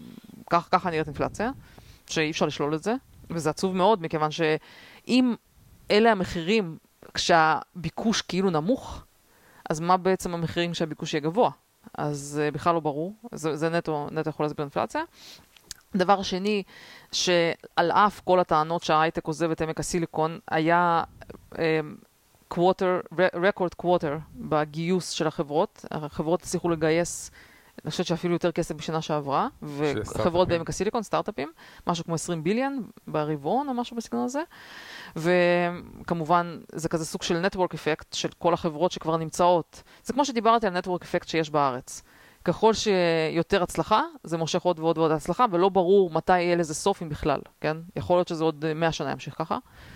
וכך, ככה נראית אינפלציה, שאי אפשר לשלול את זה, וזה עצוב מאוד, מכיוון שאם אלה המחירים כשהביקוש כאילו נמוך, אז מה בעצם המחירים כשהביקוש יהיה גבוה? אז uh, בכלל לא ברור, זה, זה נטו, נטו יכול להסביר אינפלציה. דבר שני, שעל אף כל הטענות שההייטק עוזב את עמק הסיליקון, היה קווטר, רקורד קווטר בגיוס של החברות. החברות הצליחו לגייס, אני חושבת שאפילו יותר כסף בשנה שעברה, וחברות בעמק הסיליקון, סטארט-אפים, משהו כמו עשרים ביליון ברבעון או משהו בסגנון הזה. וכמובן, זה כזה סוג של נטוורק אפקט של כל החברות שכבר נמצאות. זה כמו שדיברתי על נטוורק אפקט שיש בארץ. ככל שיותר הצלחה, זה מושך עוד ועוד ועוד הצלחה, ולא ברור מתי יהיה לזה סוף אם בכלל, כן? יכול להיות שזה עוד מאה שנה ימשיך ככה,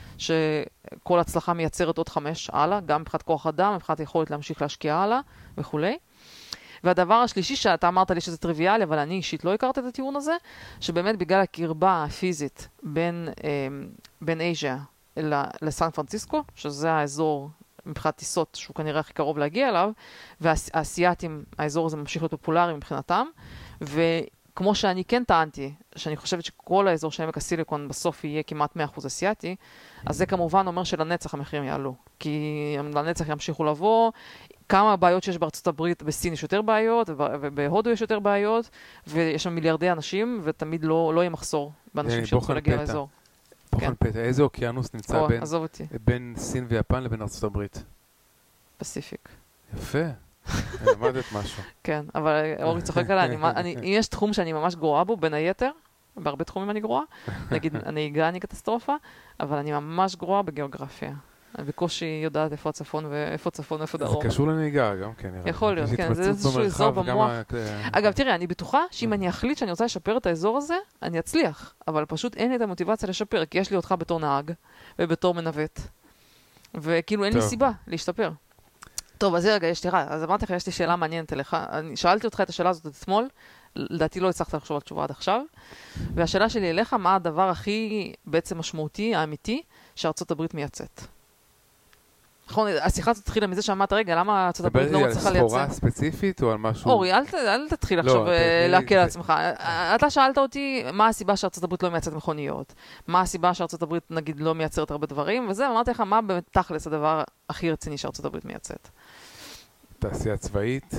שכל הצלחה מייצרת עוד חמש הלאה, גם מבחינת כוח אדם, מבחינת יכולת להמשיך להשקיע הלאה וכולי. והדבר השלישי שאתה אמרת לי שזה טריוויאלי, אבל אני אישית לא הכרתי את הטיעון הזה, שבאמת בגלל הקרבה הפיזית בין, בין אייז'יה לסן פרנסיסקו, שזה האזור מבחינת טיסות שהוא כנראה הכי קרוב להגיע אליו, והאסייתים, האזור הזה ממשיך להיות פופולרי מבחינתם, וכמו שאני כן טענתי, שאני חושבת שכל האזור של עמק הסיליקון בסוף יהיה כמעט מאה אחוז אסייתי, אז זה כמובן אומר שלנצח המחירים יעלו, כי לנצח ימשיכו לבוא, כמה בעיות שיש בארצות הברית, בסין יש יותר בעיות, ובהודו יש יותר בעיות, ויש שם מיליארדי אנשים, ותמיד לא, לא יהיה מחסור באנשים שרוצים להגיע לאזור. בוחן פתע, איזה אוקיינוס נמצא או, בין, בין סין ויפן לבין ארצות הברית? פסיפיק. יפה, אני למדת משהו. כן, אבל אורי צוחק עליי, אני, אני, אם יש תחום שאני ממש גרועה בו, בין היתר, בהרבה תחומים אני גרועה, נגיד הנהיגה אני קטסטרופה, אבל אני ממש גרועה בגיאוגרפיה. אני בקושי יודעת איפה הצפון ואיפה צפון ואיפה דרום. זה קשור לנהיגה גם כן. יכול להיות, כן, זה איזשהו אזור במוח. אגב, תראה, אני בטוחה שאם אני אחליט שאני רוצה לשפר את האזור הזה, אני אצליח, אבל פשוט אין לי את המוטיבציה לשפר, כי יש לי אותך בתור נהג ובתור מנווט, וכאילו אין לי סיבה להשתפר. טוב, אז רגע, יש לי, אז אמרתי לך, יש לי שאלה מעניינת אליך. אני שאלתי אותך את השאלה הזאת אתמול, לדעתי לא הצלחת לחשוב על תשובה עד עכשיו, והשאלה שלי אליך, מה הדבר הכי בעצם משמעותי, האמיתי, שארצות הברית מייצאת? נכון, השיחה הזאת התחילה מזה שאמרת, רגע, למה ארצות הברית לא מצליחה לייצא? סחורה ספציפית או על משהו? אורי, אל תתחיל עכשיו להקל על עצמך. אתה שאלת אותי מה הסיבה שארצות הברית לא מייצרת מכוניות, מה הסיבה שארצות הברית, נגיד, לא מייצרת הרבה דברים, וזה, אמרתי לך, מה באמת תכלס הדבר הכי רציני שארצות הברית מייצאת? תעשייה צבאית,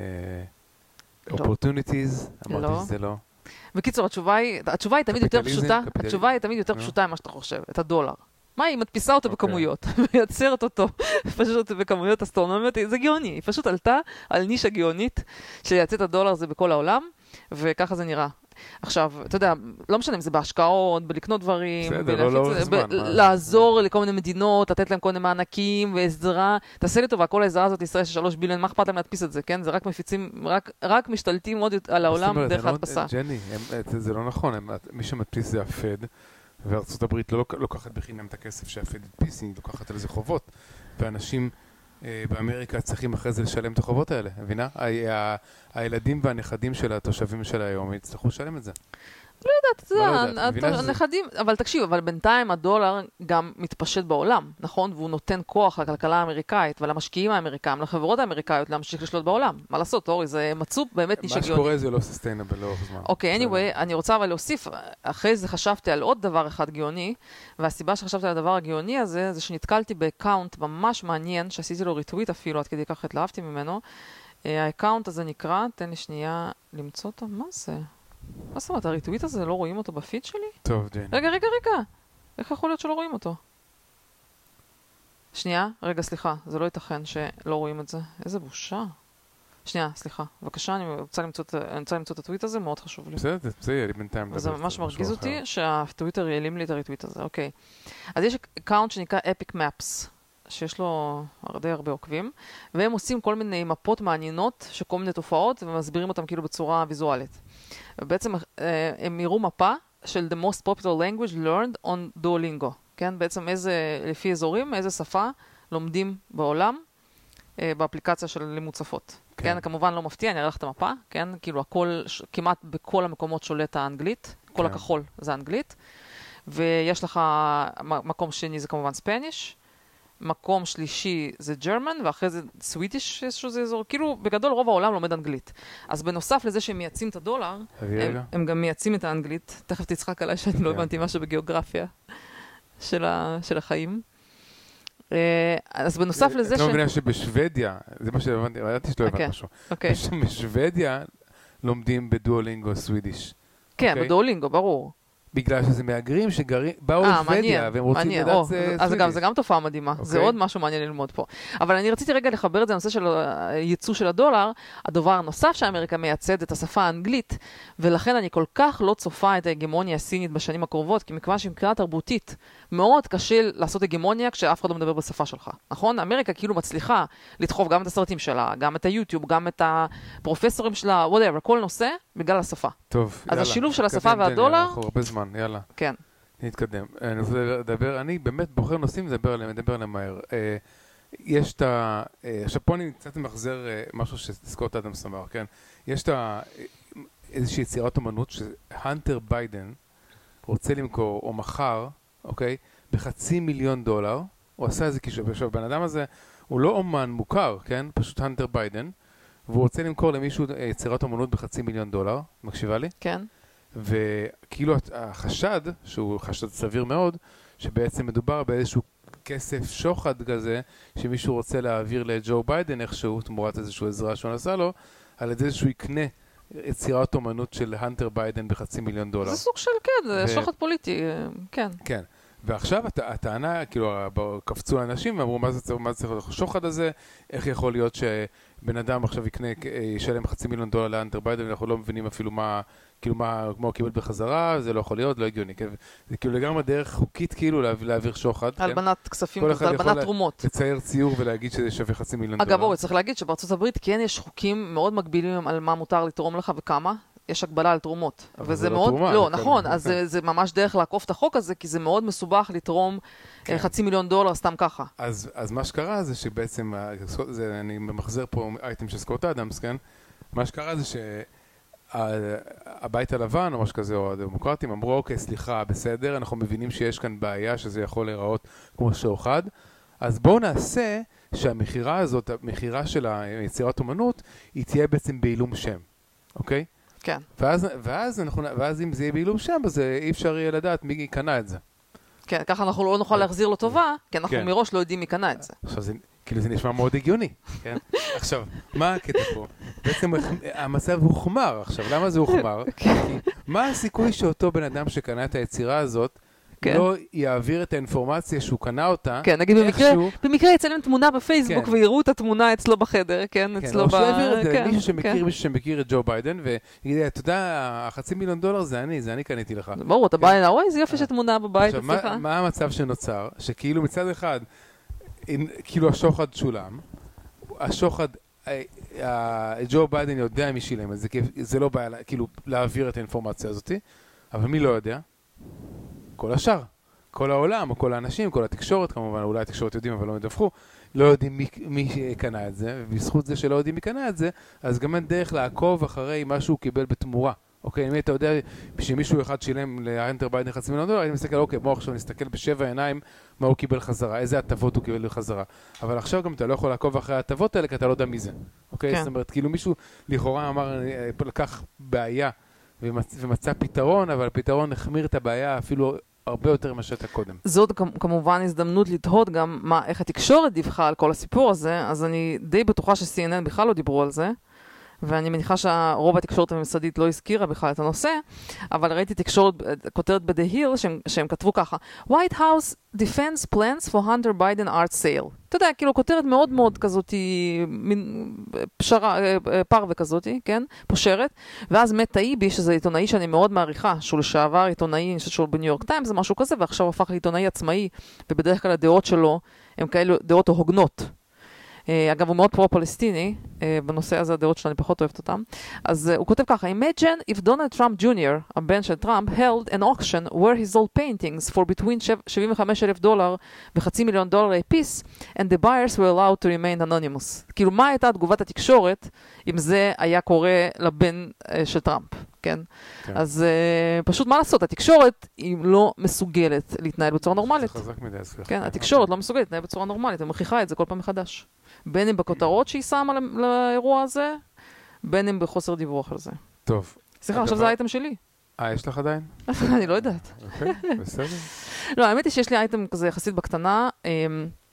opportunities, אמרתי שזה לא. בקיצור, התשובה היא תמיד יותר פשוטה, התשובה היא תמיד יותר פשוטה ממה שאתה חושב, את הדולר. מה, היא מדפיסה אותו בכמויות, מייצרת אותו פשוט בכמויות אסטרונומיות, זה גאוני, היא פשוט עלתה על נישה גאונית שיצאת הדולר זה בכל העולם, וככה זה נראה. עכשיו, אתה יודע, לא משנה אם זה בהשקעות, בלקנות דברים, לעזור לכל מיני מדינות, לתת להם כל מיני מענקים ועזרה, תעשה לי טובה, כל העזרה הזאת ישראל של שלוש ביליון, מה אכפת להם להדפיס את זה, כן? זה רק מפיצים, רק משתלטים עוד על העולם דרך ההדפסה. ג'ני, זה לא נכון, מי שמדפיס זה הפד, וארצות הברית לא לוקחת בחינם את הכסף שהפד הדפיס, היא לוקחת על זה חובות, ואנשים באמריקה צריכים אחרי זה לשלם את החובות האלה, מבינה? הילדים והנכדים של התושבים של היום יצטרכו לשלם את זה. לא יודעת, אתה יודע, הנכדים, אבל תקשיב, אבל בינתיים הדולר גם מתפשט בעולם, נכון? והוא נותן כוח לכלכלה האמריקאית ולמשקיעים האמריקאים, לחברות האמריקאיות להמשיך לשלוט בעולם. מה לעשות, אורי? זה מצוא באמת נישה גאונית. מה שקורה זה לא sustainable לאורך זמן. אוקיי, anyway, אני רוצה אבל להוסיף, אחרי זה חשבתי על עוד דבר אחד גאוני, והסיבה שחשבתי על הדבר הגאוני הזה, זה שנתקלתי באקאונט ממש מעניין, שעשיתי לו ריטוויט אפילו, עד כדי כך התלהבתי ממנו. האקאונט הזה נקרא, תן לי שנייה למצוא אותו, מה זה? מה זאת אומרת, הריטוויט הזה, לא רואים אותו בפיד שלי? טוב, ג'ני. רגע, רגע, רגע. איך יכול להיות שלא רואים אותו? שנייה, רגע, סליחה. זה לא ייתכן שלא רואים את זה. איזה בושה. שנייה, סליחה. בבקשה, אני רוצה למצוא, אני רוצה למצוא את הטוויט הזה, מאוד חשוב לי. בסדר, זה יהיה לי בינתיים. זה ממש מרגיז אותי שהטוויטר יעלים לי את הריטוויט הזה. אוקיי. אז יש אקאונט שנקרא Epic Maps, שיש לו די הרבה עוקבים, והם עושים כל מיני מפות מעניינות של כל מיני תופעות, ומסבירים אותם כאילו בצורה ויזואלית. ובעצם הם יראו מפה של the most popular language learned on Duolingo, כן? בעצם איזה, לפי אזורים, איזה שפה לומדים בעולם באפליקציה של לימוד שפות. כן, כן כמובן לא מפתיע, אני אראה לך את המפה, כן? כאילו הכל, כמעט בכל המקומות שולט האנגלית, כל כן. הכחול זה האנגלית, ויש לך מקום שני זה כמובן ספניש, מקום שלישי זה ג'רמן, ואחרי זה סווידיש, שזה אזור, כאילו בגדול רוב העולם לומד אנגלית. אז בנוסף לזה שהם מייצאים את הדולר, הם, הם גם מייצאים את האנגלית. תכף תצחק עליי שאני לא הבנתי משהו בגיאוגרפיה של, ה, של החיים. אז בנוסף לזה ש... את לא מבינה שבשוודיה, זה מה שהבנתי, ראיתי שלא הבנת משהו. בשוודיה לומדים בדואלינגו סווידיש. כן, בדואלינגו, ברור. בגלל שזה מהגרים שבאו לשוודיה, והם רוצים לדעת סווידיש. זה גם תופעה מדהימה, זה עוד משהו מעניין ללמוד פה. אבל אני רציתי רגע לחבר את זה לנושא של ייצוא של הדולר, הדבר הנוסף שאמריקה מייצד את השפה האנגלית, ולכן אני כל כך לא צופה את ההגמוניה הסינית בשנים הקרובות, כי מכיוון שמבחינה תרבותית מאוד קשה לעשות הגמוניה כשאף אחד לא מדבר בשפה שלך. נכון? אמריקה כאילו מצליחה לדחוף גם את הסרטים שלה, גם את היוטיוב, גם את הפרופסורים שלה, whatever, כל נושא בגלל השפה. טוב, אז השילוב של השפה והדולר... אנחנו הרבה זמן, יאללה. כן. נתקדם. אני רוצה לדבר, אני באמת בוחר נושאים לדבר עליהם, לדבר עליהם מהר. יש את ה... עכשיו פה אני קצת מחזר משהו שסקוט אדמס אמר, כן? יש את ה... איזושהי יצירת אומנות שהנטר ביידן רוצה למכור או מחר, אוקיי? בחצי מיליון דולר. הוא עשה איזה קישור. עכשיו, בן אדם הזה הוא לא אומן מוכר, כן? פשוט הנטר ביידן. והוא רוצה למכור למישהו יצירת אומנות בחצי מיליון דולר. מקשיבה לי? כן. וכאילו החשד, שהוא חשד סביר מאוד, שבעצם מדובר באיזשהו כסף שוחד כזה, שמישהו רוצה להעביר לג'ו ביידן איכשהו, תמורת איזשהו עזרה שהוא נסע לו, על ידי איזשהו יקנה יצירת אומנות של הנטר ביידן בחצי מיליון דולר. זה סוג של, כן, זה ו... שוחד פוליטי, כן. כן. ועכשיו הט... הטענה, כאילו, קפצו האנשים ואמרו, מה זה, מה זה שוחד הזה? איך יכול להיות שבן אדם עכשיו יקנה, ישלם חצי מיליון דולר להנטר ביידן, ואנחנו לא מבינים אפילו מה... כאילו מה, כמו הוא קיבל בחזרה, זה לא יכול להיות, לא הגיוני. זה כאילו לגמרי דרך חוקית כאילו להעביר שוחד. הלבנת כספים, הלבנת תרומות. לצייר ציור ולהגיד שזה שווה חצי מיליון דולר. אגב, צריך להגיד שבארצות הברית כן יש חוקים מאוד מגבילים על מה מותר לתרום לך וכמה. יש הגבלה על תרומות. וזה מאוד, לא, נכון, אז זה ממש דרך לעקוף את החוק הזה, כי זה מאוד מסובך לתרום חצי מיליון דולר סתם ככה. אז מה שקרה זה שבעצם, אני מחזר פה אייטם של סקוט אדמס, כן? מה שקרה זה ש... הבית הלבן או משהו כזה, או הדמוקרטים, אמרו, אוקיי, סליחה, בסדר, אנחנו מבינים שיש כאן בעיה שזה יכול להיראות כמו שוחד, אז בואו נעשה שהמחירה הזאת, המחירה של היצירת אומנות, היא תהיה בעצם בעילום שם, אוקיי? כן. ואז, ואז, אנחנו, ואז אם זה יהיה בעילום שם, אז אי אפשר יהיה לדעת מי קנה את זה. כן, ככה אנחנו לא נוכל להחזיר לו טובה, כי אנחנו מראש לא יודעים מי קנה את זה. עכשיו זה... כאילו זה נשמע מאוד הגיוני, כן? עכשיו, מה הקטע פה? בעצם המצב הוחמר עכשיו. למה זה הוחמר? כי מה הסיכוי שאותו בן אדם שקנה את היצירה הזאת לא יעביר את האינפורמציה שהוא קנה אותה? כן, נגיד במקרה יצלם תמונה בפייסבוק ויראו את התמונה אצלו בחדר, כן? אצלו ב... או שיעביר את זה, מישהו שמכיר, מישהו שמכיר את ג'ו ביידן, ויגיד, אתה יודע, החצי מיליון דולר זה אני, זה אני קניתי לך. ברור, אתה בא אליי, אוי, זה יופי שתמונה בבית אצלך. עכשיו, מה המצב שנוצר? שכאילו מצד אחד כאילו השוחד שולם, השוחד, ג'ו ביידן יודע מי שילם את זה, זה לא בעיה, כאילו, להעביר את האינפורמציה הזאת, אבל מי לא יודע? כל השאר, כל העולם, או כל האנשים, כל התקשורת כמובן, אולי התקשורת יודעים, אבל לא מדווחו, לא יודעים מי, מי קנה את זה, ובזכות זה שלא יודעים מי קנה את זה, אז גם אין דרך לעקוב אחרי מה שהוא קיבל בתמורה. אוקיי, אם אתה יודע שמישהו אחד שילם להנטר ביידן חצי מיליון דולר, אני מסתכל, אוקיי, בוא עכשיו נסתכל בשבע עיניים מה הוא קיבל חזרה, איזה הטבות הוא קיבל בחזרה. אבל עכשיו גם אתה לא יכול לעקוב אחרי ההטבות האלה, כי אתה לא יודע מי זה. אוקיי, זאת אומרת, כאילו מישהו לכאורה אמר, לקח בעיה ומצא פתרון, אבל הפתרון החמיר את הבעיה אפילו הרבה יותר ממה שאתה קודם. זאת כמובן הזדמנות לתהות גם מה, איך התקשורת דיווחה על כל הסיפור הזה, אז אני די בטוחה ש-סי אן אן בכלל לא דיברו על זה. ואני מניחה שרוב התקשורת הממסדית לא הזכירה בכלל את הנושא, אבל ראיתי תקשורת, כותרת ב-The Hill, שהם, שהם כתבו ככה, White House Defense Plans for Hunter Biden Art Sale. אתה יודע, כאילו כותרת מאוד מאוד כזאת, מין פשרה, פרווה כזאת, כן? פושרת. ואז מת טייבי, שזה עיתונאי שאני מאוד מעריכה, שהוא לשעבר עיתונאי, אני חושבת שהוא בניו יורק טיימס, זה משהו כזה, ועכשיו הפך לעיתונאי עצמאי, ובדרך כלל הדעות שלו הן כאלו דעות הוגנות. אגב, הוא מאוד פרו-פלסטיני, בנושא הזה הדעות שלו אני פחות אוהבת אותם. אז הוא כותב ככה, Imagine if Donald Trump Junior, הבן של טראמפ, held an auction where he sold paintings for between שבעים וחמישה אלף דולר וחצי מיליון דולר a piece, and the buyers were allowed to remain anonymous. כאילו, מה הייתה תגובת התקשורת אם זה היה קורה לבן של טראמפ? כן? כן. אז uh, פשוט מה לעשות? התקשורת היא לא מסוגלת להתנהל בצורה נורמלית. זה חזק מדי, סליחה. כן, התקשורת לא מסוגלת להתנהל בצורה נורמלית, היא מוכיחה את זה כל פעם מחדש. בין אם בכותרות שהיא שמה לאירוע הזה, בין אם בחוסר דיווח על זה. טוב. סליחה, עכשיו זה האייטם שלי. אה, יש לך עדיין? אני לא יודעת. אוקיי, בסדר. לא, האמת היא שיש לי אייטם כזה יחסית בקטנה.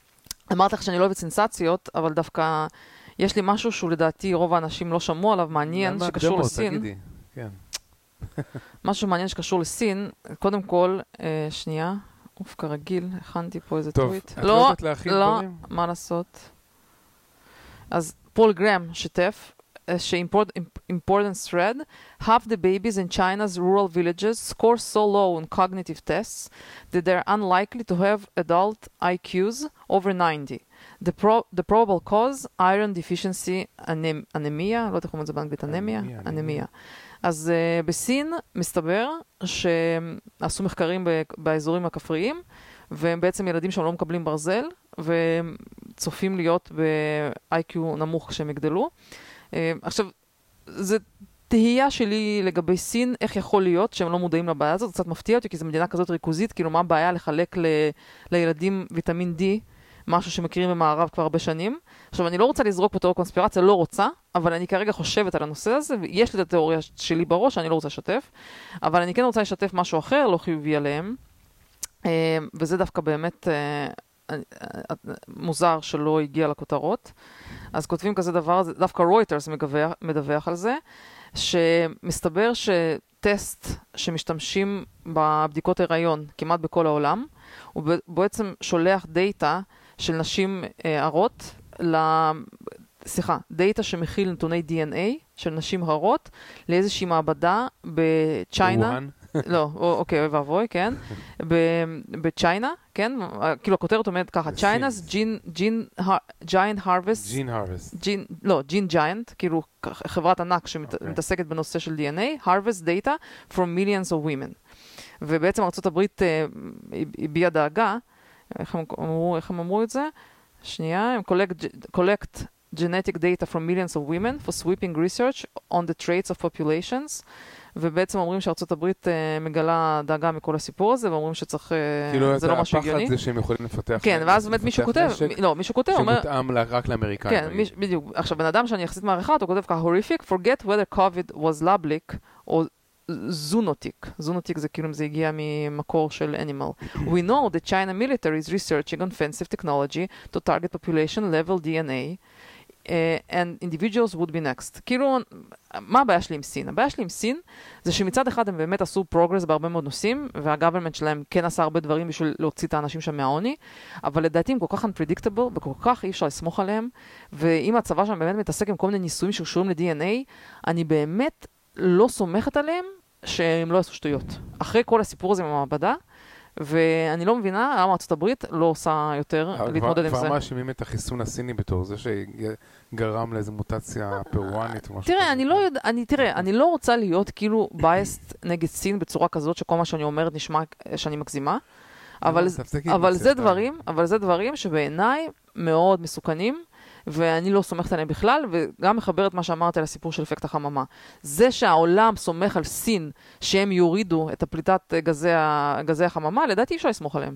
אמרתי לך שאני לא אוהבת סנסציות, אבל דווקא יש לי משהו שהוא לדעתי רוב האנשים לא שמעו עליו, מעניין, שקשור לסין. תגידי, כן. משהו מעניין שקשור לסין, קודם כל, אה, שנייה, אוף, כרגיל, הכנתי פה איזה טוויט. טוב, את לא יודעת להכין דברים? לא, מה לעשות? אז פול גרם שתף, ש-important thread, half the babies in China's rural villages score so low on cognitive tests that they're unlikely to have adult I Qs over ninety. The, pro- the probable cause, iron deficiency anem- anemia, לא תחום את זה באנגלית, אנמיה? אנמיה. אז uh, בסין מסתבר שעשו מחקרים ב- באזורים הכפריים, והם בעצם ילדים שם לא מקבלים ברזל, וצופים להיות ב-איי קיו נמוך כשהם יגדלו. Uh, עכשיו, זה תהייה שלי לגבי סין, איך יכול להיות שהם לא מודעים לבעיה הזאת, זה קצת מפתיע אותי, כי זו מדינה כזאת ריכוזית, כאילו מה הבעיה לחלק ל- לילדים ויטמין D, משהו שמכירים במערב כבר הרבה שנים. עכשיו, אני לא רוצה לזרוק פה תיאוריה קונספירציה, לא רוצה, אבל אני כרגע חושבת על הנושא הזה, ויש לי את התיאוריה שלי בראש, אני לא רוצה לשתף, אבל אני כן רוצה לשתף משהו אחר, לא חיובי עליהם, וזה דווקא באמת מוזר שלא הגיע לכותרות. אז כותבים כזה דבר, דווקא רויטרס מדווח על זה, שמסתבר שטסט שמשתמשים בבדיקות הריון כמעט בכל העולם, הוא בעצם שולח דאטה של נשים הרות, סליחה, דאטה שמכיל נתוני די אן איי של נשים הרות, לאיזושהי מעבדה בצ'יינה. לא, אוקיי, אוי ואבוי, כן. בצ'יינה, כן? כאילו הכותרת אומרת ככה, China's Giant Harvest. Gene Harvest. לא, Gene Giant, כאילו חברת ענק שמתעסקת בנושא של די אן איי, Harvest Data from Millions of Women. ובעצם ארצות הברית הביעה דאגה, איך הם אמרו, איך הם אמרו את זה? שנייה, הם collect genetic data from millions of women for sweeping research on the traits of populations, ובעצם אומרים שארצות הברית uh, מגלה דאגה מכל הסיפור הזה, ואומרים שצריך, uh, כאילו זה לא משהו הגיוני. כאילו הפחד זה שהם יכולים לפתח כן, ואז באמת מישהו כותב, לא, מישהו כותב, אומר... שמותאם רק לאמריקאים. כן, מיש, בדיוק. עכשיו, בן אדם שאני יחסית מעריכה, הוא כותב ככה, horrific, forget whether COVID was lablik, או zoonotic. zoonotic זה כאילו אם זה הגיע ממקור של animal. We know that China military is researching offensive technology to target population level די אן איי, Uh, and individuals would be next. כאילו, מה הבעיה שלי עם סין? הבעיה שלי עם סין זה שמצד אחד הם באמת עשו פרוגרס בהרבה מאוד נושאים, והגוברמנט שלהם כן עשה הרבה דברים בשביל להוציא את האנשים שם מהעוני, אבל לדעתי הם כל כך unpredictable, וכל כך אי אפשר לסמוך עליהם, ואם הצבא שם באמת מתעסק עם כל מיני ניסויים שקשורים ל-די אן איי, אני באמת לא סומכת עליהם שהם לא יעשו שטויות. אחרי כל הסיפור הזה עם המעבדה, ואני לא מבינה למה ארצות הברית לא עושה יותר להתמודד עם זה. כבר מאשימים את החיסון הסיני בתור זה שגרם לאיזו מוטציה פרואנית או משהו. תראה, אני לא יודע, אני, תראה, אני לא רוצה להיות כאילו biased נגד סין בצורה כזאת שכל מה שאני אומרת נשמע שאני מגזימה, אבל, אבל זה דברים, אבל זה דברים שבעיניי מאוד מסוכנים, ואני לא סומכת עליהם בכלל, וגם מחבר את מה שאמרתי על הסיפור של אפקט החממה. זה שהעולם סומך על סין, שהם יורידו את הפליטת גזי, גזי החממה, לדעתי אפשר לסמוך עליהם.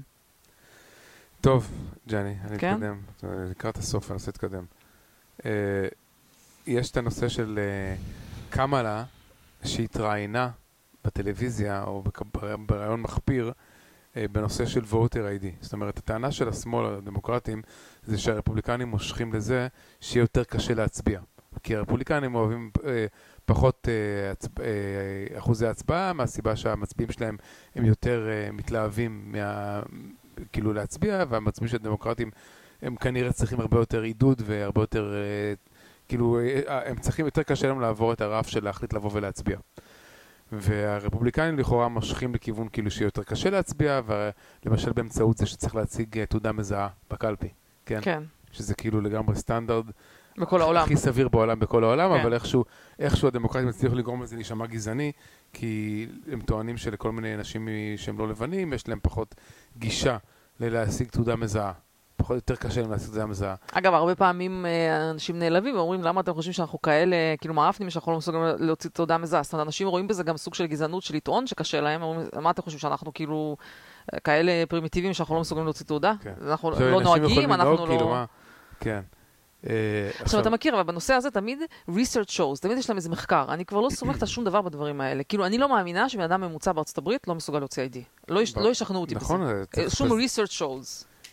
טוב, ג'ני, אני כן? אתקדם. לקראת הסוף, אני רוצה להתקדם. Uh, יש את הנושא של uh, קמאלה, שהתראיינה בטלוויזיה, או ברעיון מחפיר, בנושא של voter איי די. זאת אומרת, הטענה של השמאל, הדמוקרטים, זה שהרפובליקנים מושכים לזה שיהיה יותר קשה להצביע. כי הרפובליקנים אוהבים אה, פחות אה, הצב... אה, אחוזי הצבעה, מהסיבה שהמצביעים שלהם הם יותר אה, מתלהבים מה... כאילו להצביע, והמצביעים של הדמוקרטים הם כנראה צריכים הרבה יותר עידוד והרבה יותר, אה, כאילו, אה, הם צריכים יותר קשה להם לעבור את הרף של להחליט לבוא ולהצביע. והרפובליקנים לכאורה מושכים לכיוון כאילו שיהיה יותר קשה להצביע, ולמשל באמצעות זה שצריך להציג תעודה מזהה בקלפי, כן? כן. שזה כאילו לגמרי סטנדרט. בכל העולם. הכי סביר בעולם בכל העולם, כן. אבל איכשהו, איכשהו הדמוקרטים הצליחו לגרום לזה להישמע גזעני, כי הם טוענים שלכל מיני אנשים שהם לא לבנים, יש להם פחות גישה ללהשיג תעודה מזהה. פחות יותר קשה להם להשיג תעודה מזהה. אגב, הרבה פעמים אנשים נעלבים ואומרים, למה אתם חושבים שאנחנו כאלה, כאילו מעפנים, שאנחנו לא מסוגלים להוציא תעודה מזהה? זאת אומרת, אנשים רואים בזה גם סוג של גזענות, של לטעון שקשה להם, אומרים, מה אתם חושבים שאנחנו כאילו כאלה פרימיטיביים שאנחנו לא מסוגלים להוציא תעודה? כן. אנחנו לא נוהגים, אנחנו לא... כאילו מה? כן. עכשיו, אתה מכיר, אבל בנושא הזה תמיד research shows, תמיד יש להם איזה מחקר. אני כבר לא סומכת על שום דבר בדברים האלה. כאילו, אני לא מאמינה שבן אדם ממוצע בארצות הברית לא מסוגל להוציא איי די. לא ישכנעו אותי בזה. שום research shows.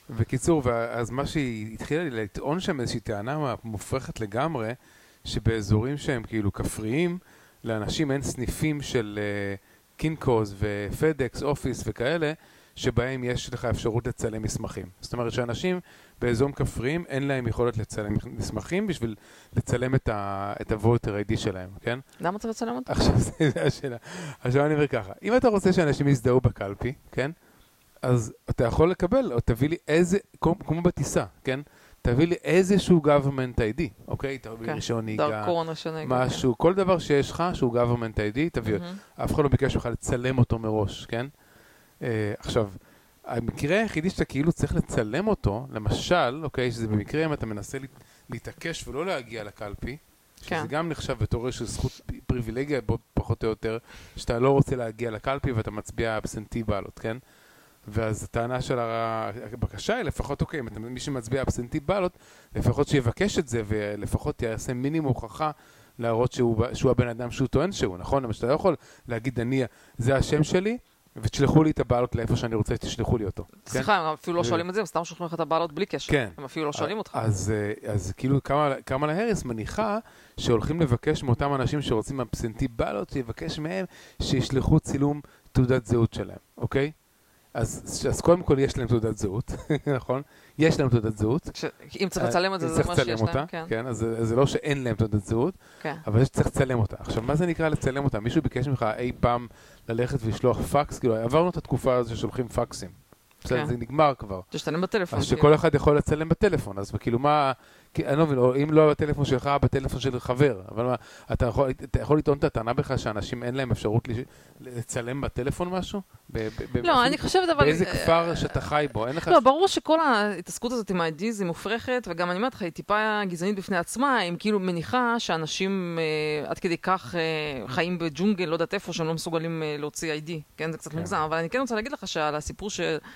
בקיצור, אז מה שהיא התחילה לי לטעון שם איזושהי טענה מופרכת לגמרי, שבאזורים שהם כאילו כפריים, לאנשים אין סניפים של קינקוז ופדקס, אופיס וכאלה, שבהם יש לך אפשרות לצלם מסמכים. זאת אומרת שאנשים באזורים כפריים אין להם יכולת לצלם מסמכים בשביל לצלם את ה-voter איי די שלהם, כן? למה צריך לצלם אותו? עכשיו, זו השאלה. עכשיו אני אומר ככה, אם אתה רוצה שאנשים יזדהו בקלפי, כן? אז אתה יכול לקבל, או תביא לי איזה, כמו בטיסה, כן? תביא לי איזשהו government איי די, אוקיי? תביא לי רישיון נהיגה, דרכון, רישיון נהיגה. משהו, כל דבר שיש לך שהוא government איי די, תביא. אף אחד לא ביקש לך לצלם אותו מראש, כן? עכשיו, המקרה היחידי שאתה כאילו צריך לצלם אותו, למשל, אוקיי, שזה במקרה אם אתה מנסה להתעקש ולא להגיע לקלפי, שזה גם נחשב בתור איזושהי זכות פריבילגיה, פחות או יותר, שאתה לא רוצה להגיע לקלפי ואתה מצביע אבסנטי בעלות, כן? ואז הטענה של הבקשה היא לפחות, אוקיי, מי שמצביע אבסנטי בעלות, לפחות שיבקש את זה ולפחות יעשה מינימום הוכחה להראות שהוא, שהוא הבן אדם שהוא טוען שהוא, נכון? אבל שאתה לא יכול להגיד, אני, זה השם שלי, ותשלחו לי את הבעלות לאיפה שאני רוצה שתשלחו לי אותו. סליחה, הם אפילו לא שואלים את זה, הם סתם שולחים לך את הבעלות בלי קשר. כן. הם אפילו לא שואלים אותך. אז כאילו קמאלה האריס מניחה שהולכים לבקש מאותם אנשים שרוצים אבסנטי בעלות, שיבקש מהם שישלחו צילום תעודת זהות שלהם, אוקיי? אז, אז קודם כל יש להם תעודת זהות, נכון? יש להם תעודת זהות. אם צריך לצלם את זה, זה מה שיש להם, כן. כן, אז זה לא שאין להם תעודת זהות, כן. אבל יש שצריך לצלם אותה. עכשיו, מה זה נקרא לצלם אותה? מישהו ביקש ממך אי פעם ללכת ולשלוח פקס? כאילו, עברנו את התקופה הזו ששולחים פקסים. בסדר, זה נגמר כבר. תשתלם בטלפון. אז שכל אחד יכול לצלם בטלפון, אז כאילו מה... אני לא מבין, אם לא בטלפון שלך, בטלפון של חבר, אבל מה, אתה יכול, אתה יכול לטעון את הטענה בך שאנשים אין להם אפשרות לצלם בטלפון משהו? לא, אני חושבת אבל... באיזה כפר שאתה חי בו, אין לך... לא, ברור שכל ההתעסקות הזאת עם ה-איי די היא מופרכת, וגם אני אומרת לך, היא טיפה גזענית בפני עצמה, היא כאילו מניחה שאנשים עד כדי כך חיים בג'ונגל, לא יודעת איפה, שהם לא מסוגלים להוציא איי די, כן? זה קצת מוגזם, אבל אני כן רוצה להגיד לך שעל הסיפור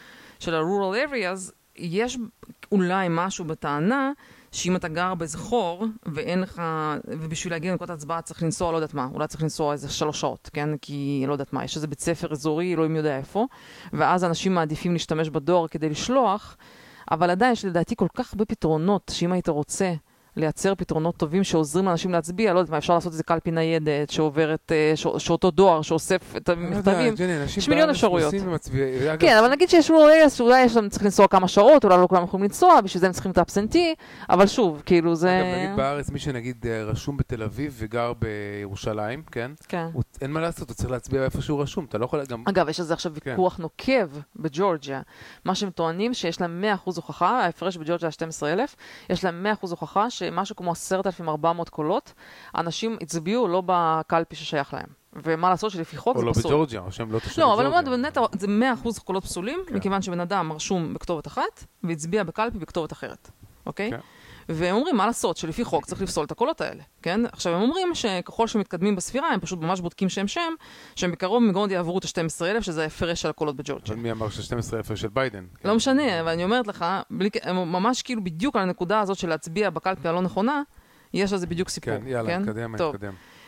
של ה-rural areas, יש אולי משהו בטענה שאם אתה גר באיזה חור, ואין לך, ובשביל להגיע לנקודת הצבעה צריך לנסוע, לא יודעת מה, אולי צריך לנסוע איזה שלוש שעות, כן? כי לא יודעת מה, יש איזה בית ספר אזורי, לא מי יודע איפה, ואז אנשים מעדיפים להשתמש בדואר כדי לשלוח, אבל עדיין יש לדעתי כל כך הרבה פתרונות, שאם היית רוצה לייצר פתרונות טובים שעוזרים לאנשים להצביע, לא יודעת מה, אפשר לעשות איזה קלפי ניידת שעוברת, שאותו דואר שאוסף את המכתבים. יש מיליון אפשרויות. כן, אבל נגיד שיש rural areas שאולי יש להם צריכים לנסוע כמה שעות, אולי לא כולם יכולים לנסוע, בשביל זה הם צריכים את האבסנטי, אבל שוב, כאילו זה... אגב, נגיד בארץ, מי שנגיד רשום בתל אביב וגר בירושלים, כן? כן. אין מה לעשות, הוא צריך להצביע איפה שהוא רשום, אתה לא יכול גם... אגב, יש לזה עכשיו ויכוח נוקב בג'ורג'יה. מה שהם טוענים שיש להם מאה אחוז הוכחה, ההפרש בג'ורג'יה שנים עשר אלף, יש להם מאה אחוז הוכחה משהו כמו עשרת אלפים וארבע מאות קולות, אנשים הצביעו לא בקלפי ששייך להם. ומה לעשות שלפי חוק זה פסול. או לא בג'ורג'יה, או שהם לא תושבים בג'ורג'יה. לא, אבל באמת זה מאה אחוז קולות פסולים, מכיוון שבן אדם רשום בכתובת אחת, והצביע בקלפי בכתובת אחרת. אוקיי? והם אומרים, מה לעשות, שלפי חוק צריך לפסול את הקולות האלה, כן? עכשיו, הם אומרים שככל שמתקדמים בספירה, הם פשוט ממש בודקים שם שם, שהם בקרוב מגרונד יעברו את ה-שנים עשר אלף, שזה ההפרש של הקולות בג'ורג'יה. אבל מי אמר ש-שנים עשר אלף של ביידן? לא משנה, אבל אני אומרת לך, הם ממש כאילו בדיוק על הנקודה הזאת של להצביע בקלפי הלא נכונה, יש על זה בדיוק סיפור. כן, יאללה, קדם, קדם.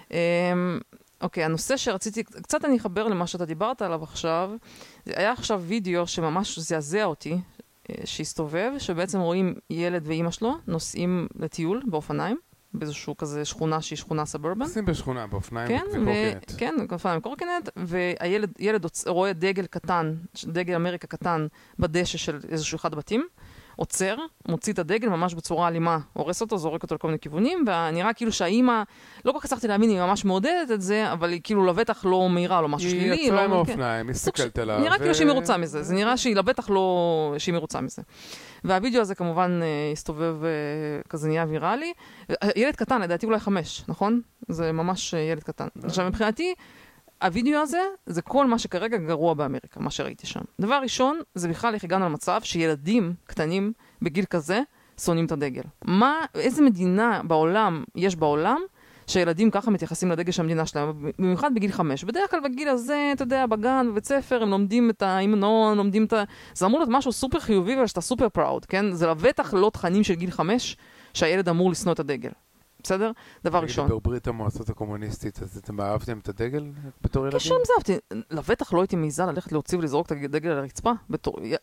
אוקיי, הנושא שרציתי, קצת אני אחבר למה שאתה דיברת עליו עכשיו, היה עכשיו וידאו שממש זעזע אותי, שהסתובב, שבעצם רואים ילד ואימא שלו נוסעים לטיול באופניים, באיזשהו כזה שכונה שהיא שכונה סברבן. נוסעים בשכונה, באופניים וקורקינט. כן, באופניים וקורקינט, והילד רואה דגל קטן, דגל אמריקה קטן, בדשא של איזשהו אחד בתים, עוצר, מוציא את הדגל ממש בצורה אלימה, הורס אותו, זורק אותו לכל מיני כיוונים, ונראה כאילו שהאימא, לא כל כך הצלחתי להבין, היא ממש מעודדת את זה, אבל היא כאילו לבטח לא מהירה, לא משהו שלילי. היא יצרה עם האופניים, מסתכלת עליו. נראה כאילו שהיא מרוצה מזה, זה נראה שהיא לבטח לא, שהיא מרוצה מזה. והווידאו הזה כמובן הסתובב כזה נהיה ויראלי. ילד קטן, לדעתי אולי חמש, נכון? זה ממש ילד קטן. עכשיו, מבחינתי, הווידאו הזה זה כל מה שכרגע גרוע באמריקה, מה שראיתי שם. דבר ראשון, זה בכלל איך הגענו למצב שילדים קטנים בגיל כזה שונאים את הדגל. מה, איזה מדינה בעולם יש בעולם שהילדים ככה מתייחסים לדגל של המדינה שלהם, במיוחד בגיל חמש. בדרך כלל בגיל הזה, אתה יודע, בגן, בבית ספר, הם לומדים את ההמנון, לומדים את ה... זה אמור להיות משהו סופר חיובי ושאתה סופר פראוד, כן? זה לבטח לא תכנים של גיל חמש שהילד אמור לשנוא את הדגל. בסדר? דבר ראשון. בברית המועצות הקומוניסטית, אז אתם אהבתם את הדגל בתור ילדים? כשם זה אהבתי. לבטח לא הייתי מעיזה ללכת להוציא ולזרוק את הדגל על הרצפה.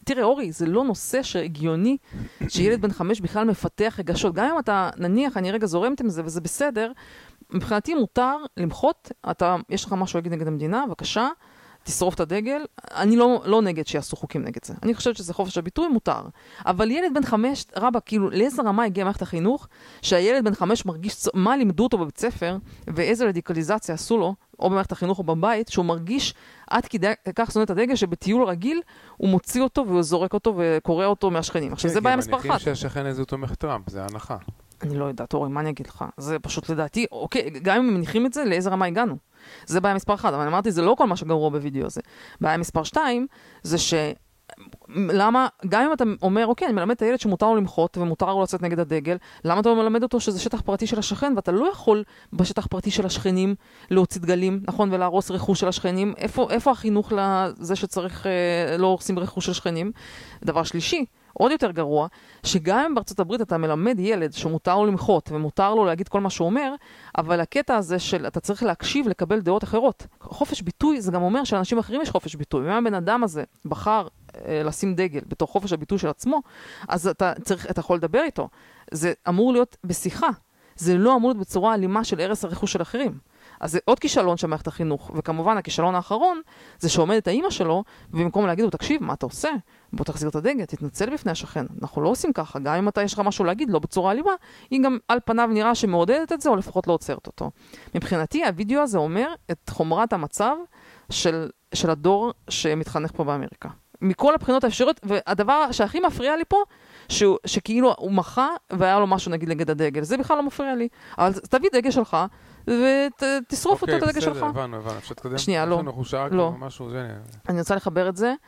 תראה, אורי, זה לא נושא שהגיוני שילד בן חמש בכלל מפתח רגשות. גם אם אתה, נניח, אני רגע זורמת עם זה וזה בסדר, מבחינתי מותר למחות, אתה, יש לך משהו להגיד נגד המדינה, בבקשה, תשרוף את הדגל. אני לא, לא נגד שיעשו חוקים נגד זה. אני חושבת שזה חופש הביטוי, מותר. אבל ילד בן חמש, רבא, כאילו, לאיזה רמה הגיע מערכת החינוך, שהילד בן חמש מרגיש, מה לימדו אותו בבית ספר, ואיזה רדיקליזציה עשו לו, או במערכת החינוך או בבית, שהוא מרגיש עד כדי כך שונא את הדגל, שבטיול רגיל הוא מוציא אותו והוא זורק אותו וקורא אותו מהשכנים. עכשיו, זה בעיה מספר אחת. מניחים שהשכן איזה תומך טראמפ, זה ההנחה. אני לא יודעת, אורי, מה אני אגיד לך? זה פשוט לדעתי, אוקיי, גם אם מניחים את זה, לאיזה רמה הגענו? זה בעיה מספר אחת, אבל אמרתי, זה לא כל מה שגרוע בווידאו הזה. בעיה מספר שתיים, זה ש... למה, גם אם אתה אומר, אוקיי, אני מלמד את הילד שמותר לו למחות ומותר לו לצאת נגד הדגל, למה אתה מלמד אותו שזה שטח פרטי של השכן, ואתה לא יכול בשטח פרטי של השכנים להוציא דגלים, נכון, ולהרוס רכוש של השכנים? איפה, איפה החינוך לזה שצריך, אה, לא הורסים רכוש של שכנים? דבר שלישי, עוד יותר גרוע, שגם אם בארצות הברית אתה מלמד ילד שמותר לו למחות ומותר לו להגיד כל מה שהוא אומר, אבל הקטע הזה של אתה צריך להקשיב, לקבל דעות אחרות. חופש ביטוי זה גם אומר שלאנשים אחרים יש חופש ביטוי. אם הבן אדם הזה בחר אה, לשים דגל בתור חופש הביטוי של עצמו, אז אתה צריך, אתה יכול לדבר איתו. זה אמור להיות בשיחה. זה לא אמור להיות בצורה אלימה של הרס הרכוש של אחרים. אז זה עוד כישלון של מערכת החינוך, וכמובן הכישלון האחרון זה שעומדת האמא שלו, ובמקום להגיד לו, תקשיב, מה אתה עושה? בוא תחזיר את הדגל, תתנצל בפני השכן. אנחנו לא עושים ככה, גם אם אתה יש לך משהו להגיד, לא בצורה אלימה, היא גם על פניו נראה שמעודדת את זה, או לפחות לא עוצרת אותו. מבחינתי, הוידאו הזה אומר את חומרת המצב של, של הדור שמתחנך פה באמריקה. מכל הבחינות האפשריות, והדבר שהכי מפריע לי פה, שהוא, שכאילו הוא מחה והיה לו משהו נגיד נגד הדגל. זה בכלל לא מפריע לי. אבל תביא דגל שלך, ותשרוף אותו את הדגל שלך. אוקיי, בסדר, הבנו, הבנו. אפשר תקדם? שנייה, לא. לא. אני רוצה לחבר את זה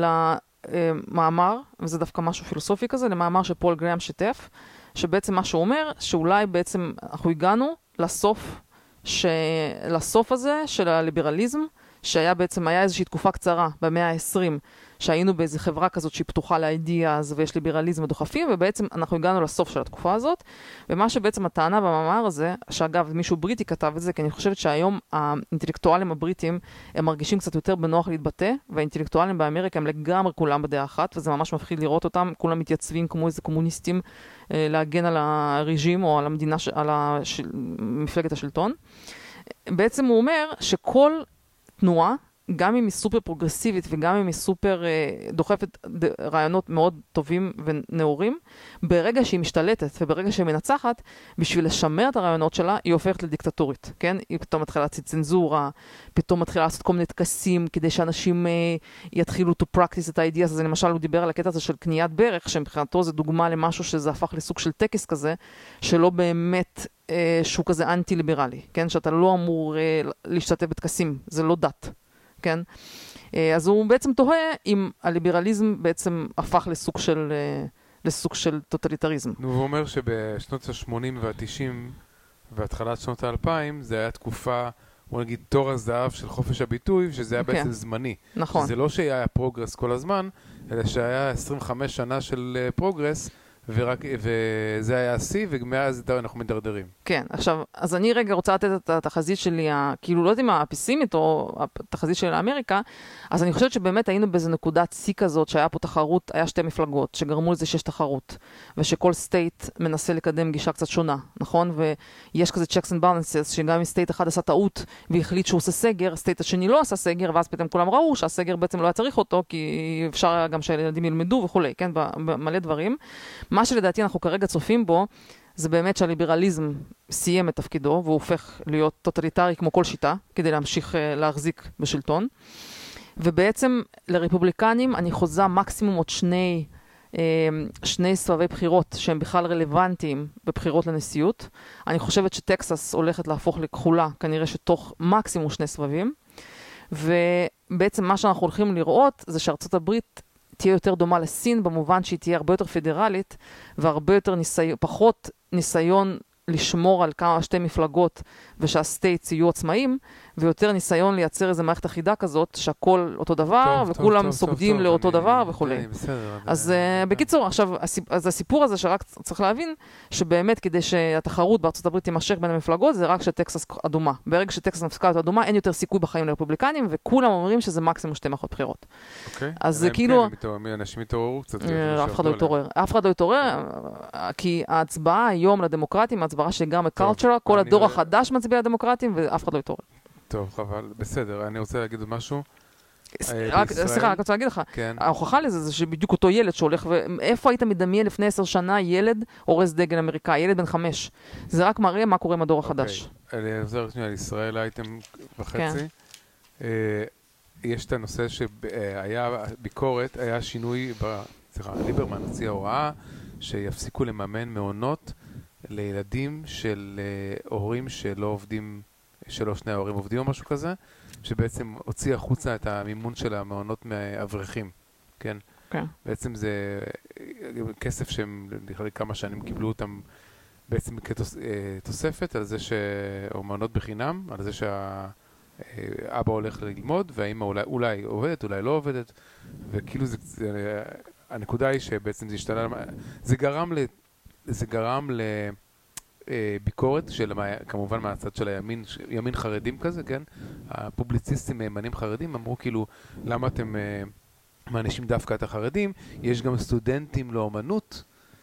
למאמר, וזה דווקא משהו פילוסופי כזה, למאמר שפול גרם שיתף, שבעצם מה שהוא אומר, שאולי בעצם אנחנו הגענו לסוף, ש... לסוף הזה של הליברליזם, שהיה בעצם, היה איזושהי תקופה קצרה, במאה ה-עשרים, שהיינו באיזו חברה כזאת שהיא פתוחה לאידיאז ויש ליברליזם ודוחפים, ובעצם אנחנו הגענו לסוף של התקופה הזאת, ומה שבעצם הטענה במאמר הזה, שאגב מישהו בריטי כתב את זה, כי אני חושבת שהיום האינטלקטואלים הבריטים הם מרגישים קצת יותר בנוח להתבטא, והאינטלקטואלים באמריקה הם לגמרי כולם בדעה אחת, וזה ממש מפחיד לראות אותם, כולם מתייצבים כמו איזה קומוניסטים להגן על הרג'ים או על המדינה, על מפלגת השלטון. בעצם הוא אומר שכל תנועה, גם אם היא סופר פרוגרסיבית וגם אם היא סופר אה, דוחפת ד, רעיונות מאוד טובים ונאורים, ברגע שהיא משתלטת וברגע שהיא מנצחת, בשביל לשמר את הרעיונות שלה, היא הופכת לדיקטטורית, כן? היא פתאום מתחילה לעשות צנזורה, פתאום מתחילה לעשות כל מיני תקסים, כדי שאנשים אה, יתחילו to practice את ה-ideas הזה. למשל, הוא דיבר על הקטע הזה של קניית ברך, שמבחינתו זה דוגמה למשהו שזה הפך לסוג של טקס כזה, שלא באמת אה, שהוא כזה אנטי-ליברלי, כן? שאתה לא אמור אה, להשתתף בתקסים, זה לא דת. כן? אז הוא בעצם תוהה אם הליברליזם בעצם הפך לסוג של, לסוג של טוטליטריזם. הוא אומר שבשנות ה-שמונים וה-תשעים והתחלת שנות ה-אלפיים זה היה תקופה, בוא נגיד, תור הזהב של חופש הביטוי, שזה היה okay. בעצם זמני. נכון. שזה לא שהיה פרוגרס כל הזמן, אלא שהיה עשרים וחמש שנה של פרוגרס, ורק, וזה היה השיא, ומאז אנחנו מדרדרים. כן, עכשיו, אז אני רגע רוצה לתת את התחזית שלי, כאילו לא יודעת אם הפיסימית או התחזית של האמריקה, אז אני חושבת שבאמת היינו באיזו נקודת שיא כזאת, שהיה פה תחרות, היה שתי מפלגות, שגרמו לזה שיש תחרות, ושכל סטייט מנסה לקדם גישה קצת שונה, נכון? ויש כזה checks and balances, שגם אם סטייט אחד עשה טעות, והחליט שהוא עושה סגר, סטייט השני לא עשה סגר, ואז פתאום כולם ראו שהסגר בעצם לא היה צריך אותו, כי אפשר גם שהילדים ילמדו וכולי, כן? במלא דברים. מה שלדעתי אנחנו כרגע צופים בו, זה באמת שהליברליזם סיים את תפקידו, והוא הופך להיות טוטליטרי כמו כל שיטה, כדי להמשיך uh, להחזיק בשלטון. ובעצם לרפובליקנים אני חוזה מקסימום עוד שני, uh, שני סבבי בחירות שהם בכלל רלוונטיים בבחירות לנשיאות. אני חושבת שטקסס הולכת להפוך לכחולה, כנראה שתוך מקסימום שני סבבים. ובעצם מה שאנחנו הולכים לראות זה שארצות הברית תהיה יותר דומה לסין, במובן שהיא תהיה הרבה יותר פדרלית, והרבה יותר ניסיון, פחות ניסיון לשמור על כמה שתי מפלגות ושהסטייטס יהיו עצמאים, ויותר ניסיון לייצר איזו מערכת אחידה כזאת, שהכל אותו דבר, טוב, וכולם טוב, סוגדים טוב, לאותו אני, דבר אני, וכו'. אני, בסדר, אז אני, uh, בקיצור, עכשיו, אז הסיפור הזה שרק צריך להבין, שבאמת כדי שהתחרות בארצות הברית תימשך בין המפלגות, זה רק שטקסס אדומה. ברגע שטקסס נפסקה להיות אדומה, אין יותר סיכוי בחיים לרפובליקנים, וכולם אומרים שזה מקסימום שתי מערכות בחירות. אוקיי. אז זה כאילו... אנשים התעוררו קצת. אף אחד לא התעורר. אף אחד לא התעורר, כי ההצבעה היום לדמוקרטים, ההצבעה שגם הקולצ'רה, כל הדור החדש מצביע לדמוקרטים, ואף אחד לא התעורר. טוב, חבל. בסדר, אני רוצה להגיד משהו. סליחה, רק רוצה להגיד לך, כן. ההוכחה לזה זה שבדיוק אותו ילד שהולך, ואיפה היית מדמיין לפני עשר שנה ילד אורז דגל אמריקאי, ילד בן חמש. זה רק מראה מה קורה עם הדור החדש. אני רוצה רק שנייה על ישראל אייטם וחצי. יש את הנושא שהיה ביקורת, היה שינוי, סליחה, ליברמן הוציא ההוראה שיפסיקו לממן מעונות לילדים של הורים שלא עובדים, שלא שני ההורים עובדים או משהו כזה, שבעצם הוציא החוצה את המימון של המעונות מאברכים, כן? כן. בעצם זה כסף שהם כמה שנים קיבלו אותם בעצם כתוספת על זה ש... או מעונות בחינם, על זה שהאבא הולך ללמוד והאמא אולי, אולי עובדת, אולי לא עובדת, וכאילו זה, זה, הנקודה היא שבעצם זה השתנה, זה גרם ל... זה גרם ל... ביקורת של, כמובן מהצד של הימין, ימין חרדים כזה, כן? הפובליציסטים הימנים חרדים אמרו כאילו, למה אתם מענישים דווקא את החרדים? יש גם סטודנטים לאומנות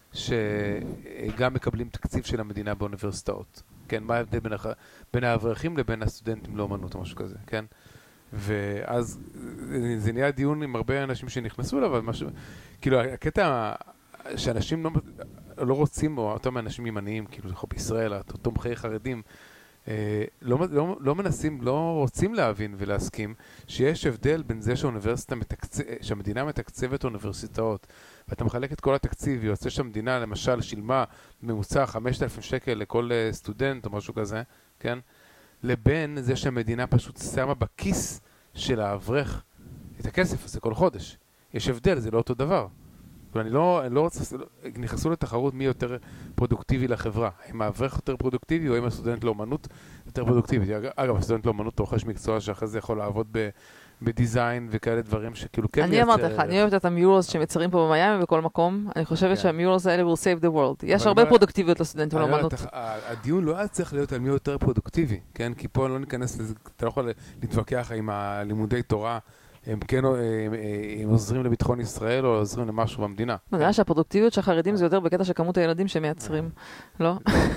שגם מקבלים תקציב של המדינה באוניברסיטאות, כן? מה ההבדל בין, הח... בין האברכים לבין הסטודנטים לאומנות או משהו כזה, כן? ואז זה נהיה דיון עם הרבה אנשים שנכנסו אליו, אבל משהו, כאילו הקטע שאנשים לא... לא רוצים, או אותם אנשים ימניים, כאילו בישראל, תומכי חרדים, אה, לא, לא, לא מנסים, לא רוצים להבין ולהסכים שיש הבדל בין זה שהאוניברסיטה מתקצב, שהמדינה מתקצבת אוניברסיטאות, ואתה מחלק את כל התקציב, ויוצא שהמדינה למשל שילמה ממוצע חמשת אלפים שקל לכל סטודנט או משהו כזה, כן? לבין זה שהמדינה פשוט שמה בכיס של האברך את הכסף הזה כל חודש. יש הבדל, זה לא אותו דבר. ואני לא, אני לא רוצה, נכנסו לתחרות מי יותר פרודוקטיבי לחברה. האם האברך יותר פרודוקטיבי, או האם הסטודנט לאומנות יותר פרודוקטיבי. אגב, הסטודנט לאומנות רוכש מקצוע שאחרי זה יכול לעבוד ב, בדיזיין וכאלה דברים שכאילו כן אני אמרתי לך, אני אוהבת את המיורלס שמצרים פה במיימי בכל מקום. אני חושבת שהמיורלס האלה will save the world. יש הרבה פרודוקטיביות לסטודנטים לאומנות. הדיון לא היה צריך להיות על מי יותר פרודוקטיבי, כן? כי פה לא ניכנס לזה, אתה לא יכול להתווכח עם הלימודי תורה, הם כן הם עוזרים לביטחון ישראל או עוזרים למשהו במדינה. אני יודע שהפרודוקטיביות של החרדים זה יותר בקטע של כמות הילדים שמייצרים, לא?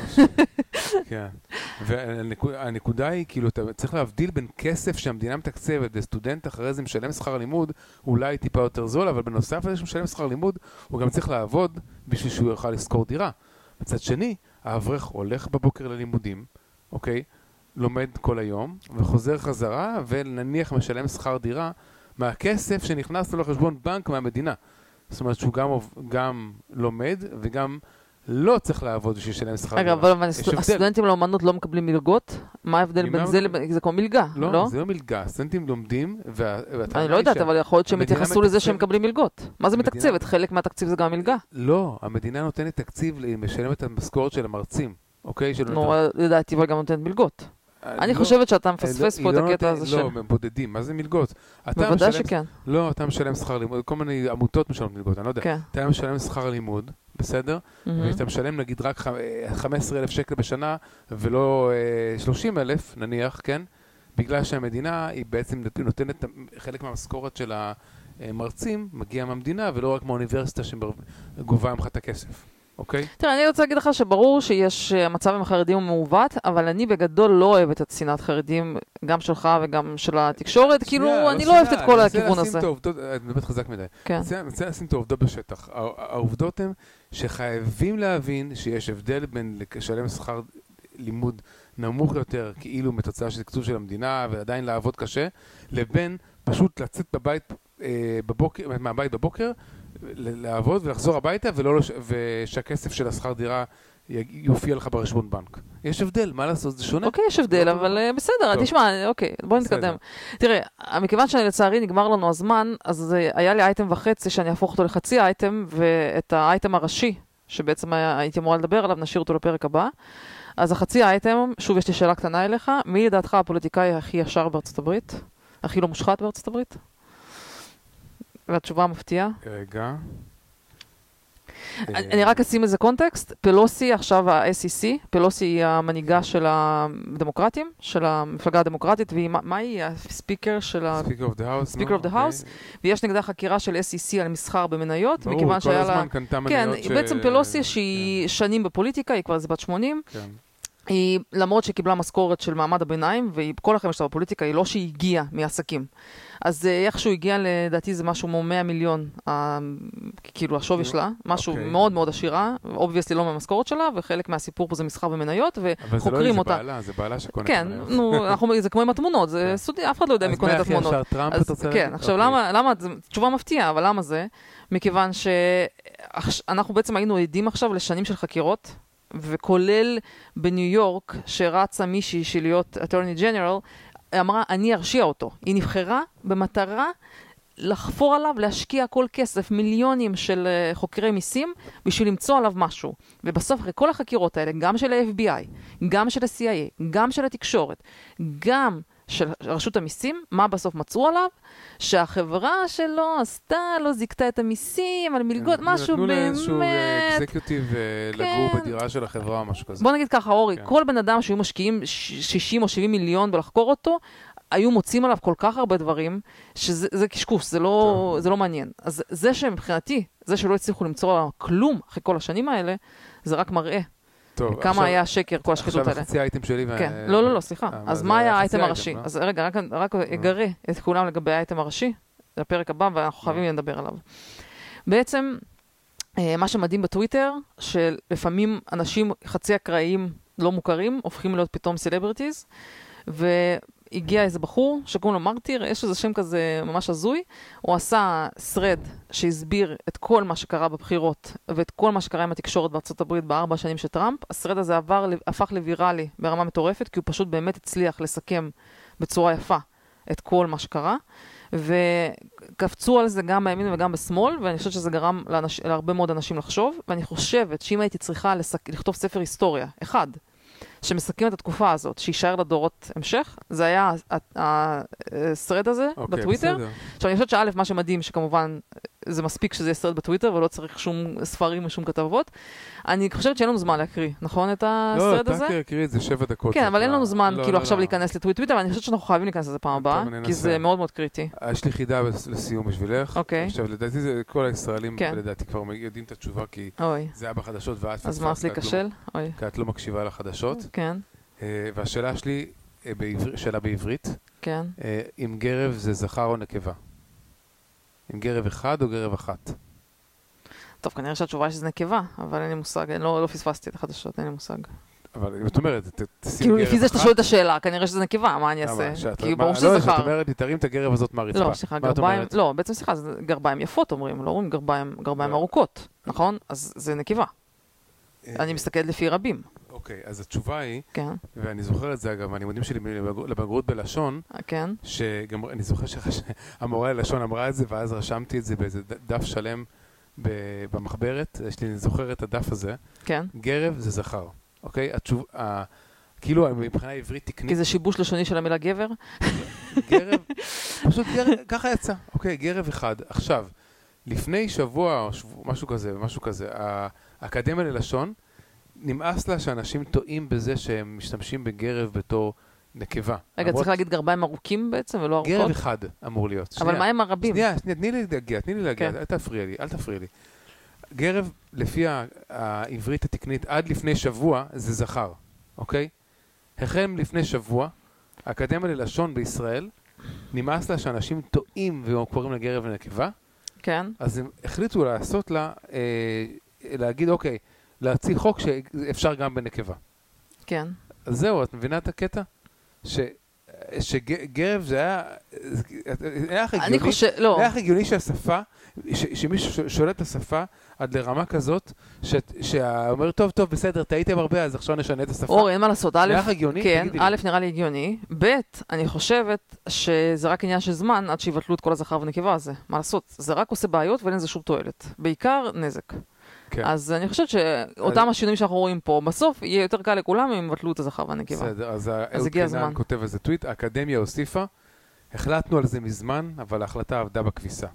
כן. והנקודה היא, כאילו, אתה צריך להבדיל בין כסף שהמדינה מתקצבת, וסטודנט אחרי זה משלם שכר לימוד, אולי טיפה יותר זול, אבל בנוסף לזה שמשלם שכר לימוד, הוא גם צריך לעבוד בשביל שהוא יוכל לשכור דירה. מצד שני, האברך הולך בבוקר ללימודים, אוקיי? לומד כל היום, וחוזר חזרה, ונניח משלם שכר דירה, מהכסף שנכנס לו לחשבון בנק מהמדינה. זאת אומרת שהוא גם, גם לומד וגם לא צריך לעבוד בשביל לשלם שכר דירה. אגב, אבל הסטודנטים לאומנות לא מקבלים מלגות? מה ההבדל בין זה לבין... זה כמו מלגה, לא? לא, זה לא מלגה. הסטודנטים לומדים, אני לא יודעת, אבל יכול להיות שהם התייחסו לזה שהם מקבלים מלגות. מה זה מתקצבת? חלק מהתקציב זה גם מלגה. לא, המדינה נותנת תקציב, משלם את המשכורת של המרצים, אוקיי? נו, לדעתי, אבל גם נותנת מלגות. אני חושבת שאתה מפספס פה את הקטע הזה של... לא, בודדים. מה זה מלגות? בוודאי שכן. לא, אתה משלם שכר לימוד, כל מיני עמותות משלמות מלגות, אני לא יודע. אתה משלם שכר לימוד, בסדר? ואתה משלם נגיד רק חמישה עשר אלף שקל בשנה, ולא שלושים אלף נניח, כן? בגלל שהמדינה היא בעצם נותנת חלק מהמשכורת של המרצים, מגיע מהמדינה, ולא רק מהאוניברסיטה שגובה ממך את הכסף. אוקיי? תראה, אני רוצה להגיד לך שברור שיש, המצב עם החרדים הוא מעוות, אבל אני בגדול לא אוהבת את שנאת חרדים, גם שלך וגם של התקשורת, כאילו, אני לא אוהבת את כל הכיוון הזה. את מדברת חזק מדי. כן. אני רוצה לשים את העובדות בשטח. העובדות הן שחייבים להבין שיש הבדל בין לשלם שכר לימוד נמוך יותר, כאילו מתוצאה של תקצוב של המדינה, ועדיין לעבוד קשה, לבין פשוט לצאת בבית, בבוקר, מהבית בבוקר, לעבוד ולחזור הביתה, ולא ושהכסף של השכר דירה יופיע לך ברשבון בנק. יש הבדל, מה לעשות? זה שונה? אוקיי, יש הבדל, אבל בסדר, תשמע, אוקיי, בוא נתקדם. תראה, מכיוון שלצערי נגמר לנו הזמן, אז היה לי אייטם וחצי שאני אהפוך אותו לחצי אייטם, ואת האייטם הראשי, שבעצם הייתי אמורה לדבר עליו, נשאיר אותו לפרק הבא. אז החצי האייטם, שוב יש לי שאלה קטנה אליך, מי לדעתך הפוליטיקאי הכי ישר בארצות הברית? הכי לא מושחת בארצות הברית? והתשובה המפתיעה? רגע. אני רק אשים איזה קונטקסט, פלוסי עכשיו ה-אס אי סי, פלוסי היא המנהיגה של הדמוקרטים, של המפלגה הדמוקרטית, ומה היא? הספיקר של ה... Speaker of the House. ספיקר of the House, ויש נגדה חקירה של אס אי סי על מסחר במניות, ברור, כל הזמן קנתה מניות ש... כן, בעצם פלוסי שהיא שנים בפוליטיקה, היא כבר איזה בת שמונים, היא, למרות שקיבלה משכורת של מעמד הביניים, וכל החיים שלה בפוליטיקה, היא לא שהיא הגיעה מעסקים. אז איכשהו הגיע, לדעתי זה משהו כמו מאה מיליון, כאילו השווי שלה, משהו מאוד מאוד עשירה, אובייסלי לא מהמשכורת שלה, וחלק מהסיפור פה זה מסחר במניות, וחוקרים אותה. אבל זה לא איזה בעלה, זה בעלה שקונה כן, זה כמו עם התמונות, זה סודי, אף אחד לא יודע מי קונה את התמונות. אז מה הכי ישר טראמפ אתה רוצה להגיד? כן, עכשיו למה, תשובה מפתיעה, אבל למה זה? מכיוון שאנחנו בעצם היינו עדים עכשיו לשנים של חקירות, וכולל בניו יורק, שרצה מישהי של להיות Attorney General, אמרה, אני ארשיע אותו. היא נבחרה במטרה לחפור עליו, להשקיע כל כסף, מיליונים של חוקרי מיסים, בשביל למצוא עליו משהו. ובסוף, אחרי כל החקירות האלה, גם של ה-אף בי איי, גם של ה-סי איי איי, גם של התקשורת, גם של רשות המיסים, מה בסוף מצאו עליו? שהחברה שלו עשתה, לא זיקתה את המיסים, על מלגות, משהו באמת... נתנו לאיזשהו אקזקיוטיב לגור בדירה של החברה או משהו כזה. בוא נגיד ככה, אורי, כל בן אדם שהיו משקיעים שישים או שבעים מיליון בלחקור אותו, היו מוצאים עליו כל כך הרבה דברים, שזה קשקוש, זה לא, זה לא מעניין. אז זה שמבחינתי, זה שלא הצליחו למצוא עליו כלום אחרי כל השנים האלה, זה רק מראה. טוב, כמה עכשיו, היה שקר כל השחיתות האלה. עכשיו החצי האייטם שלי. כן. ו... לא, לא, לא, סליחה. אז מה היה האייטם הראשי? לא? אז רגע, רק, רק אגרה את כולם לגבי האייטם הראשי, זה הפרק הבא, ואנחנו חייבים לדבר עליו. בעצם, מה שמדהים בטוויטר, שלפעמים אנשים חצי אקראיים לא מוכרים, הופכים להיות פתאום סלבריטיז, והגיע איזה בחור שקוראים לו מרטיר, יש איזה שם כזה ממש הזוי, הוא עשה סרד שהסביר את כל מה שקרה בבחירות, ואת כל מה שקרה עם התקשורת בארצות הברית בארבע שנים של טראמפ. הסרד הזה עבר, הפך לוויראלי ברמה מטורפת, כי הוא פשוט באמת הצליח לסכם בצורה יפה את כל מה שקרה, וקפצו על זה גם בימין וגם בשמאל, ואני חושבת שזה גרם לאנש, להרבה מאוד אנשים לחשוב, ואני חושבת שאם הייתי צריכה לסק, לכתוב ספר היסטוריה, אחד, שמסכם את התקופה הזאת, שישאר לדורות המשך, זה היה הסרד הזה okay, בטוויטר. עכשיו, אני חושבת שא', מה שמדהים, שכמובן זה מספיק שזה יהיה סרד בטוויטר, ולא צריך שום ספרים ושום כתבות. אני חושבת שאין לנו זמן להקריא, נכון, את הסרד הזה? לא, אתה קריא את זה שבע דקות. כן, אבל אין לנו זמן כאילו עכשיו להיכנס לטוויטר, ואני חושבת שאנחנו חייבים להיכנס לזה פעם הבאה, כי זה מאוד מאוד קריטי. יש לי חידה לסיום בשבילך. עכשיו, לדעתי זה כל הישראלים, לדעתי כבר יודעים את התשובה, כי זה היה בחדשות, ואת אז מה עשלי כשל? כי את לא מקשיבה לחדשות. כן. והשאלה שלי, שאלה בעברית, כן. אם גרב זה זכר או נקבה? אם גרב אחד או גרב אחת? טוב, כנראה שהתשובה שזה נקבה, אבל אין לי מושג, אני לא, לא פספסתי את החדשות, אין לי מושג. אבל אם את אומרת, תשים כאילו, גרב אחת... לפי זה שאתה שואל את השאלה, כנראה שזה נקבה, מה אני אעשה? כאילו, ברור שזה זכר. לא, שאת אומרת, תרים את הגרב הזאת מהרצפה. לא, סליחה, גרביים, לא, בעצם סליחה, זה גרביים יפות אומרים, לא אומרים גרביים, גרביים ארוכות, נכון? אז זה נקבה. אני מסתכלת לפי רבים. אוקיי, אז התשובה היא, כן. ואני זוכר את זה אגב, הלימודים שלי לבגרות בלשון, כן. שגם אני זוכר שהמורה ללשון אמרה את זה, ואז רשמתי את זה באיזה דף שלם במחברת, יש לי, אני זוכר את הדף הזה. כן. גרב זה זכר, אוקיי? התשובה, כאילו מבחינה עברית תקנית. כי זה שיבוש לשוני של המילה גבר? גרב, פשוט גרב, ככה יצא. אוקיי, גרב אחד. עכשיו, לפני שבוע או משהו כזה, משהו כזה, האקדמיה ללשון, נמאס לה שאנשים טועים בזה שהם משתמשים בגרב בתור נקבה. רגע, צריך להגיד גרביים ארוכים בעצם ולא ארוכות? גרב אחד אמור להיות. אבל מה עם הרבים? שנייה, שנייה, תני לי להגיע, תני לי להגיע, אל תפריע לי, אל תפריע לי. גרב, לפי העברית התקנית, עד לפני שבוע זה זכר, אוקיי? החל לפני שבוע, האקדמיה ללשון בישראל, נמאס לה שאנשים טועים וקוראים לגרב ונקבה. כן. אז הם החליטו לעשות לה, להגיד, אוקיי, להציג חוק שאפשר גם בנקבה. כן. אז זהו, את מבינה את הקטע? ש... שגרב זה היה... היה הכי הגיוני, אני חושב... לא. היה הכי הגיוני שהשפה, ש... שמישהו שולט את השפה עד לרמה כזאת, ש... שאומר, טוב, טוב, בסדר, טעיתם הרבה, אז עכשיו נשנה את השפה. אור, אין מה לעשות. א', היה הכי הגיוני? כן, א', נראה לי הגיוני. ב', אני חושבת שזה רק עניין של זמן עד שיבטלו את כל הזכר ונקבה הזה. מה לעשות? זה רק עושה בעיות ואין לזה שום תועלת. בעיקר נזק. כן. אז אני חושבת שאותם השינויים שאנחנו רואים פה, בסוף יהיה יותר קל לכולם אם יבטלו את הזכר והנקבה. בסדר, אז אהוד קינן כותב איזה טוויט, האקדמיה הוסיפה, החלטנו על זה מזמן, אבל ההחלטה עבדה בכביסה.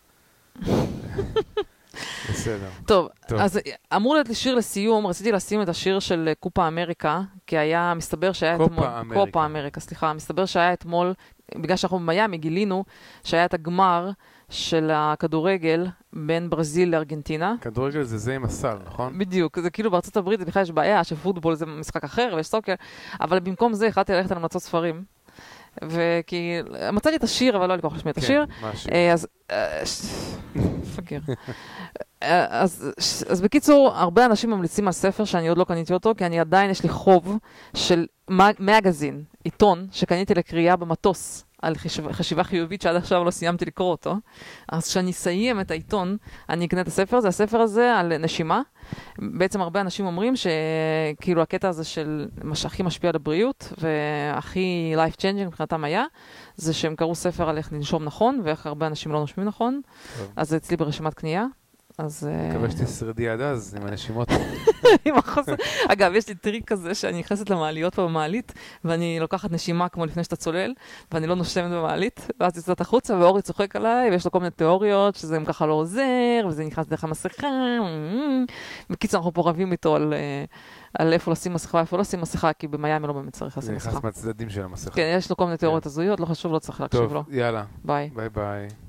בסדר. טוב, אז אמור להיות לי שיר לסיום, רציתי לשים את השיר של קופה אמריקה, כי היה, מסתבר שהיה אתמול... קופה אמריקה. קופה אמריקה, סליחה. מסתבר שהיה אתמול, בגלל שאנחנו במיימי, גילינו שהיה את הגמר של הכדורגל בין ברזיל לארגנטינה. כדורגל זה זה עם הסל, נכון? בדיוק, זה כאילו בארצות הברית בכלל יש בעיה, שפוטבול זה משחק אחר ויש סוקר, אבל במקום זה החלטתי ללכת על המלצות ספרים. וכי מצאתי את השיר, אבל לא לקרוא לשמי את השיר. כן, מה השיר? אז... פגר. אז, אז בקיצור, הרבה אנשים ממליצים על ספר שאני עוד לא קניתי אותו, כי אני עדיין, יש לי חוב של מגזין, עיתון, שקניתי לקריאה במטוס, על חשיבה, חשיבה חיובית שעד עכשיו לא סיימתי לקרוא אותו. אז כשאני אסיים את העיתון, אני אקנה את הספר הזה. הספר הזה על נשימה. בעצם הרבה אנשים אומרים שכאילו הקטע הזה של מה שהכי משפיע על הבריאות, והכי life changing מבחינתם היה, זה שהם קראו ספר על איך לנשום נכון, ואיך הרבה אנשים לא נושמים נכון. טוב. אז זה אצלי ברשימת קנייה. אז... מקווה שתשרדי עד אז עם הנשימות. עם החוסר. אגב, יש לי טריק כזה שאני נכנסת למעליות פה במעלית, ואני לוקחת נשימה כמו לפני שאתה צולל, ואני לא נושמת במעלית, ואז יוצאת החוצה, ואורי צוחק עליי, ויש לו כל מיני תיאוריות, שזה ככה לא עוזר, וזה נכנס דרך המסכה. בקיצור, אנחנו פה רבים איתו על... על איפה לשים מסכה ואיפה לא לשים מסכה, כי במיימי לא באמת צריך לשים מסכה. זה נכנס מהצדדים של המסכה. כן, יש לו כל מיני תיאוריות הזויות, לא חשוב, לא צריך להקשיב לו. טוב, יאללה. ביי. ביי ביי.